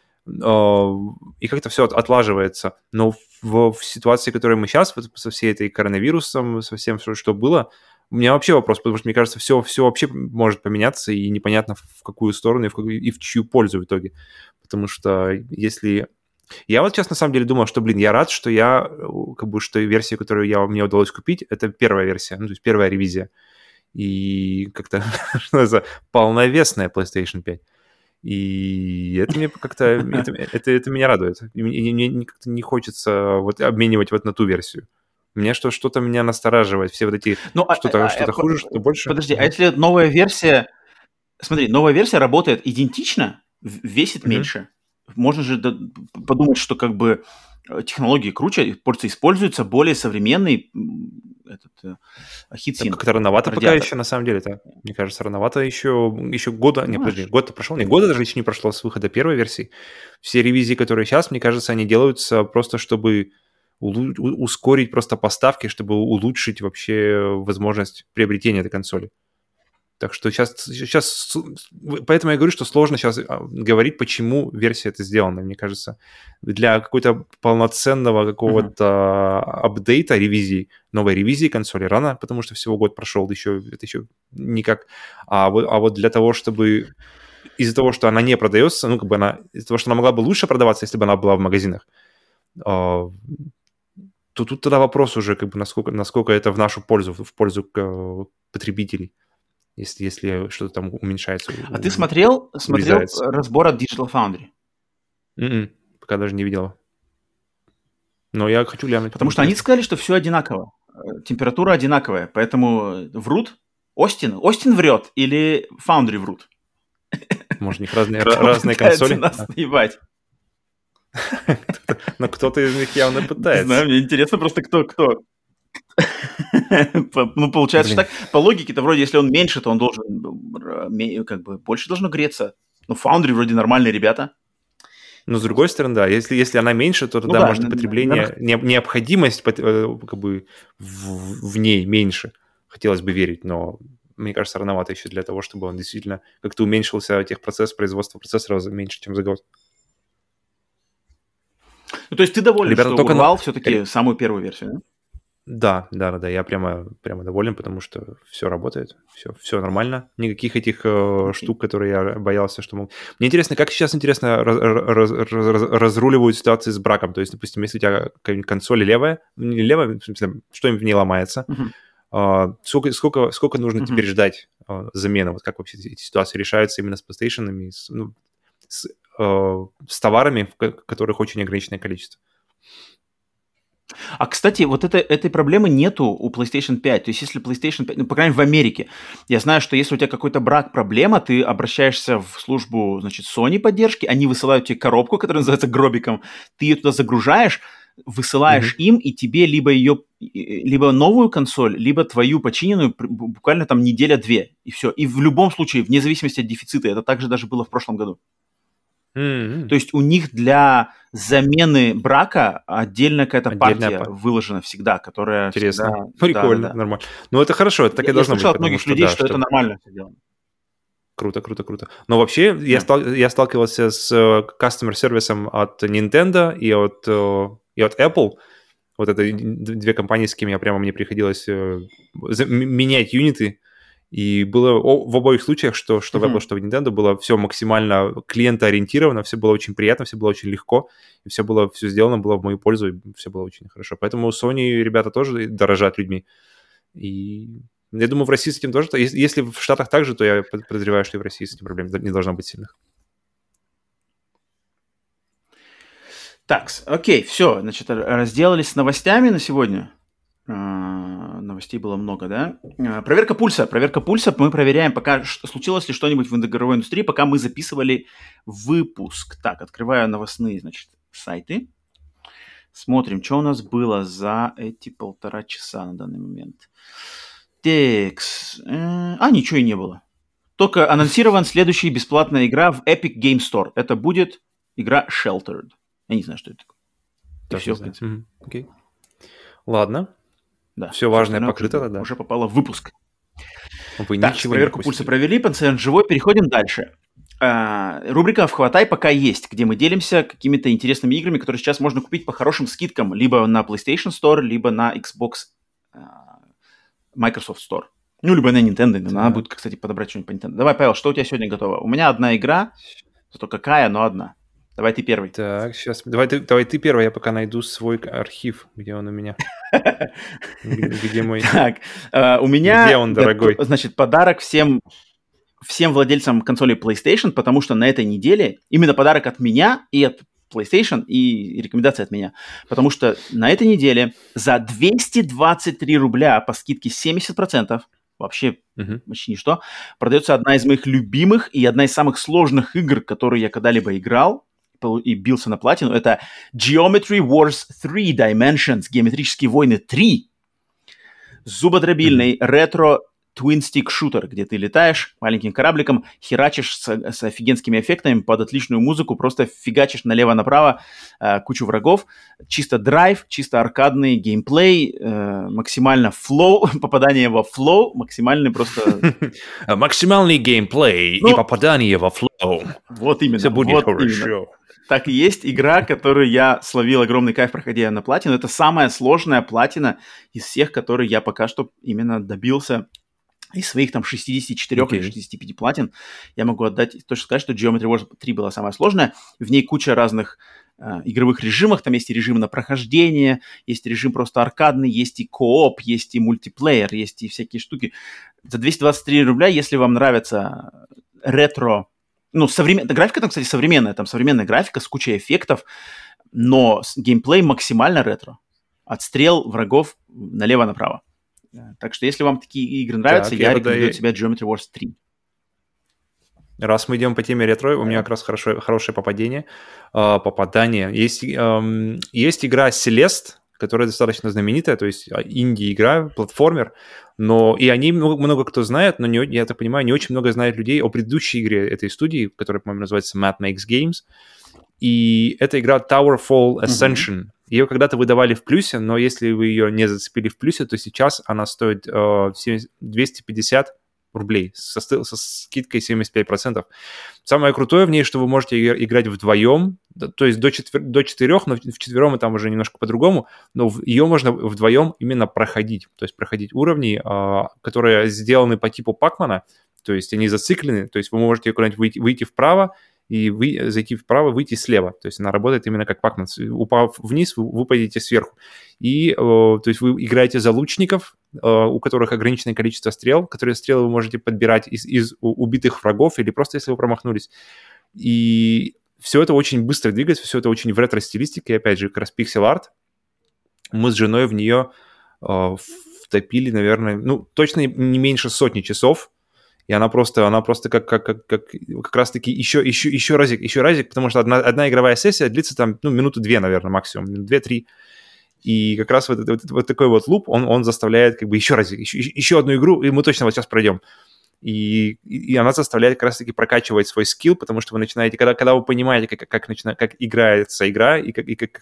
и как-то все отлаживается. Но в ситуации, в которой мы сейчас, вот со всей этой коронавирусом, со всем, что было, у меня вообще вопрос, потому что, мне кажется, все вообще может поменяться, и непонятно в какую сторону и в чью пользу в итоге. Потому что если... Я вот сейчас на самом деле думал, что, я рад, что что версия, которую мне удалось купить, это первая версия, ну, то есть первая ревизия. И как-то, полновесная PlayStation 5. И это мне как-то... это меня радует. И мне как-то не хочется вот обменивать вот на ту версию. Мне что-то меня настораживает. Все вот эти... что-то хуже, что больше. Подожди, а если новая версия... Смотри, новая версия работает идентично, весит меньше. Можно же подумать, что как бы технологии круче, используется более современный Хитсин. Как-то рановато пока Радиатор. еще, на самом деле. Это, мне кажется, рановато еще года... Не, подожди, год-то прошел? Не, года даже еще не прошло с выхода первой версии. Все ревизии, которые сейчас, мне кажется, они делаются просто, чтобы ускорить просто поставки, чтобы улучшить вообще возможность приобретения этой консоли. Так что сейчас... Поэтому я говорю, что сложно сейчас говорить, почему версия это сделана. Мне кажется, для какой-то полноценного какого-то апдейта, ревизии, новой ревизии консоли рано, потому что всего год прошел, это еще никак. А вот для того, чтобы... Из-за того, что она не продается, ну, как бы из-за того, что она могла бы лучше продаваться, если бы она была в магазинах, то тут тогда вопрос уже, как бы, насколько это в нашу пользу, в пользу потребителей. Если что-то там уменьшается. А ты смотрел разбор от Digital Foundry? Пока даже не видел. Но я хочу глянуть. Потому что они сказали, что все одинаково. Температура одинаковая. Поэтому врут. Остин врет или Foundry врут? Может, у них разные консоли? Нас наебать. Но кто-то из них явно пытается. Не знаю, мне интересно просто, кто. Ну, получается так. По логике-то вроде, если он меньше, то он должен как бы больше должно греться. Ну, Foundry вроде нормальные ребята. Но с другой стороны, да, если она меньше, то тогда, может, потребление, необходимость как бы в ней меньше. Хотелось бы верить, но мне кажется, рановато еще для того, чтобы он действительно как-то уменьшился, производства процессоров меньше, чем за год. Ну, то есть ты доволен, ребята, что урвал все-таки самую первую версию, да? Да, я прямо доволен, потому что все работает, все нормально. Никаких этих штук, которые я боялся, что могут... Мне интересно, как сейчас, разруливают ситуации с браком. То есть, допустим, если у тебя какая-нибудь консоль левая, не левая, в смысле, что-нибудь в ней ломается, сколько нужно теперь ждать замены? Вот как вообще эти ситуации решаются именно с PlayStation, с товарами, которых очень ограниченное количество? А, кстати, вот этой проблемы нету у PlayStation 5. То есть, если PlayStation 5, ну, по крайней мере, в Америке, я знаю, что если у тебя какой-то брак, проблема, ты обращаешься в службу, значит, Sony поддержки, они высылают тебе коробку, которая называется гробиком, ты ее туда загружаешь, высылаешь им, и тебе либо новую консоль, либо твою починенную буквально там неделя-две, и все. И в любом случае, вне зависимости от дефицита, это также даже было в прошлом году. То есть у них для замены брака отдельная какая-то партия выложена всегда, которая... Интересно. Всегда... Прикольно, да. Нормально. Ну, это хорошо, это так и должно быть. Я слышал от многих людей, что это нормально все делано. Круто. Но вообще я сталкивался с customer-сервисом от Nintendo и от Apple. Вот это две компании, с кем мне приходилось менять юниты. И было в обоих случаях, что в Apple, что в Nintendo, было все максимально клиентоориентировано, все было очень приятно, все было очень легко, и все сделано было в мою пользу, и все было очень хорошо. Поэтому Sony ребята тоже дорожат людьми. И я думаю, в России с этим тоже... Если в Штатах так же, то я подозреваю, что и в России с этим проблем не должно быть сильных. Так, окей, все, значит, разделались с новостями на сегодня. Новостей было много, да? Проверка пульса. Мы проверяем, пока случилось ли что-нибудь в игровой индустрии, пока мы записывали выпуск. Так, открываю новостные, значит, сайты. Смотрим, что у нас было за эти 1,5 часа на данный момент. Текс. Ничего и не было. Только анонсирован следующая бесплатная игра в Epic Game Store. Это будет игра Sheltered. Я не знаю, что это такое. Все, окей. Ладно. Да. Все важное покрыто тогда. Уже попало в выпуск. Вы так, проверку пульса провели, пациент живой, переходим дальше. Рубрика «Вхватай» пока есть, где мы делимся какими-то интересными играми, которые сейчас можно купить по хорошим скидкам либо на PlayStation Store, либо на Xbox Microsoft Store. Ну, либо на Nintendo. Надо будет, кстати, подобрать что-нибудь по Nintendo. Давай, Павел, что у тебя сегодня готово? У меня одна игра, зато какая, но одна. Давай ты первый. Так, сейчас. Давай ты первый, я пока найду свой архив, где он у меня. Где мой... Так, у меня... Где он, дорогой? Значит, подарок всем владельцам консолей PlayStation, потому что на этой неделе именно подарок от меня и от PlayStation, и рекомендация от меня. Потому что на этой неделе за 223 рубля по скидке 70%, вообще почти ничто, продается одна из моих любимых и одна из самых сложных игр, которые я когда-либо играл и бился на платину. Это Geometry Wars 3 Dimensions, Геометрические войны 3. Зубодробильный ретро Twin-stick шутер, где ты летаешь маленьким корабликом, херачишь с офигенскими эффектами под отличную музыку, просто фигачишь налево-направо кучу врагов. Чисто драйв, чисто аркадный геймплей, максимально флоу, попадание во флоу, максимальный просто... Максимальный геймплей и попадание во флоу. Вот именно. Все будет хорошо. Так и есть игра, которую я словил огромный кайф, проходя на платину. Это самая сложная платина из всех, которые я пока что именно добился из своих там 64 или 65 платин. Я могу отдать, точно сказать, что Geometry Wars 3 была самая сложная. В ней куча разных игровых режимов. Там есть и режим на прохождение, есть режим просто аркадный, есть и кооп, есть и мультиплеер, есть и всякие штуки. За 223 рубля, если вам нравится ретро... Ну, графика там, кстати, современная. Там современная графика с кучей эффектов, но геймплей максимально ретро. Отстрел врагов налево-направо. Так что, если вам такие игры нравятся, я рекомендую от себя Geometry Wars 3. Раз мы идем по теме ретро, у меня как раз хорошее попадание. Есть игра Celeste, которая достаточно знаменитая, то есть инди-игра, платформер, но и о ней много кто знает, но я так понимаю, не очень много знает людей о предыдущей игре этой студии, которая, по-моему, называется Mad Makes Games. И это игра Towerfall Ascension. Ее когда-то выдавали в плюсе, но если вы ее не зацепили в плюсе, то сейчас она стоит 250 рублей со скидкой 75%. Самое крутое в ней, что вы можете играть вдвоем, то есть до 4, но вчетвером и там уже немножко по-другому, но ее можно вдвоем именно проходить, то есть проходить уровни, которые сделаны по типу Пакмана, то есть они зациклены, то есть вы можете куда-нибудь выйти вправо, и зайти вправо, выйти слева. То есть она работает именно как Пакман. Упав вниз, вы пойдете сверху. И, то есть вы играете за лучников, у которых ограниченное количество стрел, которые стрелы вы можете подбирать из убитых врагов или просто если вы промахнулись. И все это очень быстро двигается, все это очень в ретро-стилистике. И опять же, как раз пиксель-арт. Мы с женой в нее втопили, наверное, точно не меньше 100 часов. И она просто как раз-таки еще разик, потому что одна игровая сессия длится там, минуты 2, наверное, максимум, 2-3. И как раз вот такой вот луп, он заставляет как бы еще разик, еще одну игру, и мы точно вот сейчас пройдем. И она заставляет как раз-таки прокачивать свой скилл, потому что вы начинаете, когда вы понимаете, как играется игра, и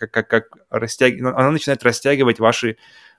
она начинает растягивать ваши,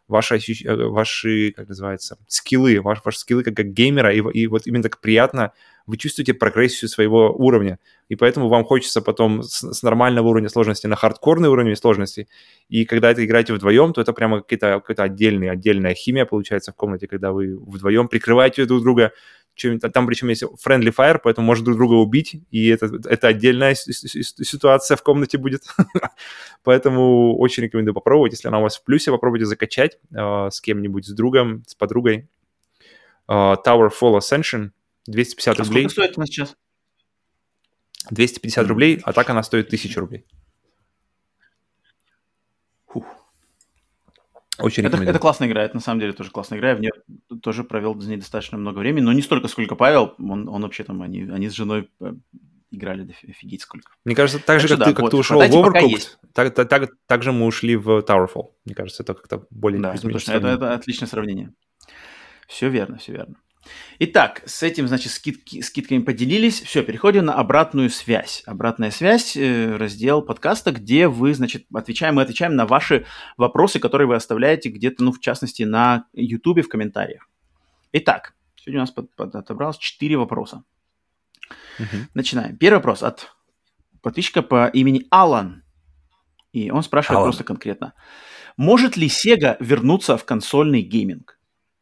как называется, скиллы, ваши скиллы как геймера, и вот именно так приятно, вы чувствуете прогрессию своего уровня, и поэтому вам хочется потом с нормального уровня сложности на хардкорный уровень сложности, и когда это играете вдвоем, то это прямо какая-то отдельная химия получается в комнате, когда вы вдвоем прикрываете друг друга, там причем есть friendly fire, поэтому можно друг друга убить, и это отдельная ситуация в комнате будет. Поэтому очень рекомендую попробовать. Если она у вас в плюсе, попробуйте закачать с кем-нибудь, с другом, с подругой. Towerfall Ascension, 250 рублей. Сколько стоит она сейчас? 250 рублей, а так она стоит 1000 рублей. Очень рекомендую. Это классная игра, это на самом деле тоже классная игра. Я в ней тоже провел за ней достаточно много времени, но не столько, сколько Павел. Он вообще там, они с женой играли офигеть сколько. Мне кажется, так же, как ты ушел в Overcooked, так же мы ушли в Towerfall. Мне кажется, это как-то более... Да, точно, это отличное сравнение. Все верно, все верно. Итак, с этим, значит, скидками поделились. Все, переходим на обратную связь. Обратная связь, раздел подкаста, где мы отвечаем на ваши вопросы, которые вы оставляете где-то, в частности, на YouTube в комментариях. Итак, сегодня у нас отобралось 4 вопроса. Начинаем. Первый вопрос от подписчика по имени Алан. И он спрашивает просто конкретно. Может ли Sega вернуться в консольный гейминг?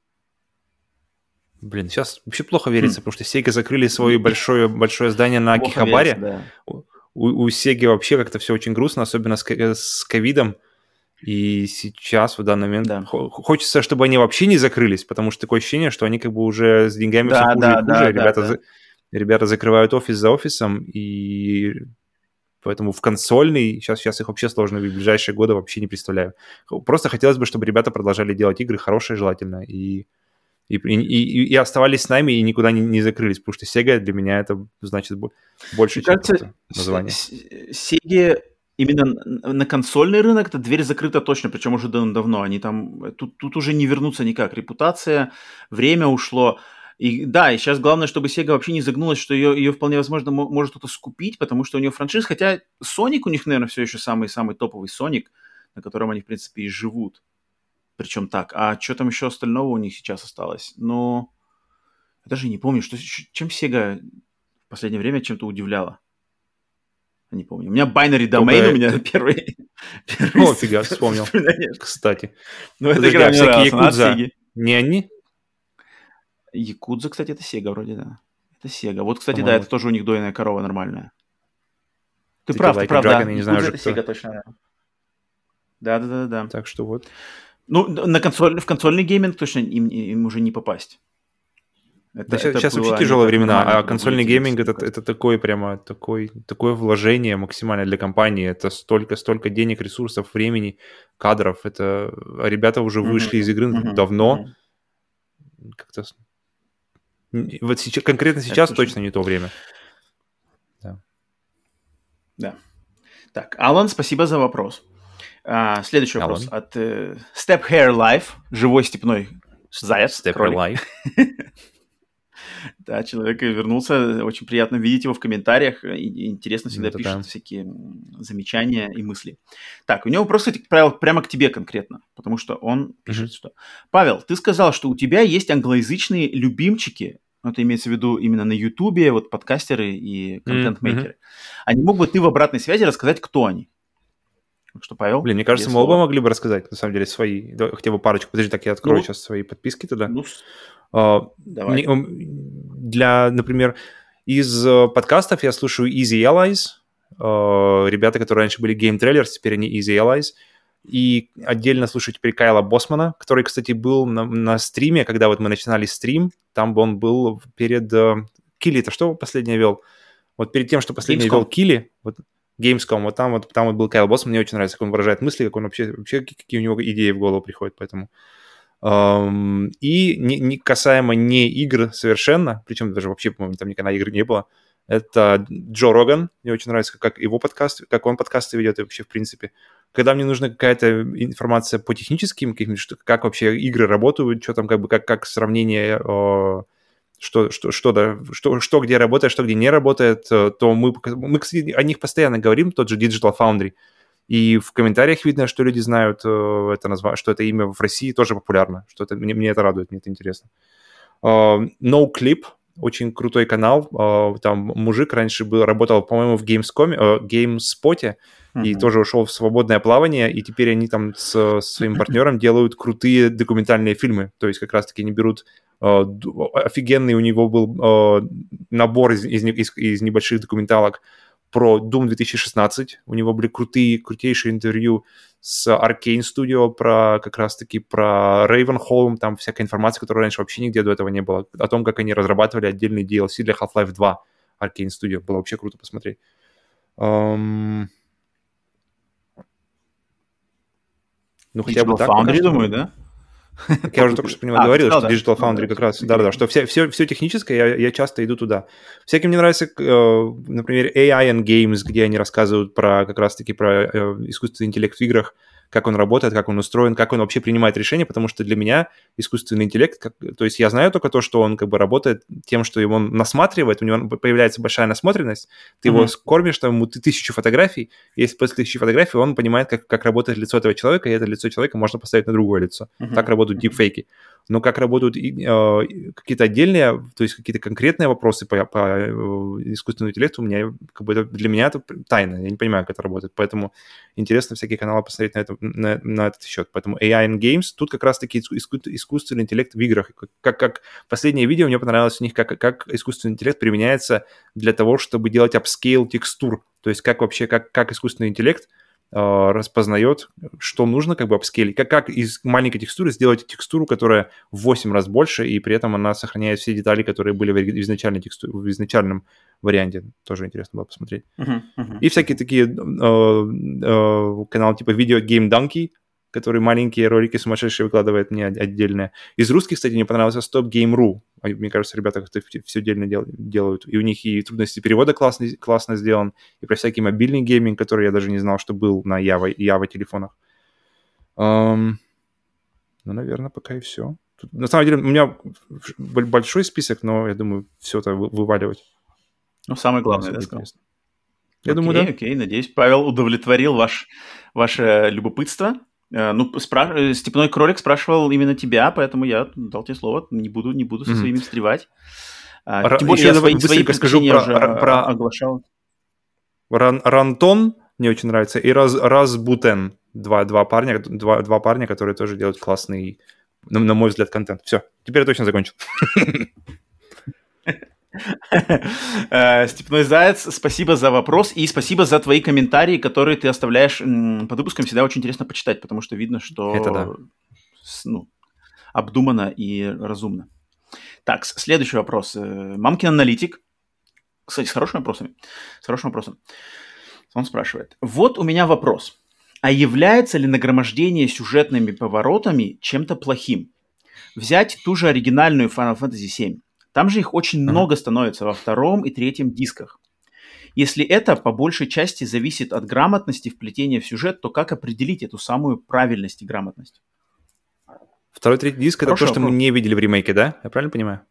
Блин, сейчас вообще плохо верится, потому что Sega закрыли свое большое здание на Акихабаре. Да. У Sega вообще как-то все очень грустно, особенно с ковидом. И сейчас, в данный момент, хочется, чтобы они вообще не закрылись, потому что такое ощущение, что они как бы уже с деньгами все хуже и хуже. Ребята закрывают офис за офисом, и поэтому в консольный, сейчас их вообще сложно в ближайшие годы вообще не представляю. Просто хотелось бы, чтобы ребята продолжали делать игры хорошие желательно, и оставались с нами и никуда не закрылись, потому что Sega для меня это значит больше, чем просто название. Sega Именно на консольный рынок эта дверь закрыта точно, причем уже давно. Они там, тут уже не вернуться никак. Репутация, время ушло. И да, и сейчас главное, чтобы Sega вообще не загнулась, что ее вполне возможно может кто-то скупить, потому что у нее франшиз, хотя Sonic у них, наверное, все еще самый-самый топовый Sonic, на котором они, в принципе, и живут. Причем так. А что там еще остального у них сейчас осталось? Ну, я даже не помню, чем Sega в последнее время чем-то удивляла. Не помню. У меня Binary Domain, у меня первый... О, фига, вспомнил. Кстати. Ну, это игра мне нравилась, она от Sega. Не они? Якудза, кстати, это Sega вроде, да. Это Sega. Вот, кстати, да, это тоже у них дойная корова нормальная. Ты прав, да. Не знаю, это Sega точно. Да. Так что вот. Ну, в консольный гейминг точно им уже не попасть. Сейчас вообще тяжелые времена, а консольный гейминг это такое вложение максимальное для компании. Это столько денег, ресурсов, времени, кадров. Это ребята уже вышли из игры давно. Как-то вот сейчас, конкретно сейчас точно не то время. Да. Так, Алан, спасибо за вопрос. Следующий вопрос от Step Hair Life, живой степной заяц. Step Hair Life. Да, человек вернулся. Очень приятно видеть его в комментариях. И интересно всегда пишет всякие замечания и мысли. Так, у него вопрос, кстати, прямо к тебе конкретно, потому что он пишет, что... Павел, ты сказал, что у тебя есть англоязычные любимчики, это имеется в виду именно на Ютубе, вот подкастеры и контент-мейкеры. А не мог бы ты в обратной связи рассказать, кто они? Что, Павел? Мне кажется, мы оба могли бы рассказать, на самом деле, свои, хотя бы парочку. Подожди, так я открою сейчас свои подписки тогда. Давай. Например, из подкастов я слушаю Easy Allies, ребята, которые раньше были Game Trailers, теперь они Easy Allies, и отдельно слушаю теперь Кайла Босмана, который, кстати, был на стриме, когда вот мы начинали стрим, там он был перед... Килли, это что последнее вел? Вот перед тем, что последнее вел Килли, вот Gamescom, вот там вот был Кайл Босман, мне очень нравится, как он выражает мысли, как он вообще какие у него идеи в голову приходят, поэтому... И не касаемо не игр совершенно, причем даже вообще, по-моему, там никогда игр не было, это Джо Роган. Мне очень нравится, как его подкаст, как он подкасты ведет и вообще, в принципе. Когда мне нужна какая-то информация по техническим, как вообще игры работают, что там как сравнение, что где работает, что где не работает, то мы, кстати, о них постоянно говорим, тот же Digital Foundry. И в комментариях видно, что люди знают что это имя в России тоже популярно. Мне это радует, мне это интересно. NoClip, очень крутой канал. Там мужик раньше работал, по-моему, в GameSpot, и тоже ушел в свободное плавание, и теперь они там с своим партнером делают крутые документальные фильмы. То есть как раз-таки они берут... Офигенный у него был набор из небольших документалок про Doom 2016. У него были крутейшие интервью с Arcane Studio как раз-таки про Ravenholm, там всякая информация, которая раньше вообще нигде до этого не было, о том, как они разрабатывали отдельный DLC для Half-Life 2 Arcane Studio. Было вообще круто посмотреть. Ну, хотя бы так. Foundry, думаю, да? Так я уже только что про него говорил, что Digital Foundry как раз, да, что все техническое, я часто иду туда. Всяким мне нравится, например, AI and Games, где они рассказывают как раз-таки про искусственный интеллект в играх, как он работает, как он устроен, как он вообще принимает решения, потому что для меня искусственный интеллект, то есть я знаю только то, что он как бы работает тем, что его насматривает, у него появляется большая насмотренность, ты его кормишь, там ему 1000 фотографий, и если после 1000 фотографий он понимает, как работает лицо этого человека, и это лицо человека можно поставить на другое лицо. Так работают дипфейки. Но как работают какие-то отдельные, то есть какие-то конкретные вопросы по искусственному интеллекту, для меня это тайна, я не понимаю, как это работает, поэтому интересно всякие каналы посмотреть на этот счет. Поэтому AI and Games, тут как раз-таки искусственный интеллект в играх. Как последнее видео мне понравилось у них, как искусственный интеллект применяется для того, чтобы делать апскейл текстур, то есть как вообще, как искусственный интеллект распознает, что нужно как бы апскейлить, как из маленькой текстуры сделать текстуру, которая в 8 раз больше, и при этом она сохраняет все детали, которые были в изначальном варианте. Тоже интересно было посмотреть. И всякие такие каналы типа Video Game Donkey, который маленькие ролики сумасшедшие выкладывает мне отдельно. Из русских, кстати, мне понравился Stop Game.ru. Мне кажется, ребята как-то все отдельно делают. И у них и трудности перевода классно сделан, и про всякий мобильный гейминг, который я даже не знал, что был на Java телефонах. Ну, наверное, пока и все. Тут, на самом деле, у меня большой список, но я думаю, все это вываливать. Ну, самое главное, да, сказал? Я думаю, да. Окей, надеюсь, Павел удовлетворил ваше любопытство. Ну, Степной Кролик спрашивал именно тебя, поэтому я дал тебе слово, не буду со своими встревать. Тем более, я свои предпочтения уже оглашал. Рантон мне очень нравится, и Разбутен. Два парня, которые тоже делают классный, на мой взгляд, контент. Все, теперь я точно закончил. Степной Заяц, спасибо за вопрос и спасибо за твои комментарии, которые ты оставляешь под выпуском. Всегда очень интересно почитать, потому что видно, что это да. Обдуманно и разумно. Так, следующий вопрос. Мамкин аналитик. Кстати, с хорошим вопросом. Он спрашивает. Вот у меня вопрос. А является ли нагромождение сюжетными поворотами чем-то плохим? Взять ту же оригинальную Final Fantasy VII. Там же их очень много становится во 2 и 3 дисках. Если это по большей части зависит от грамотности вплетения в сюжет, то как определить эту самую правильность и грамотность? 2 и 3 диск — это то, что мы не видели в ремейке, да? Я правильно понимаю?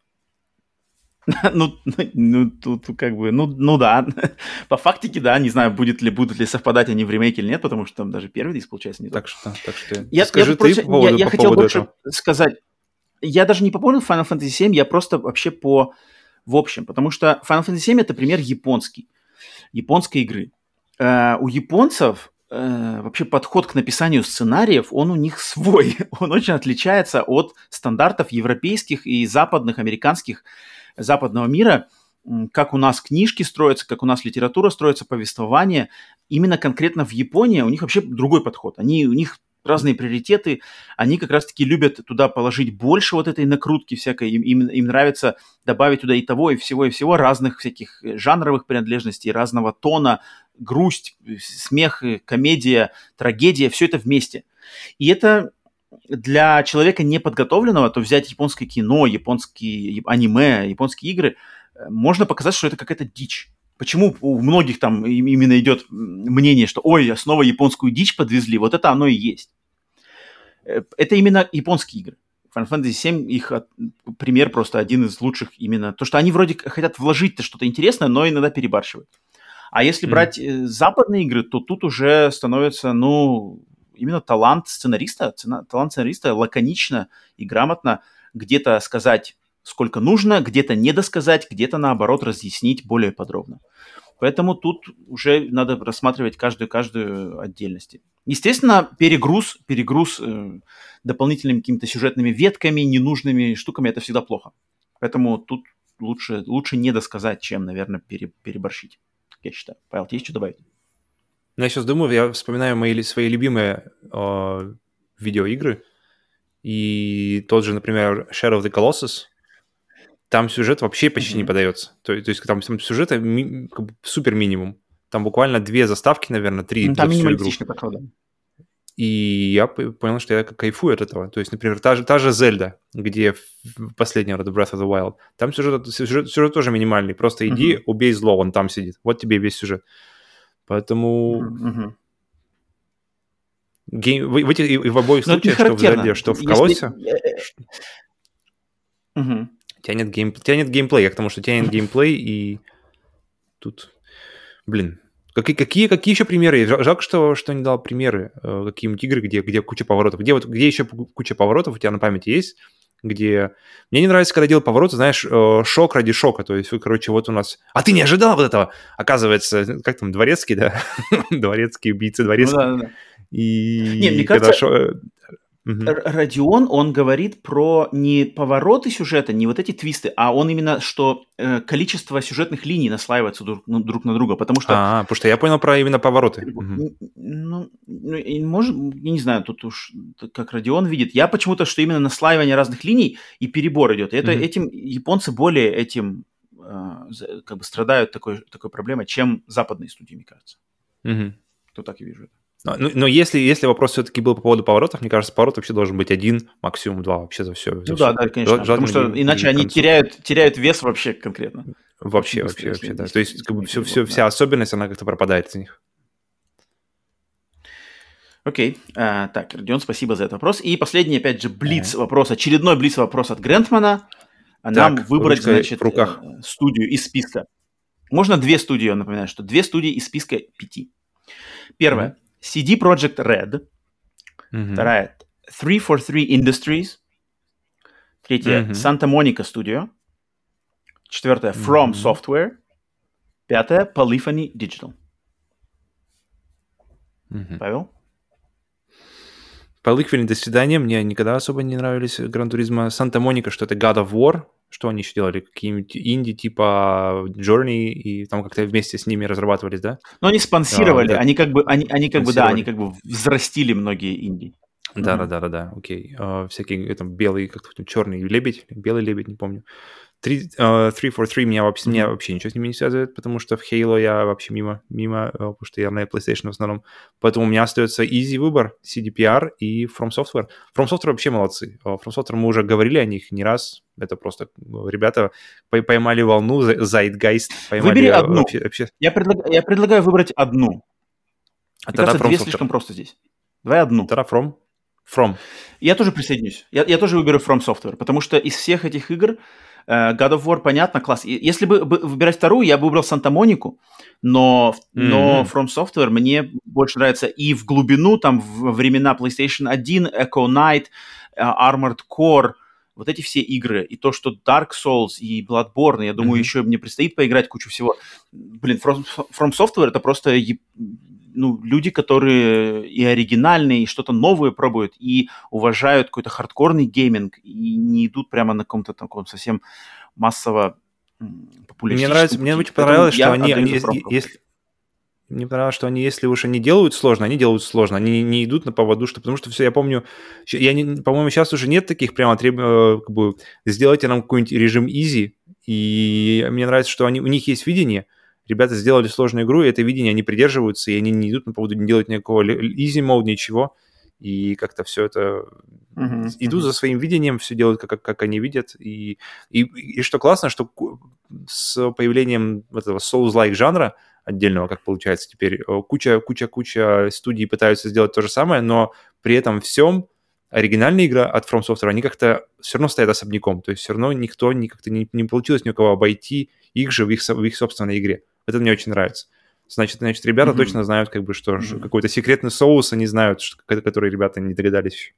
Тут как бы, да. По фактике, да. Не знаю, будут ли совпадать они в ремейке или нет, потому что там даже первый диск, получается, не так. Так что скажи ты по поводу Я хотел больше сказать. Я даже не по поводу Final Fantasy VII, я просто вообще в общем, потому что Final Fantasy VII — это пример японской игры. У японцев вообще подход к написанию сценариев, он у них свой. Он очень отличается от стандартов европейских и западных, американских, западного мира, как у нас книжки строятся, как у нас литература строится, повествование. Именно конкретно в Японии у них вообще другой подход. У них разные приоритеты, они как раз-таки любят туда положить больше вот этой накрутки всякой, им нравится добавить туда и того, и всего, разных всяких жанровых принадлежностей, разного тона, грусть, смех, комедия, трагедия, все это вместе. И это для человека неподготовленного, то взять японское кино, японские аниме, японские игры, можно показать, что это какая-то дичь. Почему у многих там именно идет мнение, что ой, снова японскую дичь подвезли, вот это оно и есть. Это именно японские игры. Final Fantasy VII, их пример просто один из лучших именно. То, что они вроде хотят вложить-то что-то интересное, но иногда перебарщивают. А если брать западные игры, то тут уже становится, именно талант сценариста лаконично и грамотно где-то сказать, сколько нужно, где-то недосказать, где-то, наоборот, разъяснить более подробно. Поэтому тут уже надо рассматривать каждую отдельности. Естественно, перегруз дополнительными какими-то сюжетными ветками, ненужными штуками – это всегда плохо. Поэтому тут лучше недосказать, чем, наверное, переборщить, я считаю. Павел, тебе есть что добавить? Я сейчас думаю, я вспоминаю свои любимые видеоигры. И тот же, например, Shadow of the Colossus. Там сюжет вообще почти не подается. То есть там сюжета супер минимум. Там буквально 2 заставки, наверное, 3 за всю игру. Подход, да. И я понял, что я кайфую от этого. То есть, например, та же Zelda, где последняя Breath of the Wild, там сюжет тоже минимальный. Просто иди, убей зло, он там сидит. Вот тебе весь сюжет. Поэтому... В обоих случаях, что в Zelda, что в Колоссе... Тянет геймплей, я к тому, что тянет геймплей, и тут, какие еще примеры есть? Жалко, что не дал примеры какие-нибудь игры, где куча поворотов. Где еще куча поворотов у тебя на памяти есть? Где... Мне не нравится, когда делают повороты, знаешь, шок ради шока. То есть, вот у нас... А ты не ожидал вот этого? Оказывается, как там, Дворецкий, да? Дворецкий, убийца Дворецкий. Да. И не, мне кажется... Родион, он говорит про не повороты сюжета, не вот эти твисты, а он именно, что количество сюжетных линий наслаивается друг на друга, потому что... потому что я понял про именно повороты. Может, я не знаю, тут уж как Родион видит. Я почему-то, что именно наслаивание разных линий и перебор идет. Этим японцы более как бы страдают такой проблемой, чем западные студии, мне кажется. То так и вижу это. Но если вопрос все-таки был по поводу поворотов, мне кажется, поворот вообще должен быть 1, максимум 2 вообще за все. Да, конечно, потому что иначе они теряют вес вообще конкретно. Вообще, да. То есть как бы вся особенность, она как-то пропадает из них. Окей. Так, Родион, спасибо за этот вопрос. И последний, опять же, блиц-вопрос, очередной блиц-вопрос от Грентмана. Нам выбрать, значит, студию из списка. Можно 2 студии, я напоминаю, что 2 студии из списка 5. Первая. CD Projekt Red. Вторая. 343 Industries. Третья. Santa Monica Studio. Четвертая. From Software. Пятая. Polyphony Digital. Павел? Polyphony, до свидания. Мне никогда особо не нравились Gran Turismo. Santa Monica, что это God of War. Что они еще делали? Какие-нибудь инди типа Journey, и там как-то вместе с ними разрабатывались, да? Ну, они спонсировали, они как бы взрастили многие инди. Да, окей. Всякие, белый, как-то черный лебедь, белый лебедь, не помню. 343 меня вообще ничего с ними не связывает, потому что в Halo я вообще мимо, потому что я на PlayStation в основном. Поэтому у меня остается easy выбор, CDPR и From Software. From Software вообще молодцы. From Software мы уже говорили о них не раз. Это просто ребята поймали волну, Zeitgeist. Выбери одну. Вообще. Я предлагаю выбрать одну. Мне кажется, 2 слишком просто здесь. Давай одну. Тогда From. Я тоже присоединюсь. Я тоже выберу From Software, потому что из всех этих игр God of War, понятно, класс. Если бы выбирать вторую, я бы выбрал Санта-Монику, но From Software мне больше нравится и в глубину, там, в времена PlayStation 1, Echo Knight, Armored Core, вот эти все игры, и то, что Dark Souls и Bloodborne, я думаю, еще мне предстоит поиграть кучу всего. Блин, From Software это просто... люди, которые и оригинальные, и что-то новое пробуют, и уважают какой-то хардкорный гейминг, и не идут прямо на каком-то таком совсем массово популистическом. Мне очень понравилось, что они, если уж они делают сложно, они не идут на поводу, потому что все, я помню, по-моему, сейчас уже нет таких прямо как бы, сделайте нам какой-нибудь режим easy, и мне нравится, что у них есть видение. Ребята сделали сложную игру, и это видение они придерживаются, и они не идут на поводу, не делают никакого easy mode, ничего. И как-то все это... идут за своим видением, все делают, как они видят. И что классно, что с появлением этого Souls-like жанра отдельного, как получается теперь, куча студий пытаются сделать то же самое, но при этом всем оригинальная игра от From Software, они как-то все равно стоят особняком. То есть все равно никто как-то не получилось ни у кого обойти их же в их собственной игре. Это мне очень нравится. Значит, ребята точно знают, как бы, что какой-то секретный соус они знают, который ребята не догадались еще.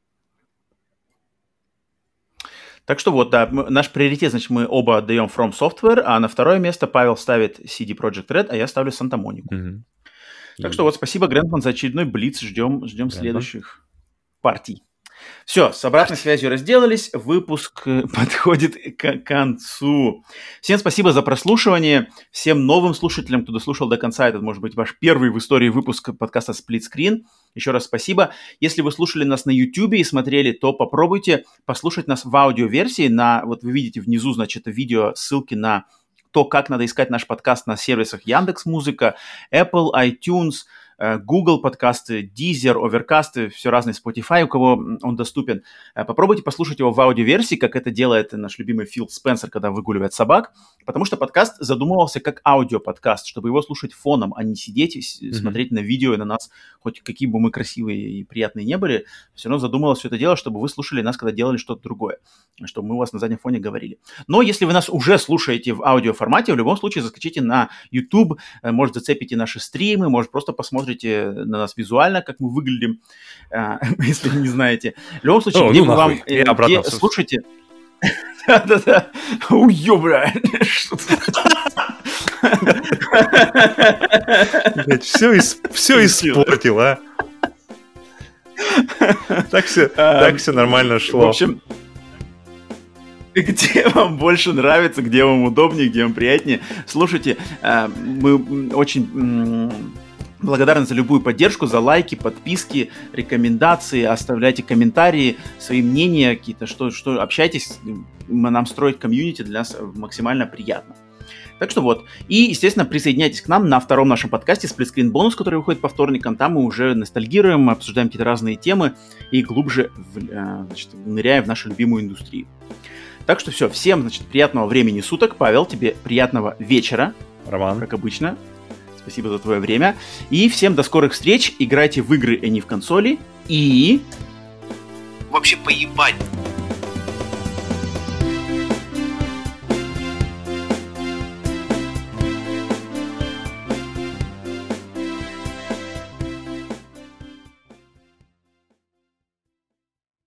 Так что вот, да, наш приоритет, значит, мы оба отдаем From Software, а на второе место Павел ставит CD Projekt Red, а я ставлю Santa Monica. Так что вот, спасибо, Грентман, за очередной блиц. Ждем следующих партий. Все, с обратной связью разделались, выпуск подходит к концу. Всем спасибо за прослушивание, всем новым слушателям, кто дослушал до конца, этот может быть ваш первый в истории выпуск подкаста Split Screen. Еще раз спасибо. Если вы слушали нас на YouTube и смотрели, то попробуйте послушать нас в аудиоверсии. Вот вы видите внизу, значит, видео, ссылки на то, как надо искать наш подкаст на сервисах Яндекс.Музыка, Apple, iTunes, Google подкасты, Deezer, Overcast, все разные, Spotify, у кого он доступен. Попробуйте послушать его в аудиоверсии, как это делает наш любимый Фил Спенсер, когда выгуливает собак, потому что подкаст задумывался как аудиоподкаст, чтобы его слушать фоном, а не сидеть и смотреть на видео и на нас, хоть какие бы мы красивые и приятные не были, все равно задумывалось все это дело, чтобы вы слушали нас, когда делали что-то другое, чтобы мы у вас на заднем фоне говорили. Но если вы нас уже слушаете в аудиоформате, в любом случае заскочите на YouTube, может, зацепите наши стримы, может, просто посмотрите на нас визуально, как мы выглядим, если не знаете. В любом случае, где бы вам... Слушайте... Да-да-да. Уёбра! Все испортил, а? Так все нормально шло. В общем... Где вам больше нравится, где вам удобнее, где вам приятнее. Слушайте, мы очень благодарны за любую поддержку, за лайки, подписки, рекомендации, оставляйте комментарии, свои мнения какие-то, что общайтесь, нам строить комьюнити для нас максимально приятно. Так что вот. И, естественно, присоединяйтесь к нам на втором нашем подкасте «Сплитскрин бонус», который выходит по вторникам. Там мы уже ностальгируем, обсуждаем какие-то разные темы и глубже ныряем в нашу любимую индустрию. Так что все, всем, значит, приятного времени суток. Павел, тебе приятного вечера. Роман. Как обычно. Спасибо за твое время. И всем до скорых встреч. Играйте в игры, а не в консоли. И... Вообще поебать.